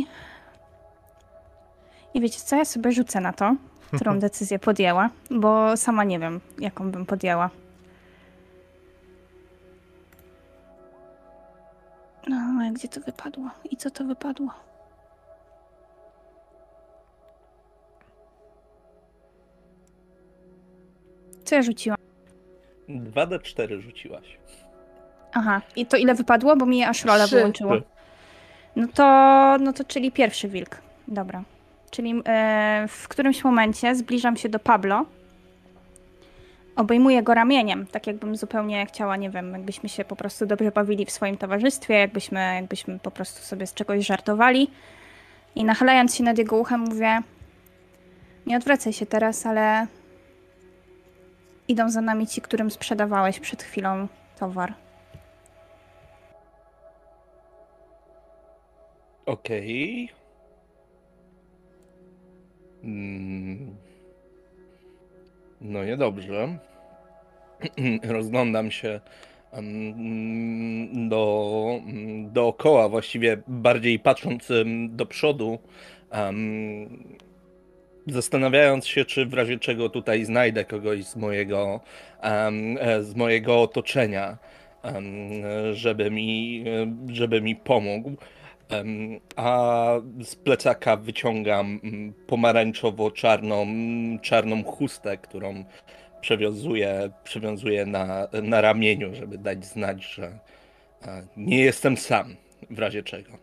I wiecie co, ja sobie rzucę na to, którą decyzję podjęła, bo sama nie wiem, jaką bym podjęła. No, ale gdzie to wypadło? I co to wypadło? Co ja rzuciłam? dwa d cztery rzuciłaś. Aha, i to ile wypadło? Bo mi aż rola Trzy. wyłączyło. No to, no to czyli pierwszy wilk. Dobra. Czyli e, w którymś momencie zbliżam się do Pablo. Obejmuję go ramieniem, tak jakbym zupełnie chciała, nie wiem, jakbyśmy się po prostu dobrze bawili w swoim towarzystwie, jakbyśmy, jakbyśmy po prostu sobie z czegoś żartowali. I nachylając się nad jego uchem mówię, nie odwracaj się teraz, ale idą za nami ci, którym sprzedawałeś przed chwilą towar. Okej. Mm. No niedobrze. Rozglądam się mm, do, dookoła, właściwie bardziej patrząc em, do przodu, em, zastanawiając się, czy w razie czego tutaj znajdę kogoś z mojego, em, e, z mojego otoczenia, em, żeby mi, żeby mi pomógł. Em, A z plecaka wyciągam mm, pomarańczowo-czarną czarną chustę, którą przewiązuję, przewiązuję na, na ramieniu, żeby dać znać, że e, nie jestem sam, w razie czego.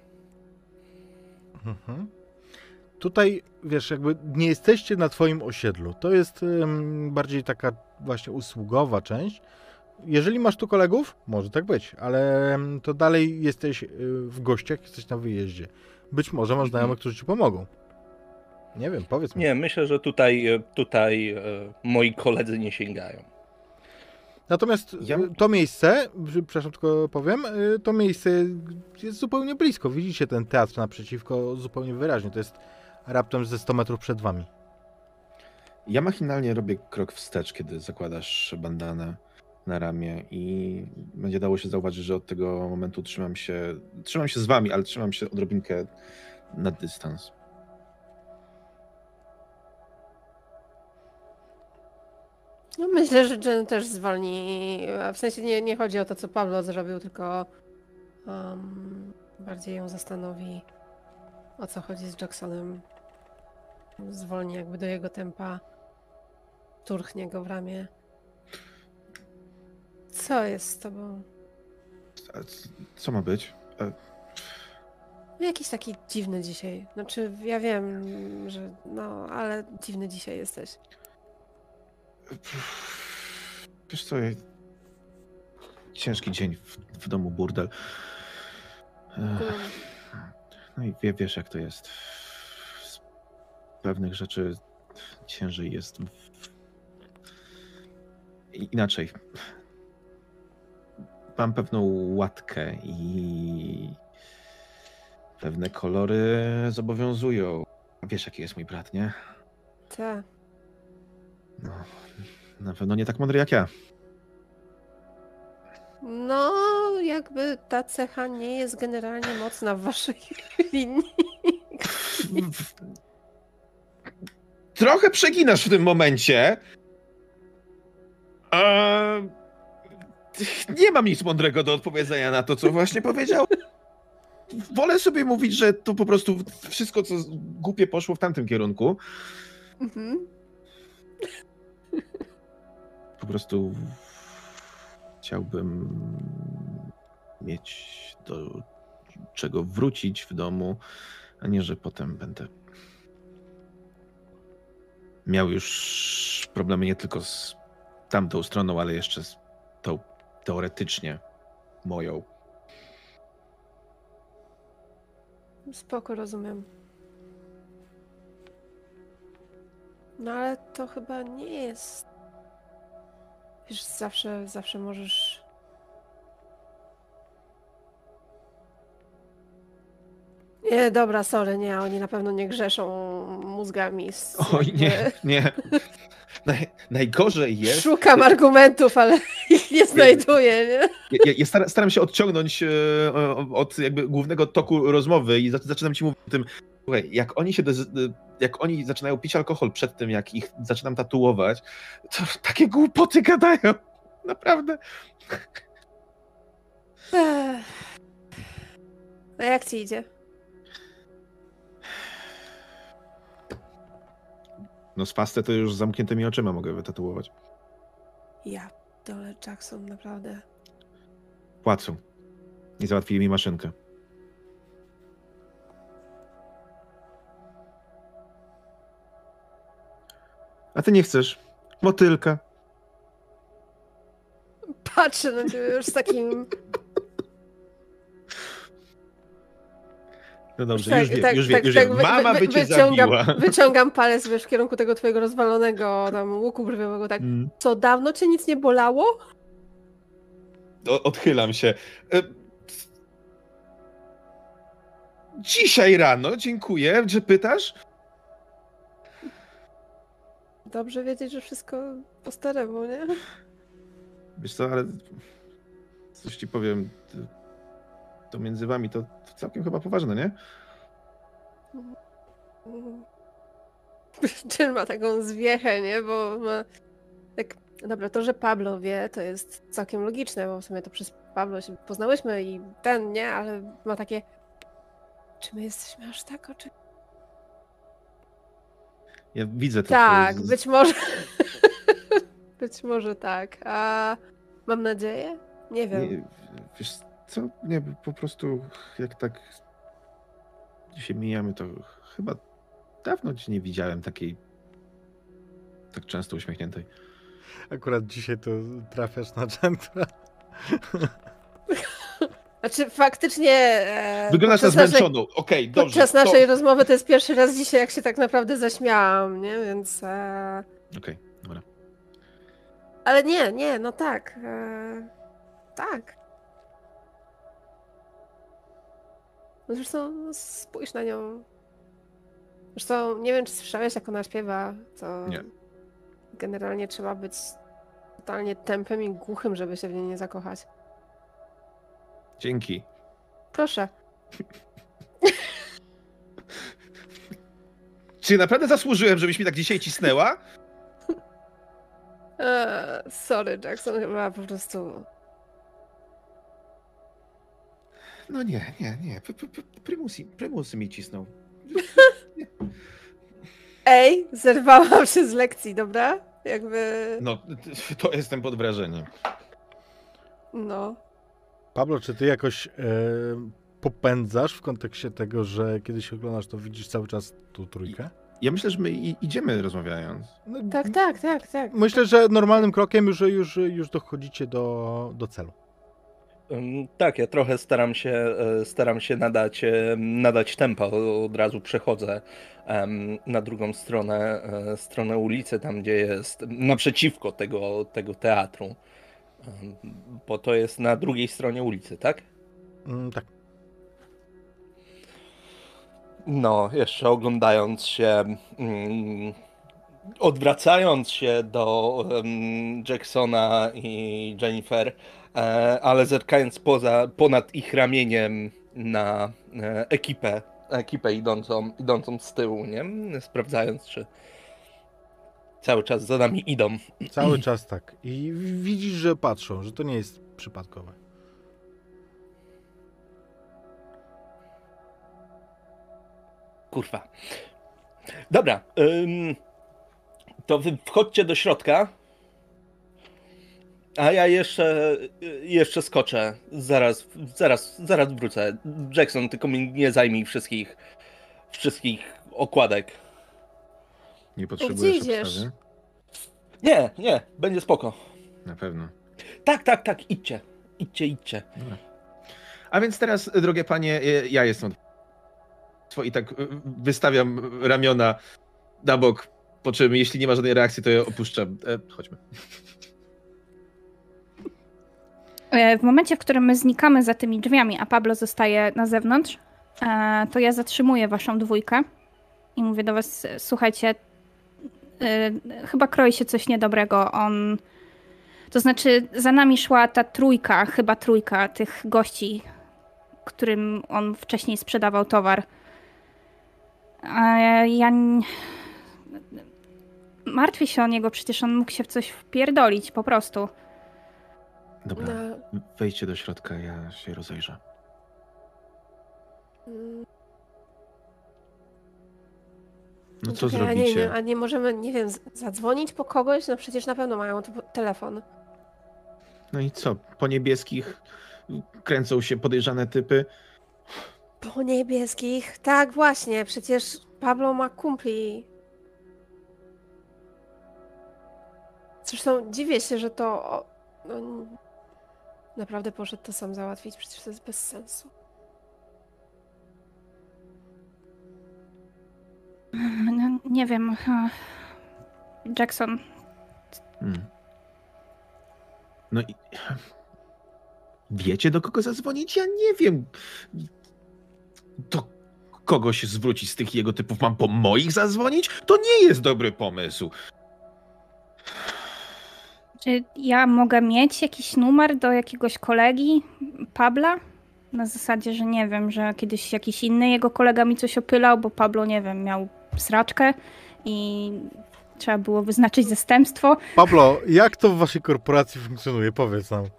Mhm. Tutaj, wiesz, jakby nie jesteście na twoim osiedlu. To jest ym, bardziej taka właśnie usługowa część. Jeżeli masz tu kolegów, może tak być, ale ym, to dalej jesteś y, w gościach, jesteś na wyjeździe. Być może masz znajomych, którzy ci pomogą. Nie wiem, powiedz mi. Nie, myślę, że tutaj, e, tutaj e, moi koledzy nie sięgają. Natomiast Ja- y, to miejsce, y, przepraszam, tylko powiem, y, to miejsce jest zupełnie blisko. Widzicie ten teatr naprzeciwko zupełnie wyraźnie. To jest raptem ze sto metrów przed wami. Ja machinalnie robię krok wstecz, kiedy zakładasz bandanę na ramię i będzie dało się zauważyć, że od tego momentu trzymam się, trzymam się z wami, ale trzymam się odrobinkę na dystans. No myślę, że Jen też zwolni. A w sensie nie, nie chodzi o to, co Pablo zrobił, tylko um, bardziej ją zastanowi, o co chodzi z Jacksonem. Zwolni jakby do jego tempa, turchnie go w ramię. Co jest z tobą? A c- co ma być? Jakiś taki dziwny dzisiaj. Znaczy, ja wiem, że no, ale dziwny dzisiaj jesteś. Wiesz co, ja... ciężki dzień w, w domu, burdel. Ech, no i wie, wiesz jak to jest. Z pewnych rzeczy ciężej jest. W... Inaczej. Mam pewną łatkę i pewne kolory zobowiązują. Wiesz jaki jest mój brat, nie? Tak. No, na pewno nie tak mądry jak ja. No, jakby ta cecha nie jest generalnie mocna w waszej linii. Trochę przeginasz w tym momencie. Eee, nie mam nic mądrego do odpowiedzenia na to, co właśnie powiedział. Wolę sobie mówić, że to po prostu wszystko, co głupie poszło w tamtym kierunku. Mhm. Po prostu chciałbym mieć do czego wrócić w domu, a nie, że potem będę miał już problemy nie tylko z tamtą stroną, ale jeszcze z tą teoretycznie moją. Spoko, rozumiem. No ale to chyba nie jest... Wiesz, zawsze, zawsze możesz... Nie, dobra, sorry, nie, oni na pewno nie grzeszą mózgami. Z, Oj, jakby... nie, nie. Naj, najgorzej jest... Szukam argumentów, ale ich nie znajduję, nie? Ja, ja staram, staram się odciągnąć e, od jakby głównego toku rozmowy i zaczynam ci mówić o tym, słuchaj, jak oni się dez- jak oni zaczynają pić alkohol przed tym, jak ich zaczynam tatuować, to takie głupoty gadają. Naprawdę. Ech. A jak ci idzie? No z pastę to już z zamkniętymi oczyma mogę wytatuować. Ja dole Jackson, naprawdę. Płacą. I załatwili mi maszynkę. A ty nie chcesz? Motylka. Patrzę na ciebie już z takim... No dobrze, Tak, już wiem, tak, już wiem, tak, już tak, wiem. wy- Mama wy- by cię wyciągam, zabiła. Wyciągam palec, wiesz, w kierunku tego twojego rozwalonego tam łuku brwiowego, tak. Mm. Co, dawno cię nic nie bolało? O, odchylam się. E, Dzisiaj rano, dziękuję, że pytasz. Dobrze wiedzieć, że wszystko po staremu, nie? Wiesz co, ale coś ci powiem, to między wami to, to całkiem chyba poważne, nie? Czyn ma taką zwiechę, nie? Bo ma... Tak, dobra, to, że Pablo wie, to jest całkiem logiczne, bo w sumie to przez Pablo się poznałyśmy i ten, nie? Ale ma takie... Czy my jesteśmy aż tak oczy? Ja widzę to. Tak, twoje z- być może... być może tak. A mam nadzieję? Nie wiem. Nie, wiesz co, nie, po prostu jak tak się mijamy, to chyba dawno cię nie widziałem takiej tak często uśmiechniętej. Akurat dzisiaj to trafiasz na dżentra. Znaczy faktycznie... E, Wyglądasz na podczas naszej- zmęczoną. Okej, dobrze. Podczas to- naszej rozmowy to jest pierwszy raz dzisiaj, jak się tak naprawdę zaśmiałam, nie? Więc... E... Okej, dobra. Ale nie, nie, no tak. E... Tak. No zresztą no, spójrz na nią. Zresztą nie wiem, czy słyszałeś, jak ona śpiewa, to Nie. generalnie trzeba być totalnie tępym i głuchym, żeby się w niej nie zakochać. Dzięki. Proszę. Czy naprawdę zasłużyłem, żebyś mi tak dzisiaj cisnęła? Eee, sorry, Jackson, chyba po prostu... No nie, nie, nie. P- p- p- Prymusy, prymusy mi cisną. Ej, zerwałam się z lekcji, dobra? Jakby... No, t- to jestem pod wrażeniem. No. Pablo, czy ty jakoś e, popędzasz w kontekście tego, że kiedy się oglądasz, to widzisz cały czas tu trójkę? Ja myślę, że my i- idziemy rozmawiając. No, Tak, tak, tak, tak. Myślę, że normalnym krokiem już, już, już dochodzicie do, do celu. Ym, Tak, ja trochę staram się, e, staram się nadać, e, nadać tempa. Od razu przechodzę em, na drugą stronę, e, stronę ulicy, tam gdzie jest naprzeciwko tego, tego teatru. Em, Bo to jest na drugiej stronie ulicy, tak? Mm, tak. No, jeszcze oglądając się, mm, odwracając się do em, Jacksona i Jennifer, e, ale zerkając poza, ponad ich ramieniem na e, ekipę, ekipę idącą, idącą z tyłu, nie? Sprawdzając, czy cały czas za nami idą. Cały czas tak. I widzisz, że patrzą, że to nie jest przypadkowe. Kurwa. Dobra, ym, to wy wchodźcie do środka, a ja jeszcze, jeszcze skoczę. Zaraz, zaraz, zaraz wrócę. Jackson, tylko mi nie zajmij wszystkich, wszystkich okładek. Nie potrzebujesz idziesz? obstawy? Nie, nie, będzie spoko. Na pewno. Tak, tak, tak, idźcie. Idźcie, idźcie. Dobra. A więc teraz, drogie panie, e, ja jestem od... i tak e, wystawiam ramiona na bok, po czym jeśli nie ma żadnej reakcji, to je opuszczam. E, chodźmy. E, W momencie, w którym my znikamy za tymi drzwiami, a Pablo zostaje na zewnątrz, e, to ja zatrzymuję waszą dwójkę i mówię do was, słuchajcie, e, chyba kroi się coś niedobrego. On, to znaczy za nami szła ta trójka, chyba trójka tych gości, którym on wcześniej sprzedawał towar. E, Ja n- martwię się o niego, przecież on mógł się w coś wpierdolić po prostu. Dobra, Na... wejdźcie do środka, ja się rozejrzę. mm, No co czekaj, a nie, zrobicie? nie, a nie możemy, nie wiem, z- zadzwonić po kogoś? No przecież na pewno mają tu telefon. No i co? Po niebieskich kręcą się podejrzane typy. Po niebieskich? Tak, właśnie, przecież Pablo ma kumpli. Zresztą dziwię się, że to... o, No, n- naprawdę poszedł to sam załatwić, przecież to jest bez sensu. No, nie wiem. e, Jackson, Hmm. No i... Wiecie, do kogo zadzwonić? Ja nie wiem. Do kogo się zwrócić z tych jego typów? Mam po moich zadzwonić? To nie jest dobry pomysł. czy ja mogę mieć jakiś numer do jakiegoś kolegi Pabla? Na zasadzie, że nie wiem, że kiedyś jakiś inny jego kolega mi coś opylał, bo Pablo, nie wiem, miał sraczkę i trzeba było wyznaczyć zastępstwo. Pablo, jak to w waszej korporacji funkcjonuje? Powiedz nam.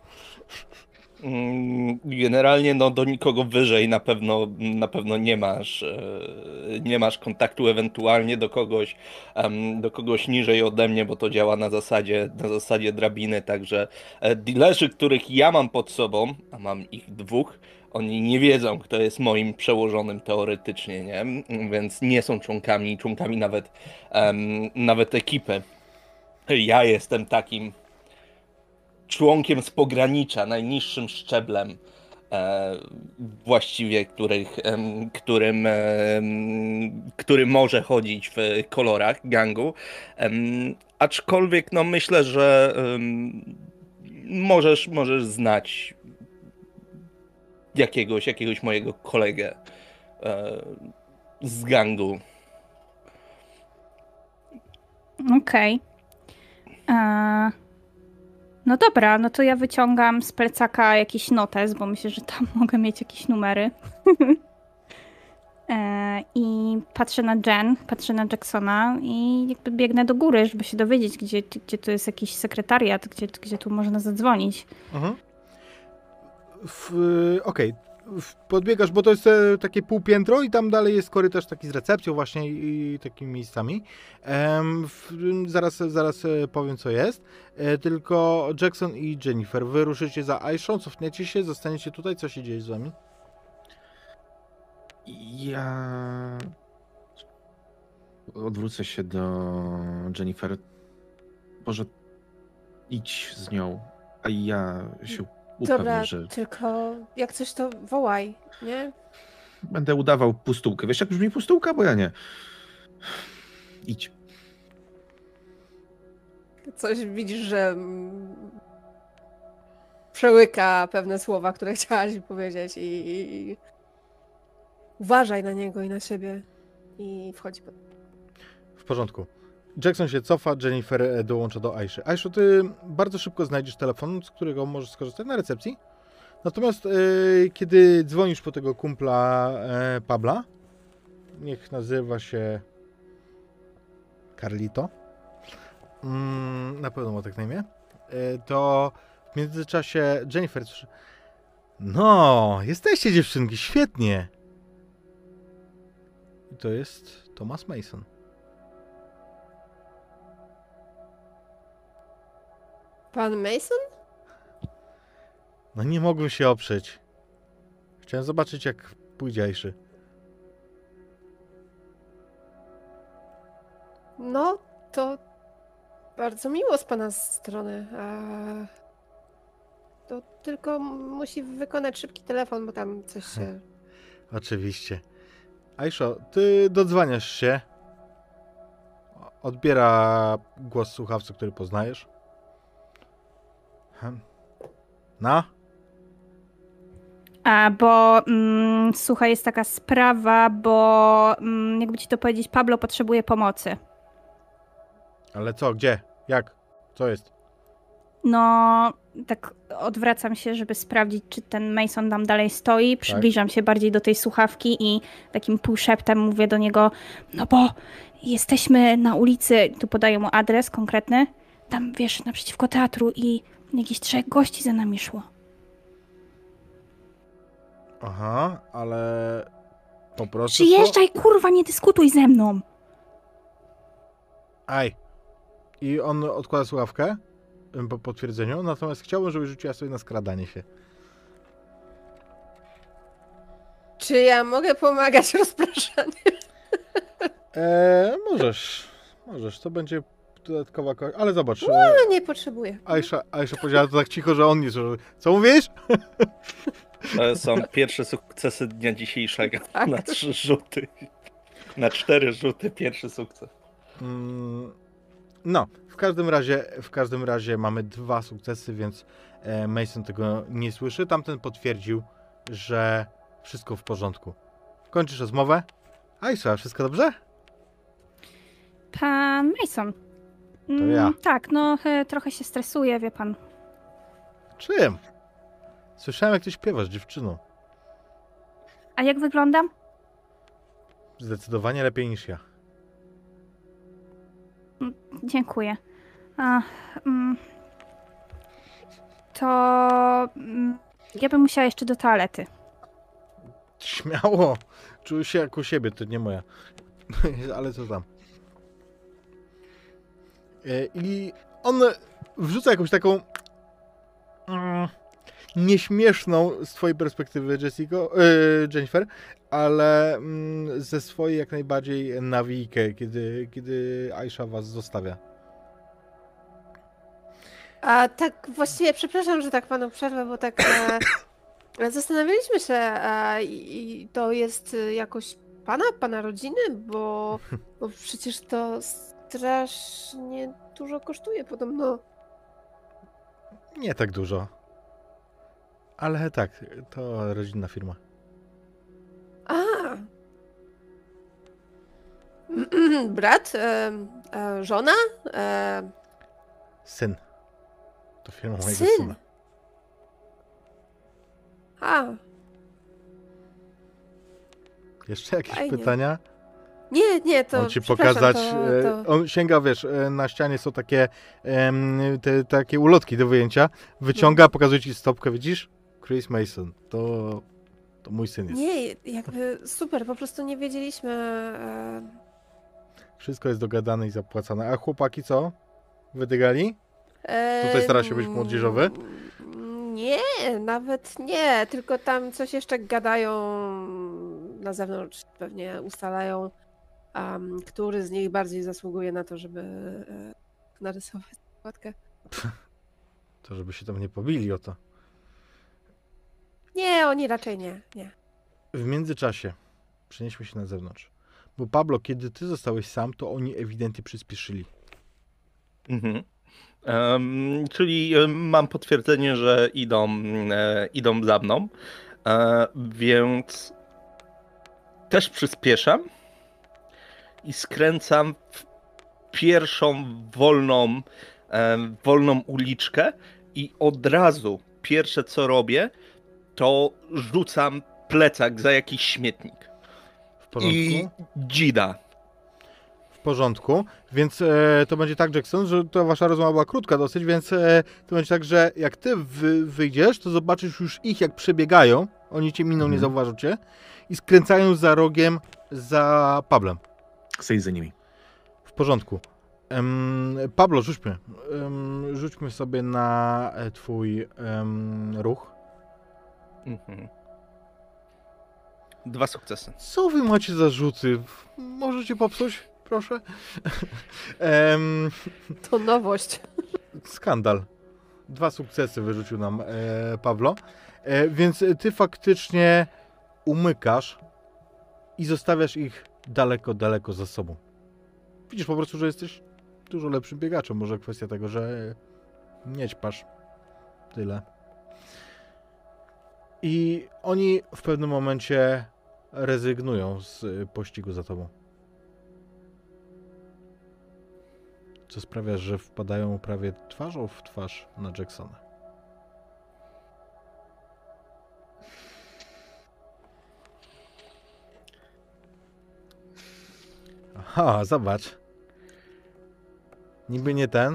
Mm, Generalnie no do nikogo wyżej na pewno na pewno nie masz e, nie masz kontaktu, ewentualnie do kogoś em, do kogoś niżej ode mnie, bo to działa na zasadzie na zasadzie drabiny, także e, dealerzy, których ja mam pod sobą, a mam ich dwóch, oni nie wiedzą, kto jest moim przełożonym teoretycznie, nie? Więc nie są członkami członkami nawet em, nawet ekipy. Ja jestem takim członkiem z pogranicza, najniższym szczeblem e, właściwie, których, em, którym, em, który może chodzić w kolorach gangu. Em, aczkolwiek no myślę, że em, możesz, możesz znać jakiegoś, jakiegoś mojego kolegę e, z gangu. Okej. E, No dobra, no to ja wyciągam z plecaka jakiś notes, bo myślę, że tam mogę mieć jakieś numery. E, I patrzę na Jen, patrzę na Jacksona i jakby biegnę do góry, żeby się dowiedzieć, gdzie, gdzie tu jest jakiś sekretariat, gdzie, gdzie tu można zadzwonić. Mhm. W- Okej. W- Podbiegasz, bo to jest e, takie półpiętro i tam dalej jest korytarz taki z recepcją właśnie i, i takimi miejscami. Em, w, zaraz, zaraz e, powiem, co jest. E, tylko Jackson i Jennifer, wy ruszycie za Aishą, cofniecie się, zostaniecie tutaj, co się dzieje z wami? Ja odwrócę się do Jennifer. Może idź z nią, a ja się upewnię, Dobra, że tylko jak coś to wołaj, nie? będę udawał pustułkę. Wiesz, jak brzmi pustułka? Bo ja nie. Idź. Coś widzisz, że mm, przełyka pewne słowa, które chciałaś mi powiedzieć i, i, i uważaj na niego i na siebie i wchodzi pod... W porządku. Jackson się cofa, Jennifer e, dołącza do Aiszy. Aiszu, ty bardzo szybko znajdziesz telefon, z którego możesz skorzystać na recepcji. Natomiast e, kiedy dzwonisz po tego kumpla e, Pabla, niech nazywa się Carlito, mm, na pewno ma tak na imię, e, to w międzyczasie Jennifer słyszy: no, jesteście dziewczynki, świetnie. I to jest Thomas Mason. Pan Mason? No nie mogłem się oprzeć. Chciałem zobaczyć, jak pójdzie Aiszy. No, to bardzo miło z pana strony. A... To tylko musi wykonać szybki telefon, bo tam coś się... Oczywiście. Aiszo, ty dodzwaniasz się. Odbiera głos słuchawcy, który poznajesz. Hm. No? A, bo mm, słuchaj, jest taka sprawa, bo mm, jakby ci to powiedzieć, Pablo potrzebuje pomocy. Ale co, gdzie? Jak? Co jest? No, tak odwracam się, żeby sprawdzić, czy ten Mason tam dalej stoi. Przybliżam się bardziej do tej słuchawki i takim półszeptem mówię do niego: no bo jesteśmy na ulicy, tu podaję mu adres konkretny, tam wiesz, naprzeciwko teatru i jakieś trzech gości za nami szło. Aha, ale po prostu... Przyjeżdżaj, kurwa, nie dyskutuj ze mną! Aj. I on odkłada słuchawkę po potwierdzeniu, natomiast chciałbym, żeby rzuciła sobie na skradanie się. Czy ja mogę pomagać rozpraszaniu? Eee, możesz. Możesz, to będzie dodatkowa kość. Ale zobacz. No, e, nie potrzebuję. Aisza, Aisza powiedziała to tak cicho, że on nie słyszał. Co mówisz? To są pierwsze sukcesy dnia dzisiejszego. Tak. Na trzy rzuty. Na cztery rzuty pierwszy sukces. Mm, no, w każdym razie, w każdym razie mamy dwa sukcesy, więc e, Mason tego nie słyszy. Tamten potwierdził, że wszystko w porządku. Kończysz rozmowę? Aisza, wszystko dobrze? Pan Mason. To ja. Tak, no e, trochę się stresuję, wie pan. Czym? Słyszałem, jak ty śpiewasz, dziewczyno. A jak wyglądam? Zdecydowanie lepiej niż ja. Dziękuję. A, mm, to mm, ja bym musiała jeszcze do toalety. Śmiało. Czuję się jak u siebie, to nie moja. Ale co tam. E, I on wrzuca jakąś taką mm, nieśmieszną z twojej perspektywy, Jessico, e, Jennifer, ale mm, ze swojej jak najbardziej nawijkę, kiedy, kiedy Aisha was zostawia. A tak właściwie, przepraszam, że tak panu przerwę, bo tak e, zastanawialiśmy się, e, i, i to jest e, jakoś pana, pana rodziny, bo, bo przecież to strasznie dużo kosztuje podobno. Nie tak dużo. Ale tak, to rodzinna firma. A! Brat? E, e, żona? E, Syn. To firma mojego Syn. syna. a! Jeszcze jakieś Fajnie. pytania? Nie, nie, to On ci przepraszam, pokazać, to, e, to... on sięga, wiesz, e, na ścianie są takie em, te, takie ulotki do wyjęcia, wyciąga, pokazuje ci stopkę, widzisz? Chris Mason, to, to mój syn jest. Nie, jakby super, po prostu nie wiedzieliśmy. E... Wszystko jest dogadane i zapłacone. A chłopaki co? Wydygali? Tutaj stara się być młodzieżowy? Nie, nawet nie, tylko tam coś jeszcze gadają na zewnątrz pewnie ustalają, um, który z nich bardziej zasługuje na to, żeby e, narysować składkę. To żeby się tam nie pobili o to. Nie, oni raczej nie, nie. W międzyczasie przenieśmy się na zewnątrz. Bo Pablo, kiedy ty zostałeś sam, to oni ewidentnie przyspieszyli. Mhm. Um, czyli em, mam potwierdzenie, że idą, e, idą za mną, e, więc też przyspieszam i skręcam w pierwszą wolną, e, wolną uliczkę i od razu pierwsze co robię, to rzucam plecak za jakiś śmietnik. W porządku? I dzida. W porządku. Więc e, to będzie tak, Jackson, że to wasza rozmowa była krótka dosyć, więc e, to będzie tak, że jak ty wy, wyjdziesz, to zobaczysz już ich, jak przebiegają. Oni cię miną, Mhm. nie zauważą cię. I skręcają za rogiem za Pablem. Chcę za nimi. W porządku. Em, Pablo, rzućmy. Em, rzućmy sobie na e, twój em, ruch. Mhm. Dwa sukcesy. Co wy macie za rzuty? Możecie popsuć, proszę? em, To nowość. skandal. Dwa sukcesy wyrzucił nam e, Pablo. E, więc ty faktycznie umykasz i zostawiasz ich daleko, daleko za sobą. Widzisz po prostu, że jesteś dużo lepszym biegaczem. Może kwestia tego, że nie ćpasz. Tyle. I oni w pewnym momencie rezygnują z y, pościgu za tobą. Co sprawia, że wpadają prawie twarzą w twarz na Jacksona. Aha, zobacz. Niby nie ten,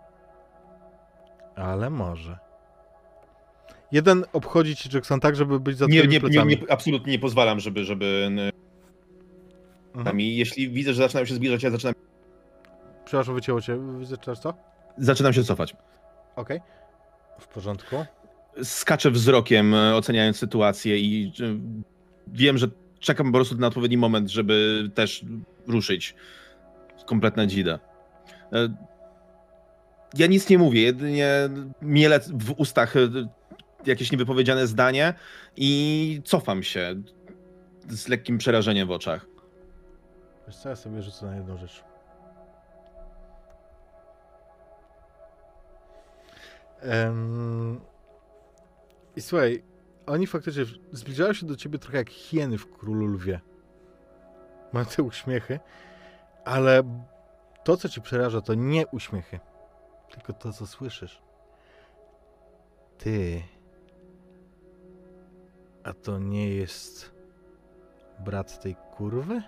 ale może. Jeden obchodzi ci Jackson tak, żeby być za Nie, twoimi nie, nie, plecami. nie, absolutnie nie pozwalam, żeby, żeby Mhm. jeśli widzę, że zaczynają się zbliżać, ja zaczynam, Przepraszam, wycięło cię. Zaczynasz co? zaczynam się cofać. Okej. W porządku. Skaczę wzrokiem, e, oceniając sytuację i e, wiem, że czekam po prostu na odpowiedni moment, żeby też ruszyć. Kompletna dzida. E, Ja nic nie mówię, jedynie mielę w ustach e, jakieś niewypowiedziane zdanie i cofam się z lekkim przerażeniem w oczach. Wiesz co, ja sobie rzucę na jedną rzecz. Em, I słuchaj, oni faktycznie zbliżają się do ciebie trochę jak hieny w Królu Lwie. Mają te uśmiechy, ale to, co ci przeraża, to nie uśmiechy, tylko to, co słyszysz. Ty. A to nie jest brat tej kurwy?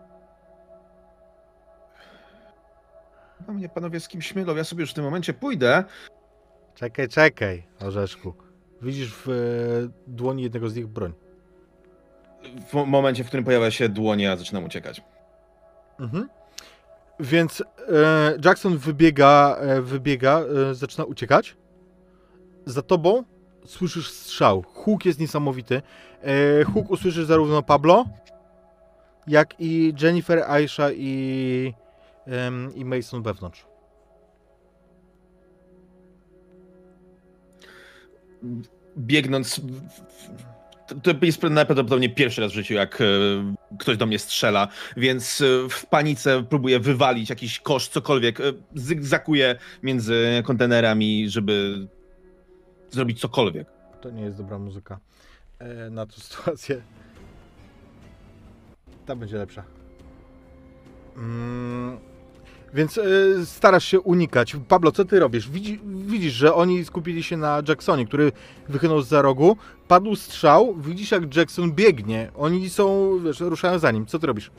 No mnie panowie z kim śmielą, ja sobie już w tym momencie pójdę. Czekaj, czekaj, Orzeszku. Widzisz w e, dłoni jednego z nich broń. W mo- momencie, w którym pojawia się dłoń, ja zaczynam uciekać. Mhm. Więc e, Jackson wybiega, e, wybiega, e, zaczyna uciekać. Za tobą słyszysz strzał. Huk jest niesamowity. E, huk usłyszysz zarówno Pablo, jak i Jennifer, Aisha i, em, i Mason wewnątrz. Biegnąc, w- w- to to jest najprawdopodobniej pierwszy raz w życiu, jak e, ktoś do mnie strzela, więc e, w panice próbuję wywalić jakiś kosz, cokolwiek. e, Zygzakuję między kontenerami, żeby zrobić cokolwiek. To nie jest dobra muzyka e, na tę sytuację. Ta będzie lepsza. Mm, więc e, starasz się unikać. Pablo, co ty robisz? Widzi, widzisz, że oni skupili się na Jacksonie, który wychynął z za rogu. Padł strzał, widzisz jak Jackson biegnie. Oni są, wiesz, ruszają za nim. Co ty robisz?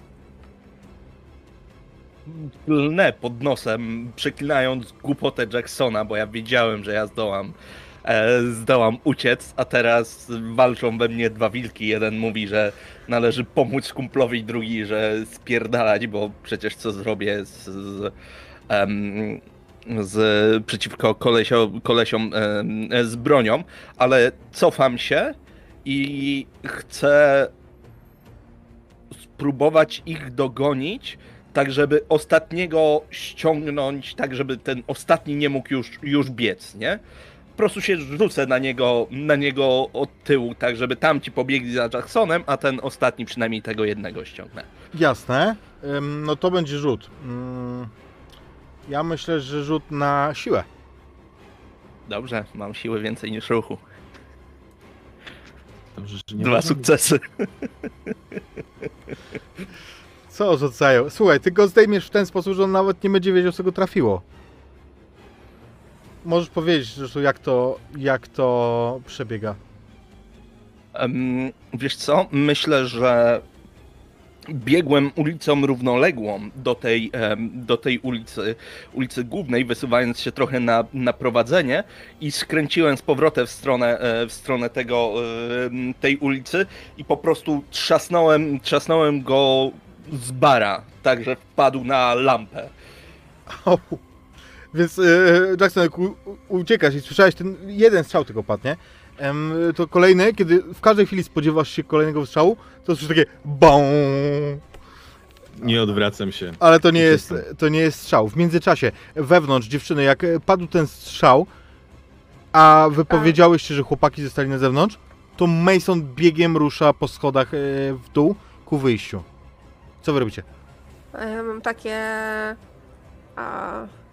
Lnę pod nosem, przeklinając głupotę Jacksona, bo ja wiedziałem, że ja zdołam, e, zdołam uciec, a teraz walczą we mnie dwa wilki. Jeden mówi, że należy pomóc kumplowi, drugi, że spierdalać, bo przecież co zrobię z, z, em, z przeciwko kolesio, kolesiom em, z bronią, ale cofam się i chcę próbować ich dogonić, tak żeby ostatniego ściągnąć, tak żeby ten ostatni nie mógł już, już biec, nie? Po prostu się rzucę na niego, na niego od tyłu, tak żeby tamci pobiegli za Jacksonem, a ten ostatni przynajmniej tego jednego ściągnę. Jasne. Ym, no to będzie rzut. Ym, ja myślę, że rzut na siłę. Dobrze, mam siły więcej niż ruchu. Dobrze, że nie Dwa można- sukcesy. Co rzucają? Słuchaj, ty go zdejmiesz w ten sposób, że on nawet nie będzie wiedział, co go trafiło. Możesz powiedzieć, że jak to, jak to przebiega. Um, wiesz co? Myślę, że biegłem ulicą równoległą do tej, em, do tej ulicy, ulicy głównej, wysuwając się trochę na, na prowadzenie i skręciłem z powrotem w stronę, e, w stronę tego, e, tej ulicy i po prostu trzasnąłem, trzasnąłem go z bara, tak że wpadł na lampę. O, więc yy, Jackson, jak u, u, uciekasz i słyszałeś ten jeden strzał tylko padł, nie? Em, to kolejny, kiedy w każdej chwili spodziewasz się kolejnego strzału, to słyszysz takie BAM! Nie odwracam się. Ale to nie jest, Jestem. to nie jest strzał. W międzyczasie, wewnątrz dziewczyny, jak padł ten strzał, a wy powiedziałyście, że chłopaki zostali na zewnątrz, to Mason biegiem rusza po schodach e, w dół ku wyjściu. Co wy robicie? Ja mam takie... A...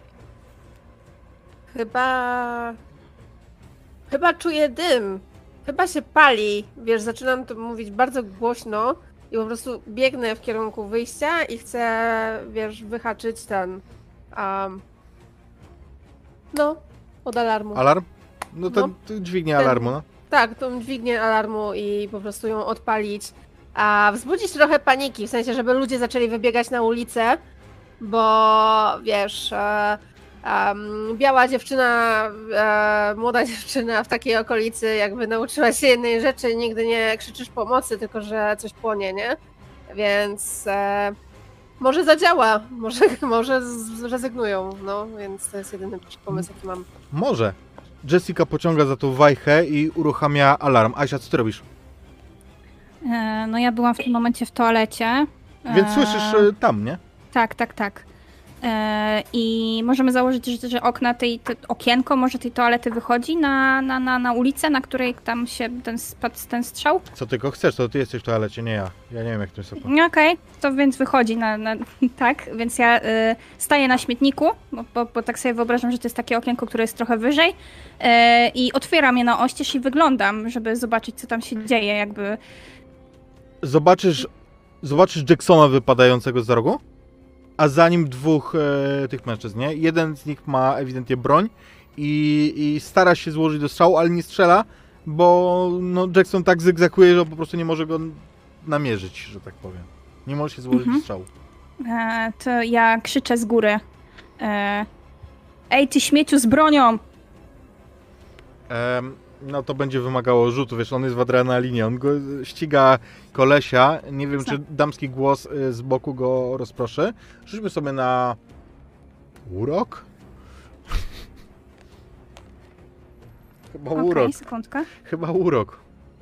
Chyba... Chyba czuję dym. Chyba się pali. Wiesz, zaczynam to mówić bardzo głośno i po prostu biegnę w kierunku wyjścia i chcę, wiesz, wyhaczyć ten... Um... No, od alarmu. Alarm? No to No. dźwignia Ten- alarmu, no. Tak, tą dźwignię alarmu i po prostu ją odpalić. A wzbudzić trochę paniki, w sensie, żeby ludzie zaczęli wybiegać na ulicę, bo wiesz, e, em, biała dziewczyna, e, młoda dziewczyna w takiej okolicy jakby nauczyła się jednej rzeczy, nigdy nie krzyczysz pomocy, tylko że coś płonie, nie? Więc e, może zadziała, może, może zrezygnują, no, więc to jest jedyny pomysł, jaki mam. Może. Jessica pociąga za tą wajchę i uruchamia alarm. Asia, co ty robisz? E, no ja byłam w tym momencie w toalecie. Więc E, słyszysz e, tam, nie? Tak, tak, tak. E, I możemy założyć, że, że okna tej, te, okienko może tej toalety wychodzi na, na, na, na ulicę, na której tam się ten, spadł ten strzał. Co tylko chcesz, to ty jesteś w toalecie, nie ja. Ja nie wiem, jak to jest opłat. No okej, to więc wychodzi na, na tak, więc ja y, staję na śmietniku, bo, bo, bo tak sobie wyobrażam, że to jest takie okienko, które jest trochę wyżej y, i otwieram je na oścież i wyglądam, żeby zobaczyć, co tam się dzieje, jakby. Zobaczysz, zobaczysz Jacksona wypadającego z rogu, a za nim dwóch e, tych mężczyzn, nie? Jeden z nich ma ewidentnie broń i, i stara się złożyć do strzału, ale nie strzela, bo no, Jackson tak zygzakuje, że po prostu nie może go namierzyć, że tak powiem. Nie może się złożyć Mhm. do strzału. E, to ja krzyczę z góry. E, Ej, ty śmieciu z bronią! Em, no to będzie wymagało rzutu, wiesz, on jest w adrenalinie, on go ściga kolesia, nie wiem, czy damski głos y, z boku go rozproszy. Rzućmy sobie na urok? Chyba Okej, urok, sekundkę. chyba urok.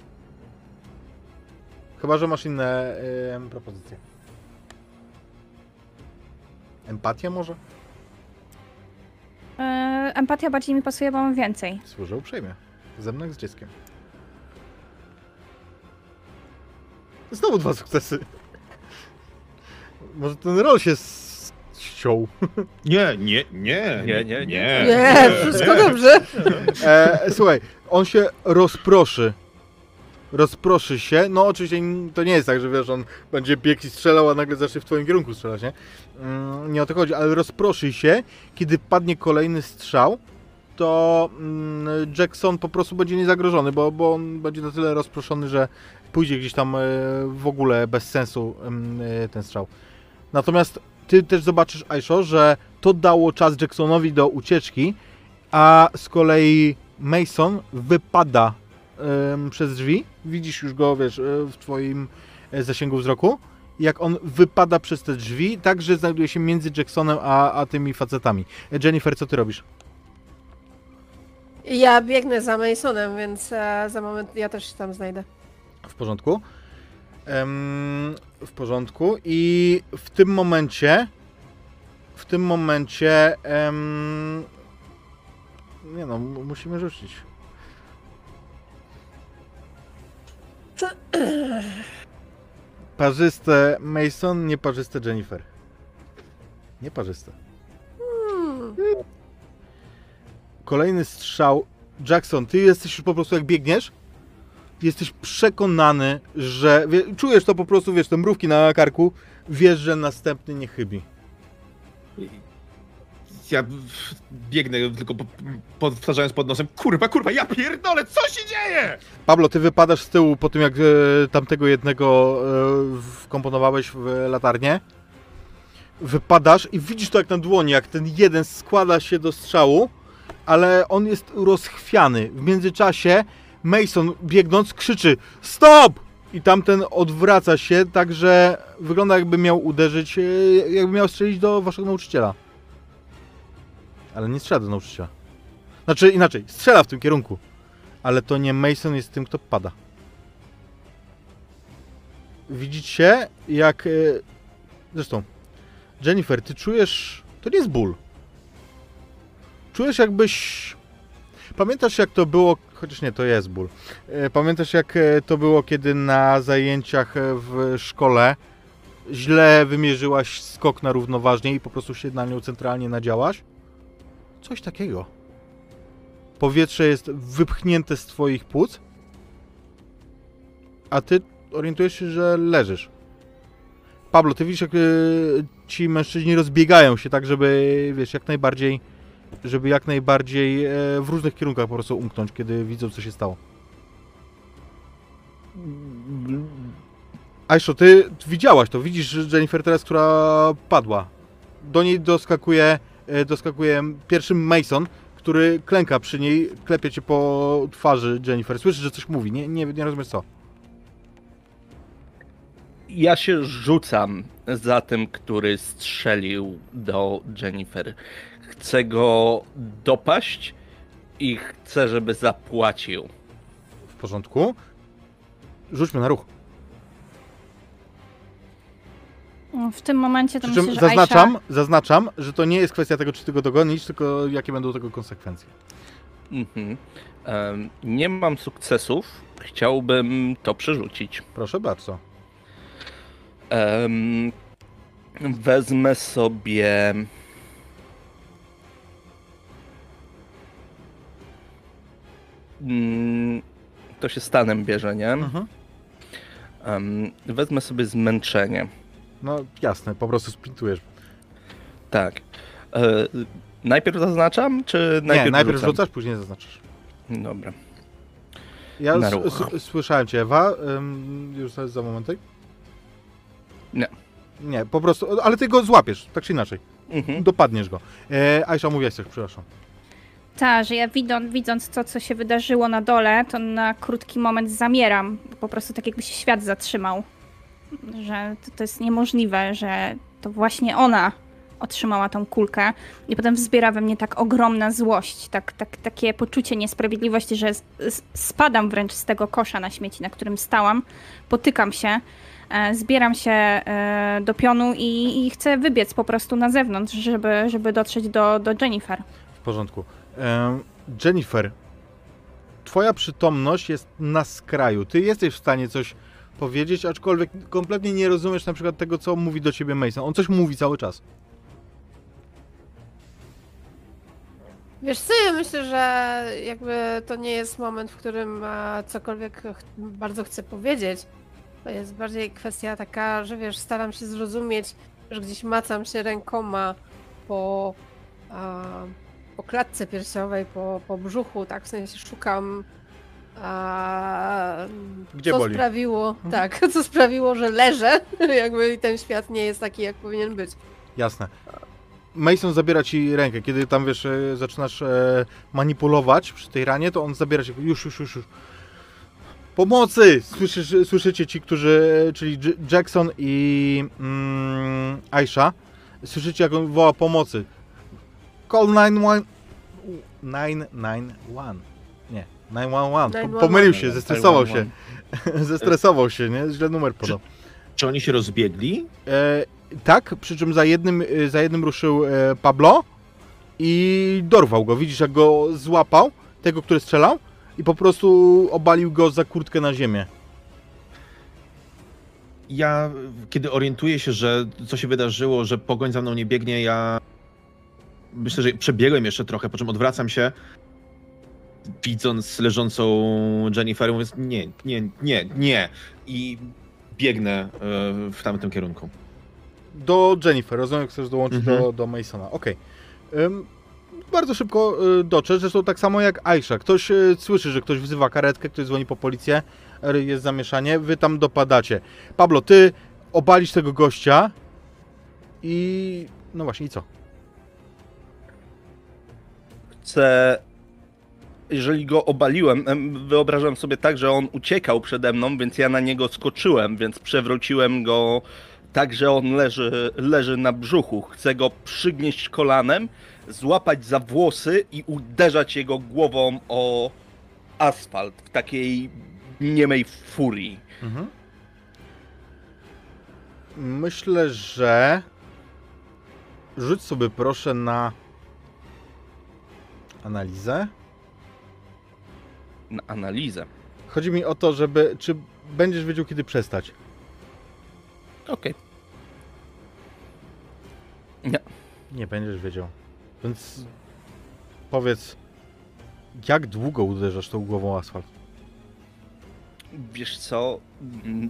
Chyba, że masz inne y, propozycje. Empatia może? E, empatia bardziej mi pasuje, bo mam więcej. Służę uprzejmie. Ze mną jak z dzieckiem. Znowu dwa sukcesy. Może ten rol się s- ściął. Nie, nie, nie. Nie, nie, nie. Nie, wszystko dobrze. E, słuchaj, on się rozproszy. Rozproszy się. No oczywiście to nie jest tak, że wiesz, on będzie biegł i strzelał, a nagle zacznie w twoim kierunku strzelać, nie? Mm, nie o to chodzi, ale rozproszy się, kiedy padnie kolejny strzał, to mm, Jackson po prostu będzie niezagrożony, bo, bo on będzie na tyle rozproszony, że pójdzie gdzieś tam e, w ogóle bez sensu e, ten strzał. Natomiast ty też zobaczysz, Aisho, że to dało czas Jacksonowi do ucieczki, a z kolei Mason wypada em, przez drzwi. Widzisz już go, wiesz, e, w twoim e, zasięgu wzroku. Jak on wypada przez te drzwi, tak, że znajduje się między Jacksonem a, a tymi facetami. E, Jennifer, co ty robisz? Ja biegnę za Masonem, więc e, za moment ja też się tam znajdę. W porządku. Em, w porządku. I w tym momencie w tym momencie em, nie no, m- musimy rzucić. Co? Parzyste Mason, nieparzyste Jennifer. Nieparzyste. Hmm. Kolejny strzał. Jackson, ty jesteś już po prostu jak biegniesz, jesteś przekonany, że wie, czujesz to po prostu, wiesz, te mrówki na karku, wiesz, że następny nie chybi. Ja biegnę tylko po- powtarzając pod nosem, kurwa, kurwa, ja pierdolę, co się dzieje? Pablo, ty wypadasz z tyłu po tym, jak e, tamtego jednego e, wkomponowałeś w latarnię. Wypadasz i widzisz to jak na dłoni, jak ten jeden składa się do strzału, ale on jest rozchwiany. W międzyczasie Mason, biegnąc, krzyczy stop! I tamten odwraca się, tak że wygląda jakby miał uderzyć, e, jakby miał strzelić do waszego nauczyciela. Ale nie strzela do nauczyciela. Znaczy inaczej, strzela w tym kierunku. Ale to nie Mason jest tym, kto pada. Widzicie, jak... e, Zresztą, Jennifer, ty czujesz... To nie jest ból. Czujesz jakbyś... Pamiętasz jak to było... Chociaż nie, to jest ból. E, Pamiętasz jak e, to było, kiedy na zajęciach e, w szkole źle wymierzyłaś skok na równoważnie i po prostu się na nią centralnie nadziałaś? Coś takiego. Powietrze jest wypchnięte z twoich płuc, a ty orientujesz się, że leżysz. Pablo, ty widzisz, jak y, ci mężczyźni rozbiegają się tak, żeby, wiesz, jak najbardziej, żeby jak najbardziej e, w różnych kierunkach po prostu umknąć, kiedy widzą, co się stało. Aisho, ty widziałaś to, widzisz Jennifer teraz, która padła. Do niej doskakuje, e, doskakuje pierwszy Mason, który klęka przy niej, klepie cię po twarzy Jennifer. Słyszysz, że coś mówi, nie, nie, nie rozumiesz co. Ja się rzucam za tym, który strzelił do Jennifer. Chcę go dopaść i chcę, żeby zapłacił. W porządku. Rzućmy na ruch. W tym momencie to Przy czym myślę, że zaznaczam, Aisha... zaznaczam, że to nie jest kwestia tego, czy ty go dogonisz, tylko jakie będą tego konsekwencje. Mhm. Em, nie mam sukcesów. Chciałbym to przerzucić. Proszę bardzo. Em, wezmę sobie... Mm, to się stanem bierze, nie? Mhm. Em, wezmę sobie zmęczenie. No jasne, po prostu sprintujesz. Tak. E, najpierw zaznaczam, czy najpierw Nie, najpierw rzucam? rzucasz, później zaznaczysz. Dobra. Ja Na s- ruch. s- słyszałem cię, Ewa. Ym, już za- za momentek. Nie. Nie, po prostu, ale ty go złapiesz, tak czy inaczej. Mhm. Dopadniesz go. E, Aisha, mówiłaś coś, przepraszam. Tak, że ja widząc, widząc to, co się wydarzyło na dole, to na krótki moment zamieram. Po prostu tak jakby się świat zatrzymał. Że to, to jest niemożliwe, że to właśnie ona otrzymała tą kulkę. I potem wzbiera we mnie tak ogromna złość, tak, tak, takie poczucie niesprawiedliwości, że s- s- spadam wręcz z tego kosza na śmieci, na którym stałam. Potykam się, e, zbieram się e, do pionu i, i chcę wybiec po prostu na zewnątrz, żeby, żeby dotrzeć do, do Jennifer. W porządku. E, Jennifer, twoja przytomność jest na skraju. Ty jesteś w stanie coś powiedzieć, aczkolwiek kompletnie nie rozumiesz na przykład tego, co mówi do ciebie Mason. On coś mówi cały czas. Wiesz co, ja myślę, że jakby to nie jest moment, w którym e, cokolwiek ch- bardzo chcę powiedzieć. To jest bardziej kwestia taka, że wiesz, staram się zrozumieć, że gdzieś macam się rękoma po, a, po klatce piersiowej, po, po brzuchu, tak, w sensie szukam a, Gdzie co boli? sprawiło, Mhm. tak, co sprawiło, że leżę, jakby i ten świat nie jest taki, jak powinien być. Jasne. Mason zabiera ci rękę. Kiedy tam, wiesz, e, zaczynasz e, manipulować przy tej ranie, to on zabiera ci... Już, już, już, już. Pomocy! Słyszysz, słyszycie ci, którzy... Czyli J- Jackson i mm, Aisha. Słyszycie, jak on woła pomocy. Call nine one... nine nine one. Nie, dziewięć jeden jeden. Po- dziewięć jeden jeden. Pomylił się, zestresował się. dziewięć Zestresował się, nie? Źle numer podał. Czy oni się rozbiegli? E, tak, przy czym za jednym, e, za jednym ruszył e, Pablo i dorwał go. Widzisz, jak go złapał, tego, który strzelał, i po prostu obalił go za kurtkę na ziemię. Ja, kiedy orientuję się, że co się wydarzyło, że pogoń za mną nie biegnie, ja myślę, że przebiegłem jeszcze trochę, po czym odwracam się, widząc leżącą Jennifer, mówiąc nie, nie, nie, nie. I biegnę e, w tamtym kierunku. Do Jennifer, rozumiem, chcesz dołączyć Mhm. do, do Masona. Okej. Ym, Bardzo szybko y, dotrzesz, zresztą tak samo jak Aisha. Ktoś y, słyszy, że ktoś wzywa karetkę, ktoś dzwoni po policję, y, jest zamieszanie, wy tam dopadacie. Pablo, ty obalisz tego gościa i... no właśnie, i co? Chcę... Jeżeli go obaliłem, em, wyobrażam sobie tak, że on uciekał przede mną, więc ja na niego skoczyłem, więc przewróciłem go tak, że on leży, leży na brzuchu. Chcę go przygnieść kolanem, złapać za włosy i uderzać jego głową o asfalt w takiej niemej furii. Mhm. Myślę, że... rzuć sobie proszę na... analizę. Na analizę. Chodzi mi o to, żeby... czy będziesz wiedział, kiedy przestać. Okej. Nie. Nie będziesz wiedział. Więc powiedz, jak długo uderzasz tą głową o asfalt? Wiesz co? Mm.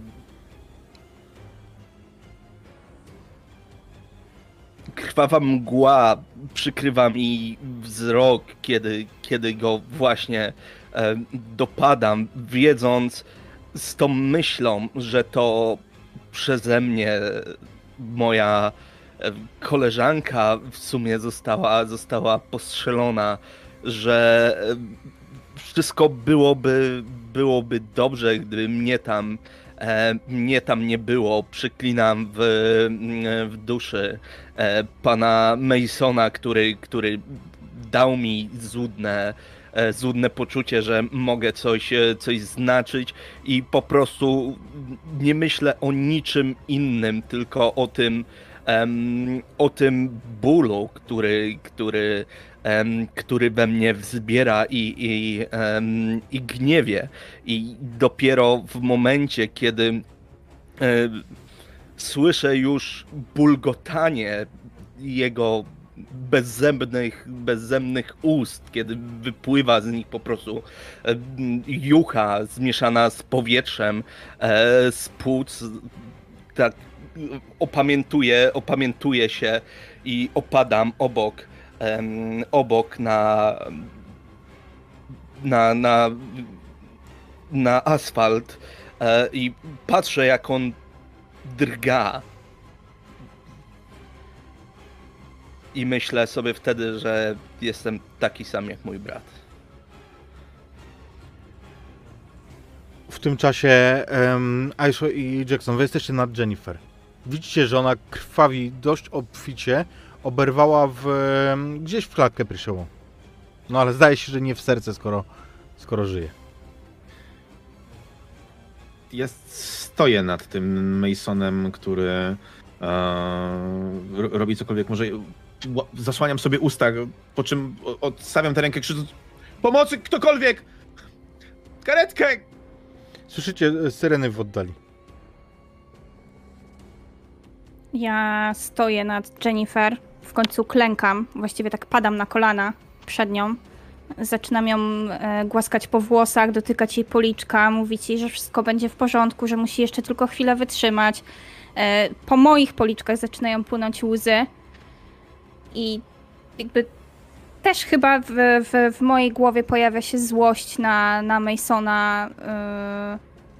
Krwawa mgła przykrywa mi wzrok, kiedy, kiedy go właśnie e, dopadam, wiedząc z tą myślą, że to przeze mnie moja e, koleżanka w sumie została, została postrzelona, że e, wszystko byłoby, byłoby dobrze, gdyby mnie tam, e, mnie tam nie było. Przyklinam w, w duszy e, pana Masona, który, który dał mi złudne, e, złudne poczucie, że mogę coś, e, coś znaczyć i po prostu nie myślę o niczym innym, tylko o tym, em, o tym bólu, który, który Em, który we mnie wzbiera i, i, em, i gniewie. I dopiero w momencie, kiedy e, słyszę już bulgotanie jego bezzębnych, bezzębnych ust, kiedy wypływa z nich po prostu e, jucha zmieszana z powietrzem, e, z płuc, tak opamiętuję, opamiętuję się i opadam obok Um, obok na, na, na, na asfalt e, i patrzę, jak on drga. I myślę sobie wtedy, że jestem taki sam jak mój brat. W tym czasie um, Aisha i Jackson, wy jesteście nad Jennifer. Widzicie, że ona krwawi dość obficie, oberwała w, gdzieś w klatkę piersiową. No ale zdaje się, że nie w serce, skoro, skoro żyje. Ja stoję nad tym Masonem, który e, robi cokolwiek może. Zasłaniam sobie usta, po czym odstawiam tę rękę, krzycząc: pomocy, ktokolwiek! Karetkę! Słyszycie syreny w oddali. Ja stoję nad Jennifer, w końcu klękam, właściwie tak padam na kolana przed nią. Zaczynam ją e, głaskać po włosach, dotykać jej policzka, mówić jej, że wszystko będzie w porządku, że musi jeszcze tylko chwilę wytrzymać. E, po moich policzkach zaczynają płynąć łzy. I jakby też chyba w, w, w mojej głowie pojawia się złość na, na Masona, e,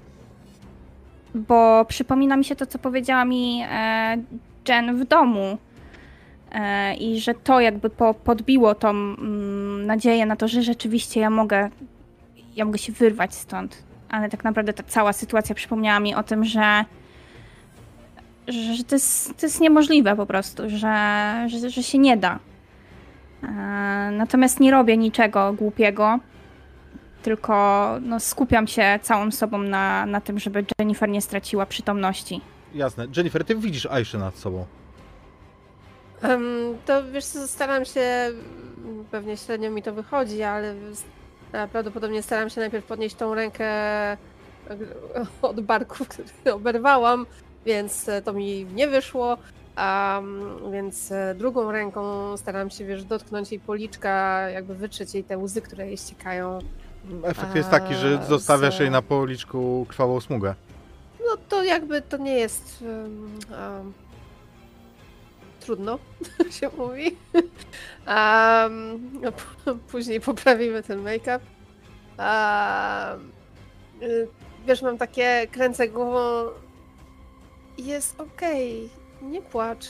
bo przypomina mi się to, co powiedziała mi e, Jen w domu. E, I że to jakby po, podbiło tą mm, nadzieję na to, że rzeczywiście ja mogę, ja mogę się wyrwać stąd. Ale tak naprawdę ta cała sytuacja przypomniała mi o tym, że, że, że to, jest, to jest niemożliwe po prostu, że, że, że się nie da. E, natomiast nie robię niczego głupiego. tylko no, skupiam się całą sobą na, na tym, żeby Jennifer nie straciła przytomności. Jasne. Jennifer, ty widzisz Aiszę nad sobą. Um, to wiesz co, staram się, pewnie średnio mi to wychodzi, ale prawdopodobnie staram się najpierw podnieść tą rękę od barków, które oberwałam, więc to mi nie wyszło. Um, więc drugą ręką staram się, wiesz, dotknąć jej policzka, jakby wytrzeć jej te łzy, które jej ściekają. Efekt jest taki, że zostawiasz z... jej na policzku krwawą smugę. No to jakby to nie jest um, um, trudno, się mówi. Um, no, później poprawimy ten make-up. Um, wiesz, mam takie, kręcę głową. Jest okej, okay. Nie płacz.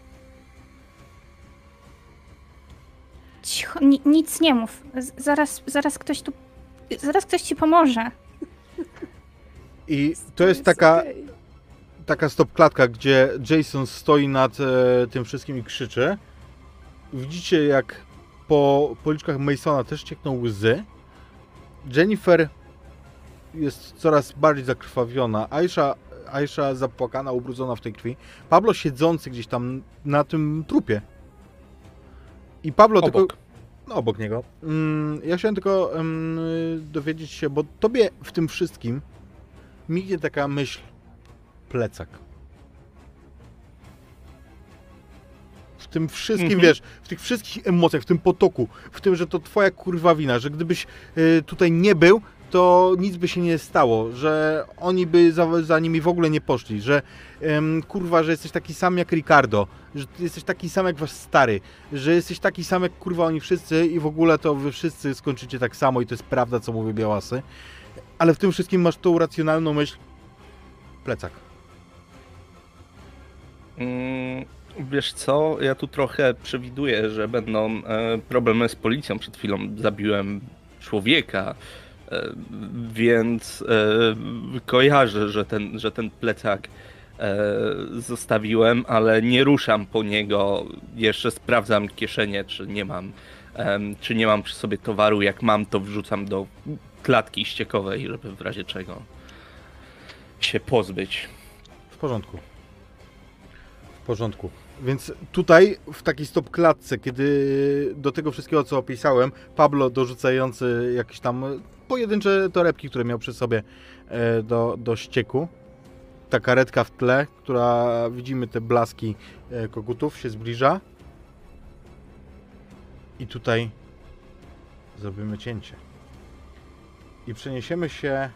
Cicho, ni nic nie mów. Z zaraz, zaraz ktoś tu... Zaraz ktoś ci pomoże. I to jest taka, okay. taka stopklatka, gdzie Jason stoi nad e, tym wszystkim i krzyczy. Widzicie, jak po policzkach Masona też ciekną łzy. Jennifer jest coraz bardziej zakrwawiona. Aisha, Aisha zapłakana, ubrudzona w tej krwi. Pablo siedzący gdzieś tam na tym trupie. I Pablo Obok. tylko... No, obok niego. Mm, ja chciałem tylko um, dowiedzieć się, bo tobie w tym wszystkim mignie taka myśl. Plecak. W tym wszystkim, Mhm. wiesz, w tych wszystkich emocjach, w tym potoku, w tym, że to twoja kurwa wina, że gdybyś y, tutaj nie był, to nic by się nie stało, że oni by za, za nimi w ogóle nie poszli, że ym, kurwa, że jesteś taki sam jak Ricardo, że ty jesteś taki sam jak wasz stary, że jesteś taki sam jak kurwa oni wszyscy i w ogóle to wy wszyscy skończycie tak samo i to jest prawda, co mówi Białasy, ale w tym wszystkim masz tą racjonalną myśl. Plecak. Mm, wiesz co, ja tu trochę przewiduję, że będą e, problemy z policją. Przed chwilą zabiłem człowieka, e, więc e, kojarzę, że ten, że ten plecak e, zostawiłem, ale nie ruszam po niego. Jeszcze sprawdzam kieszenie, czy nie mam, e, czy nie mam przy sobie towaru. Jak mam, to wrzucam do klatki ściekowej, żeby w razie czego się pozbyć. W porządku. W porządku. Więc tutaj w takiej stopklatce, kiedy do tego wszystkiego, co opisałem, Pablo dorzucający jakieś tam pojedyncze torebki, które miał przy sobie do, do ścieku, ta karetka w tle, która widzimy te blaski kogutów, się zbliża. I tutaj zrobimy cięcie. I przeniesiemy się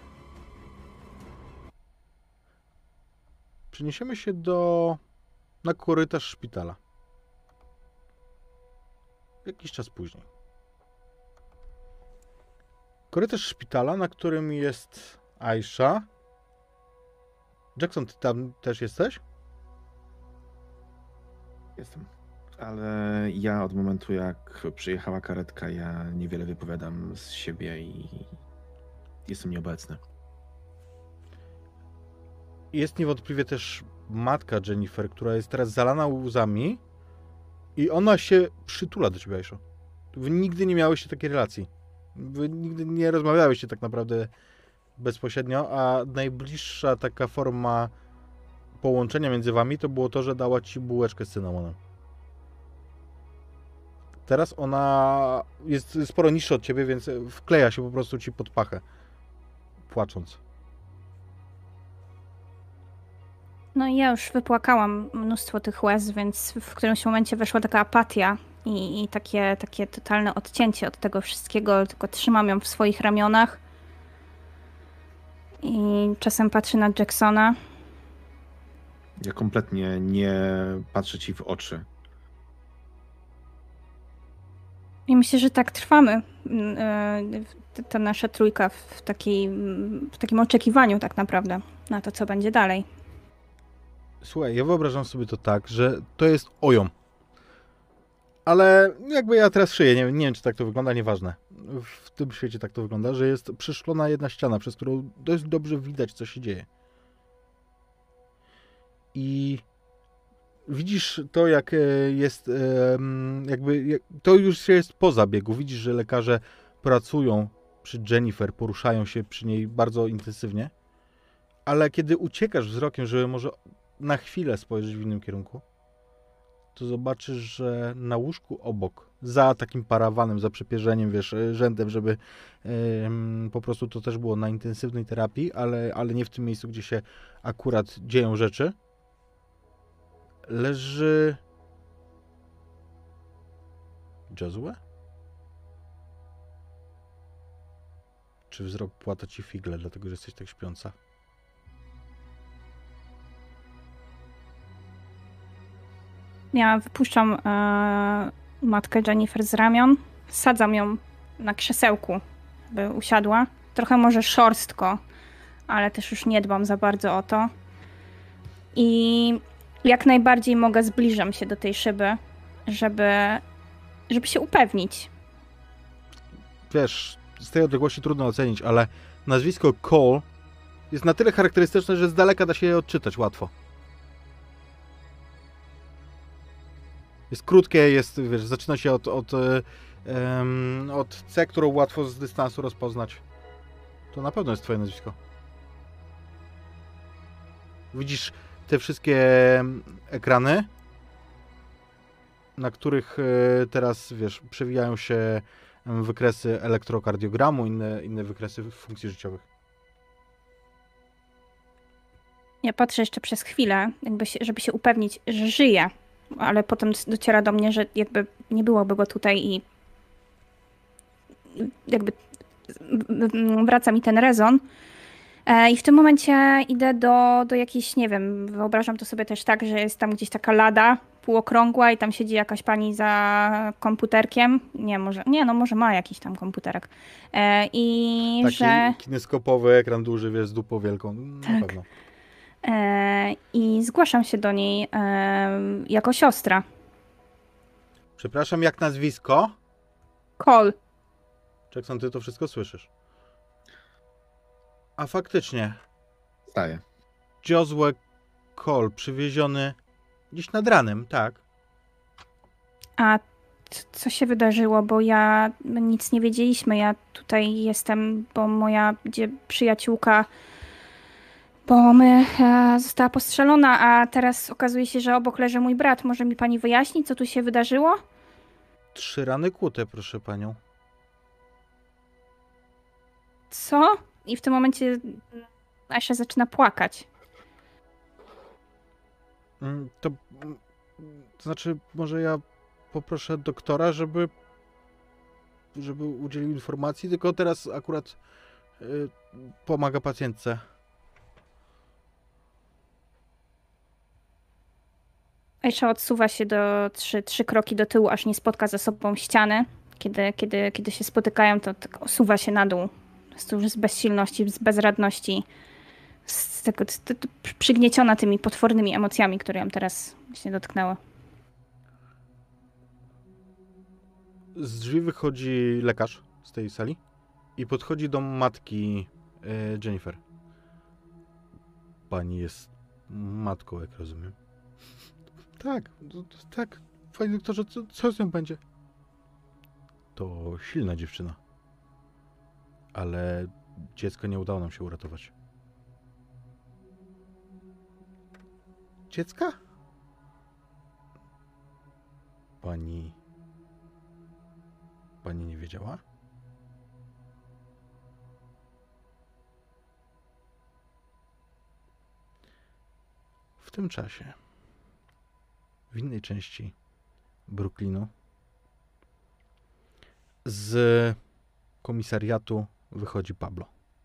Przeniesiemy się do... na korytarz szpitala. Jakiś czas później. Korytarz szpitala, na którym jest Aisha. Jackson, ty tam też jesteś? Jestem. Ale ja od momentu, jak przyjechała karetka, ja niewiele wypowiadam z siebie i jestem nieobecny. Jest niewątpliwie też matka Jennifer, która jest teraz zalana łzami i ona się przytula do ciebie, Aisho. Wy nigdy nie miałyście takiej relacji. Wy nigdy nie rozmawiałyście tak naprawdę bezpośrednio, a najbliższa taka forma połączenia między wami to było to, że dała ci bułeczkę z cynamonem. Teraz ona jest sporo niższa od ciebie, więc wkleja się po prostu ci pod pachę, płacząc. No i ja już wypłakałam mnóstwo tych łez, więc w którymś momencie weszła taka apatia i, i takie, takie totalne odcięcie od tego wszystkiego, tylko trzymam ją w swoich ramionach i czasem patrzę na Jacksona. Ja kompletnie nie patrzę ci w oczy. I myślę, że tak trwamy, yy, ta nasza trójka w, takiej, w takim oczekiwaniu tak naprawdę na to, co będzie dalej. Słuchaj, ja wyobrażam sobie to tak, że to jest ojom. Ale jakby ja teraz szyję, nie, nie wiem, czy tak to wygląda, nieważne. W tym świecie tak to wygląda, że jest przeszklona jedna ściana, przez którą dość dobrze widać, co się dzieje. I widzisz to, jak jest, jakby, to już jest po zabiegu. Widzisz, że lekarze pracują przy Jennifer, poruszają się przy niej bardzo intensywnie, ale kiedy uciekasz wzrokiem, żeby może na chwilę spojrzeć w innym kierunku, to zobaczysz, że na łóżku obok, za takim parawanem, za przepierzeniem, wiesz, rzędem, żeby yy, po prostu to też było na intensywnej terapii, ale, ale nie w tym miejscu, gdzie się akurat dzieją rzeczy, leży Josue? Czy wzrok płata ci figle, dlatego że jesteś tak śpiąca? Ja wypuszczam e, matkę Jennifer z ramion, sadzam ją na krzesełku, by usiadła. Trochę może szorstko, ale też już nie dbam za bardzo o to. I jak najbardziej mogę zbliżam się do tej szyby, żeby, żeby się upewnić. Wiesz, z tej odległości trudno ocenić, ale nazwisko Cole jest na tyle charakterystyczne, że z daleka da się je odczytać łatwo. Jest krótkie, jest, wiesz, zaczyna się od, od, um, od C, którą łatwo z dystansu rozpoznać. To na pewno jest twoje nazwisko. Widzisz te wszystkie ekrany, na których teraz, wiesz, przewijają się wykresy elektrokardiogramu, inne, inne wykresy funkcji życiowych. Ja patrzę jeszcze przez chwilę, jakby się, żeby się upewnić, że żyje, ale potem dociera do mnie, że jakby nie byłoby go tutaj i jakby wraca mi ten rezon. I w tym momencie idę do, do jakiejś, nie wiem, wyobrażam to sobie też tak, że jest tam gdzieś taka lada półokrągła i tam siedzi jakaś pani za komputerkiem. Nie, może, nie, no może ma jakiś tam komputerek. I Taki że... kineskopowy ekran duży, wiesz, z dupą wielką, na tak. pewno. I zgłaszam się do niej jako siostra. Przepraszam, jak nazwisko? Cole. Jackson, ty to wszystko słyszysz. A faktycznie, Staję. Josue Cole przywieziony dziś nad ranem, tak? A c- co się wydarzyło? Bo ja my nic nie wiedzieliśmy. Ja tutaj jestem, bo moja dzie- przyjaciółka bo my e, została postrzelona, a teraz okazuje się, że obok leży mój brat. Może mi pani wyjaśnić, co tu się wydarzyło? Trzy rany kłute, proszę panią. Co? I w tym momencie Aisha zaczyna płakać. Mm, To, mm, to znaczy, może ja poproszę doktora, żeby żeby udzielił informacji, tylko teraz akurat y, pomaga pacjentce. Aisha odsuwa się do trzy, trzy kroki do tyłu, aż nie spotka ze sobą ściany. Kiedy, kiedy, kiedy się spotykają, to tak osuwa się na dół. Z, już z bezsilności, z bezradności. Z tego, z, to, to przygnieciona tymi potwornymi emocjami, które ją teraz właśnie dotknęły. Z drzwi wychodzi lekarz z tej sali i podchodzi do matki y, Jennifer. Pani jest matką, jak rozumiem. Tak, to, to, tak. Panie doktorze, co, co z nią będzie? To silna dziewczyna. Ale dziecko nie udało nam się uratować. Dziecka? Pani... Pani nie wiedziała? W tym czasie w innej części Brooklynu z komisariatu wychodzi Pablo.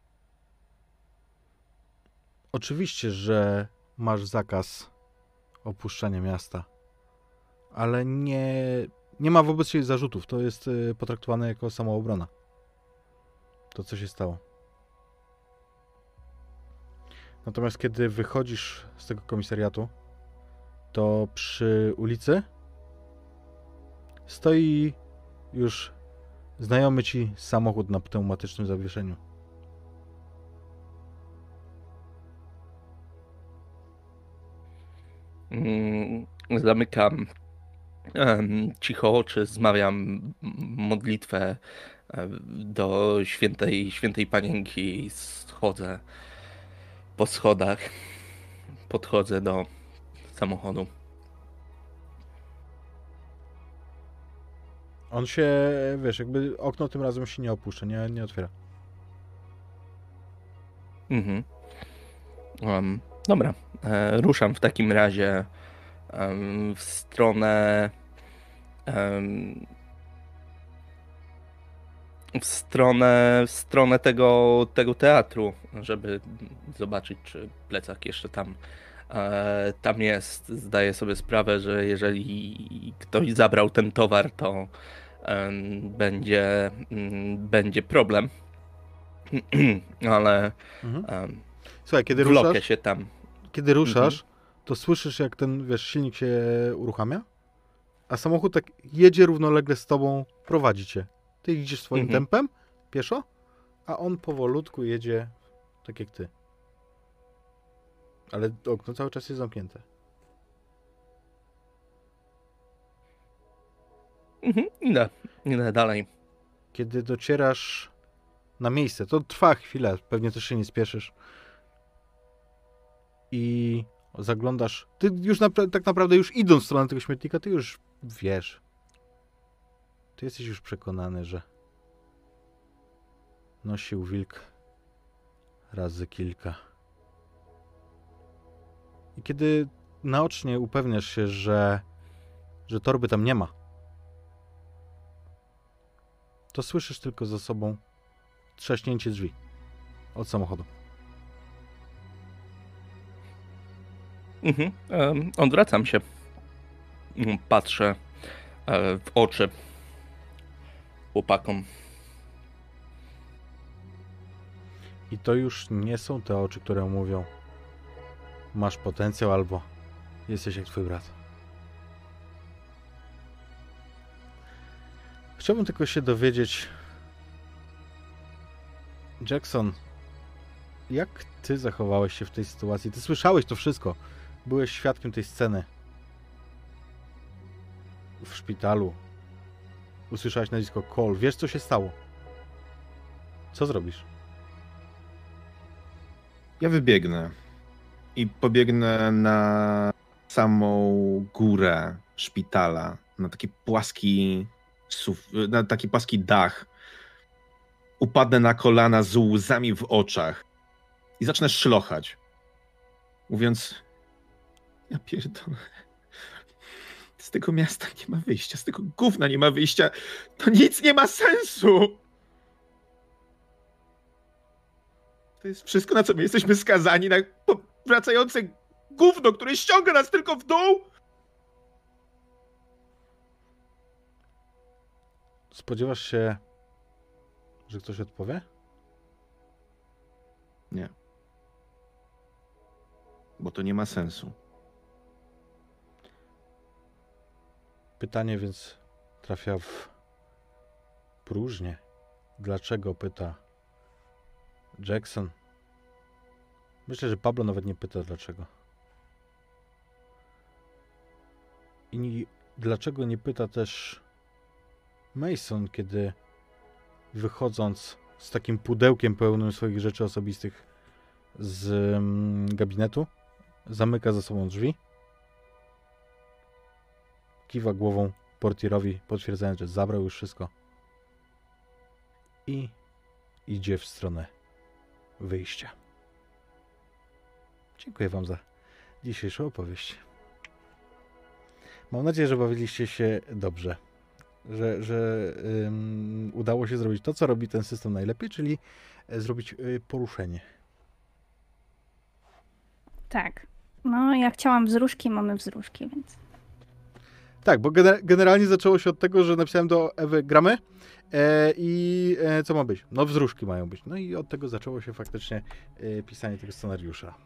Oczywiście, że masz zakaz opuszczania miasta, ale nie, nie ma wobec siebie zarzutów. To jest potraktowane jako samoobrona. To, co się stało. Natomiast kiedy wychodzisz z tego komisariatu, to przy ulicy stoi już znajomy ci samochód na pneumatycznym zawieszeniu. Mm, zamykam um, cicho oczy, zmawiam modlitwę e, do świętej, świętej panienki i schodzę po schodach. Podchodzę do samochodu. On się, wiesz, jakby okno tym razem się nie opuszcza, nie, nie otwiera. Mhm. Um, dobra, e, ruszam w takim razie em, w stronę em, w stronę, w stronę tego, tego teatru, żeby zobaczyć, czy plecak jeszcze tam, e, tam jest. Zdaję sobie sprawę, że jeżeli ktoś zabrał ten towar, to em, będzie, mm, będzie problem. Ale Mhm. em, Słuchaj, kiedy wlokę ruszasz, się tam. kiedy ruszasz, to słyszysz, jak ten, wiesz, silnik się uruchamia, a samochód tak jedzie równolegle z tobą, prowadzi cię. Ty idziesz swoim Mhm. tempem, pieszo, a on powolutku jedzie tak jak ty. Ale okno cały czas jest zamknięte. Mhm, idę, idę dalej. Kiedy docierasz na miejsce, to trwa chwilę, pewnie też się nie spieszysz. I zaglądasz. Ty już napra- tak naprawdę już idąc w stronę tego śmietnika, ty już wiesz. Ty jesteś już przekonany, że nosił wilk razy kilka. I kiedy naocznie upewniasz się, że, że torby tam nie ma, to słyszysz tylko za sobą trzaśnięcie drzwi od samochodu. Mhm. em, Odwracam się. Mm, Patrzę e, w oczy chłopakom. I to już nie są te oczy, które mówią: masz potencjał albo jesteś jak twój brat. Chciałbym tylko się dowiedzieć, Jackson, jak ty zachowałeś się w tej sytuacji? Ty słyszałeś to wszystko. Byłeś świadkiem tej sceny. W szpitalu. Usłyszałeś nazwisko Cole. Wiesz, co się stało. Co zrobisz? Ja wybiegnę i pobiegnę na samą górę szpitala, na taki płaski suf, na taki płaski dach. Upadnę na kolana z łzami w oczach i zacznę szlochać, mówiąc: ja pierdolę. Z tego miasta nie ma wyjścia, z tego gówna nie ma wyjścia. To nic nie ma sensu. To jest wszystko, na co my jesteśmy skazani, na wracające gówno, które ściąga nas tylko w dół. Spodziewasz się, że ktoś odpowie? Nie. Bo to nie ma sensu. Pytanie więc trafia w próżnię. Dlaczego, pyta Jackson. Myślę, że Pablo nawet nie pyta dlaczego. I nie, dlaczego nie pyta też Mason, kiedy wychodząc z takim pudełkiem pełnym swoich rzeczy osobistych z mm, gabinetu, zamyka za sobą drzwi, kiwa głową portierowi, potwierdzając, że zabrał już wszystko i idzie w stronę wyjścia. Dziękuję wam za dzisiejszą opowieść. Mam nadzieję, że bawiliście się dobrze, że, że ym, udało się zrobić to, co robi ten system najlepiej, czyli zrobić y, poruszenie. Tak. No, ja chciałam wzruszki, mamy wzruszki, więc... Tak, bo gener- generalnie zaczęło się od tego, że napisałem do Ewy gramy e, i e, co ma być? No wzruszki mają być. No i od tego zaczęło się faktycznie e, pisanie tego scenariusza.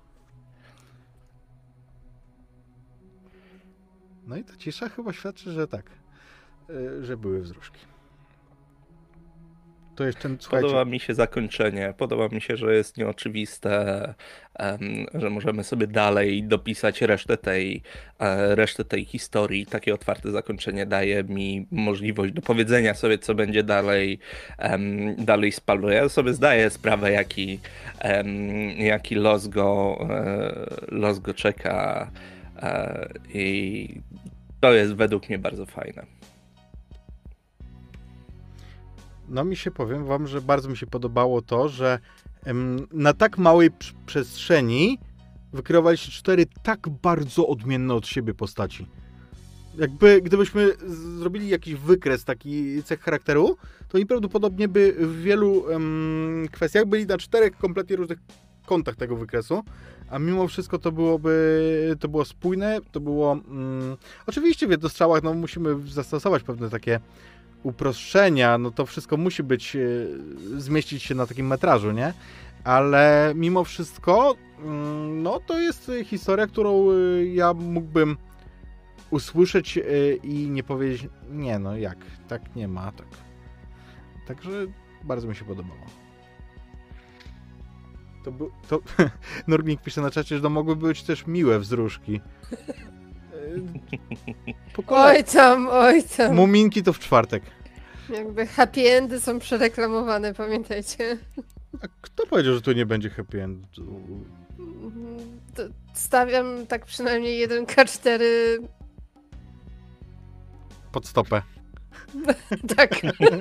No i ta cisza chyba świadczy, że tak, e, że były wzruszki. To jeszcze, słuchajcie, Podoba mi się zakończenie, podoba mi się, że jest nieoczywiste, em, że możemy sobie dalej dopisać resztę tej, e, resztę tej historii. Takie otwarte zakończenie daje mi możliwość dopowiedzenia sobie, co będzie dalej, em, dalej z Pablo. Ja sobie zdaję sprawę, jaki, em, jaki los go, e, los go czeka e, i to jest według mnie bardzo fajne. no mi się, powiem wam, że bardzo mi się podobało to, że em, na tak małej pr- przestrzeni wykreowaliście cztery tak bardzo odmienne od siebie postaci. Jakby, gdybyśmy z- zrobili jakiś wykres, taki cech charakteru, to oni prawdopodobnie by w wielu em, kwestiach byli na czterech kompletnie różnych kątach tego wykresu, a mimo wszystko to byłoby, to było spójne, to było... Mm, oczywiście w jednostrzałach no, musimy zastosować pewne takie uproszczenia, no to wszystko musi być, e, zmieścić się na takim metrażu, nie? Ale mimo wszystko, mm, no to jest historia, którą e, ja mógłbym usłyszeć e, i nie powiedzieć, nie no jak, tak nie ma, tak. Także bardzo mi się podobało. To był, to Normik pisze na czacie, że to mogłyby być też miłe wzruszki. E, Po kolei. Oj tam, oj tam. Muminki to w czwartek. Jakby happy endy są przereklamowane, pamiętajcie. A kto powiedział, że tu nie będzie happy end? Mhm. To stawiam tak przynajmniej jeden K cztery. Pod stopę. Tak.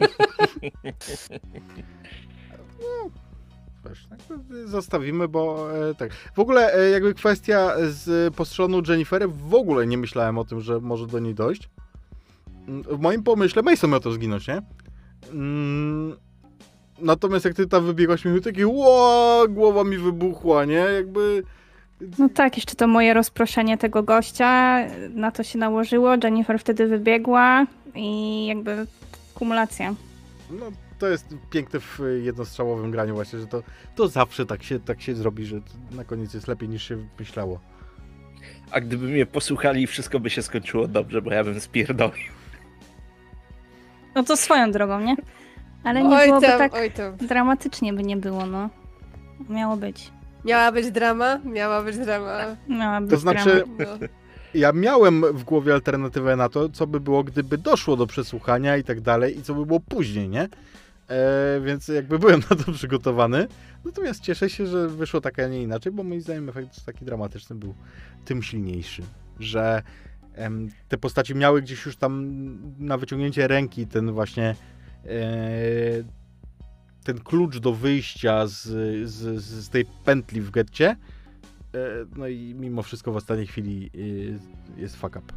Wiesz, tak, zostawimy, bo e, tak. W ogóle e, jakby kwestia z postronu Jennifery, w ogóle nie myślałem o tym, że może do niej dojść. W moim pomyśle Mason miał to zginąć, nie? Mm, natomiast jak ty tam wybiegłaś, mi taki ło, głowa mi wybuchła, nie? Jakby... No tak, jeszcze to moje rozproszenie tego gościa, na to się nałożyło, Jennifer wtedy wybiegła i jakby kumulacja. No, to jest piękne w jednostrzałowym graniu właśnie, że to, to zawsze tak się, tak się zrobi, że to na koniec jest lepiej niż się myślało. A gdyby mnie posłuchali, wszystko by się skończyło dobrze, bo ja bym spierdolił. No to swoją drogą, nie? Ale nie Oj byłoby tam, tak oj tam. dramatycznie by nie było, no. Miało być. Miała być drama? Miała być drama. Miała być To znaczy, drama. No. ja miałem w głowie alternatywę na to, co by było, gdyby doszło do przesłuchania i tak dalej, i co by było później, nie? E, więc jakby byłem na to przygotowany. Natomiast cieszę się, że wyszło tak, a nie inaczej, bo moim zdaniem efekt taki dramatyczny był tym silniejszy, że em, te postaci miały gdzieś już tam na wyciągnięcie ręki ten właśnie e, ten klucz do wyjścia z, z, z tej pętli w getcie. E, no i mimo wszystko w ostatniej chwili e, jest fuck up.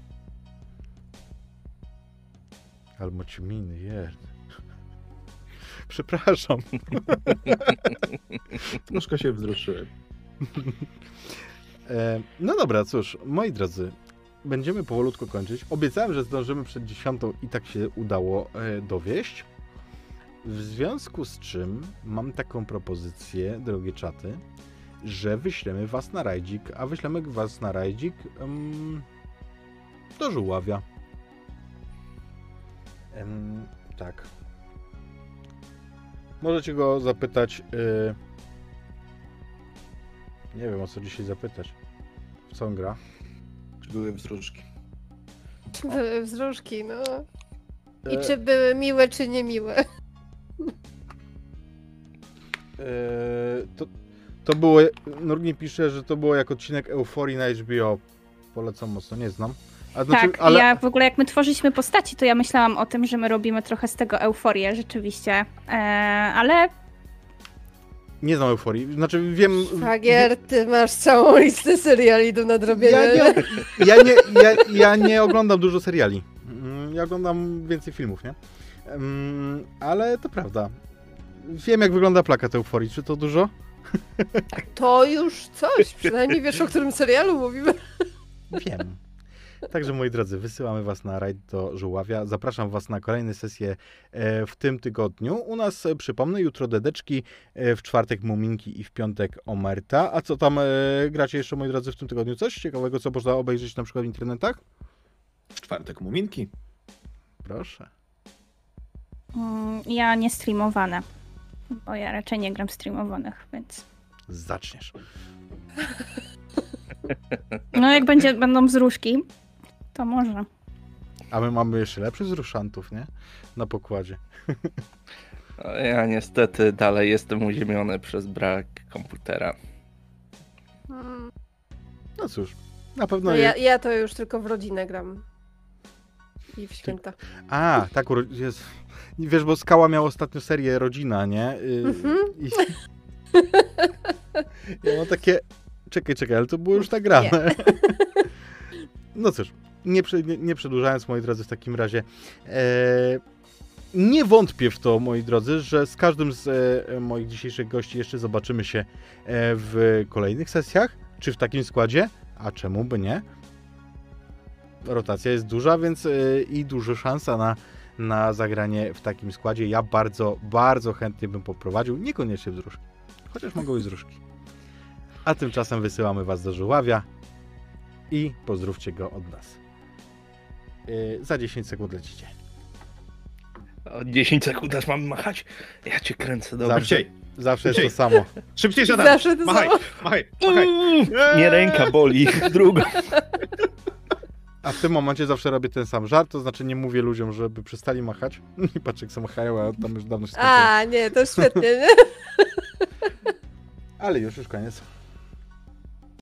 Albo ci miny, jest. Przepraszam. Troszkę się wzruszyłem. E, no dobra, cóż, moi drodzy, będziemy powolutku kończyć. Obiecałem, że zdążymy przed dziesiątą i tak się udało e, dowieść. W związku z czym mam taką propozycję, drogie czaty, że wyślemy was na rajdzik, a wyślemy was na rajdzik um, do Żuławia. Um, tak. Możecie go zapytać. Yy... Nie wiem, o co dzisiaj zapytać. W co on gra? Czy były wzruszki? Czy były wzruszki, no. I E, czy były miłe, czy niemiłe? Yy, to, to było. Norgni pisze, że to było jak odcinek Euforii na H B O. Polecam mocno, nie znam. A znaczy, Tak, ale... ja w ogóle jak my tworzyliśmy postaci, to ja myślałam o tym, że my robimy trochę z tego euforię rzeczywiście, e, ale Nie znam Euforii. Znaczy wiem... Szwagier, ty masz całą listę seriali do nadrobienia. Ja nie, ja, nie, ja, ja nie oglądam dużo seriali. Mm, Ja oglądam więcej filmów, nie? Mm, Ale to prawda. Wiem, jak wygląda plakat Euforii. Czy to dużo? To już coś, przynajmniej wiesz, o którym serialu mówimy. Wiem. Także moi drodzy, wysyłamy was na rajd do Żuławia. Zapraszam was na kolejne sesje e, w tym tygodniu. U nas, e, przypomnę, jutro Dedeczki, e, w czwartek Muminki i w piątek Omerta. A co tam e, gracie jeszcze, moi drodzy, w tym tygodniu? Coś ciekawego, co można obejrzeć na przykład w internetach? W czwartek Muminki. Proszę. Mm, Ja nie streamowane, bo ja raczej nie gram streamowanych, więc... Zaczniesz. No jak będzie, będą wzruszki, to może. A my mamy jeszcze lepszych zruszantów, nie? Na pokładzie. Ja niestety dalej jestem uziemiony przez brak komputera. Mm. No cóż, na pewno No je... ja, ja to już tylko w rodzinę gram. I w święta. A, tak, uro- jest... Wiesz, bo Skała miał ostatnio serię Rodzina, nie? Y- Mhm. I... Ja mam takie... Czekaj, czekaj, ale to było już nagrane. No cóż, nie, prze- nie, nie przedłużając, moi drodzy, w takim razie... E... Nie wątpię w to, moi drodzy, że z każdym z e, moich dzisiejszych gości jeszcze zobaczymy się e, w kolejnych sesjach, czy w takim składzie, a czemu by nie? Rotacja jest duża, więc e, i duża szansa na, na zagranie w takim składzie. Ja bardzo, bardzo chętnie bym poprowadził, niekoniecznie wzruszki, chociaż mogą być wzruszki. A tymczasem wysyłamy was do Żuławia i pozdrówcie go od nas. E, za dziesięć sekund lecicie. O dziesięć sekund aż mam machać? Ja cię kręcę, dobrze. Zawsze, Szybciej, zawsze jest Szybciej. to samo. szybciej siadam. Zawsze to Machaj, samo. machaj, machaj. Nie, ręka boli, drugą. A w tym momencie zawsze robię ten sam żart, to znaczy nie mówię ludziom, żeby przestali machać. I patrz jak są machają, a tam już dawno się skończyło. A, nie, to świetnie, nie? Ale już, już koniec.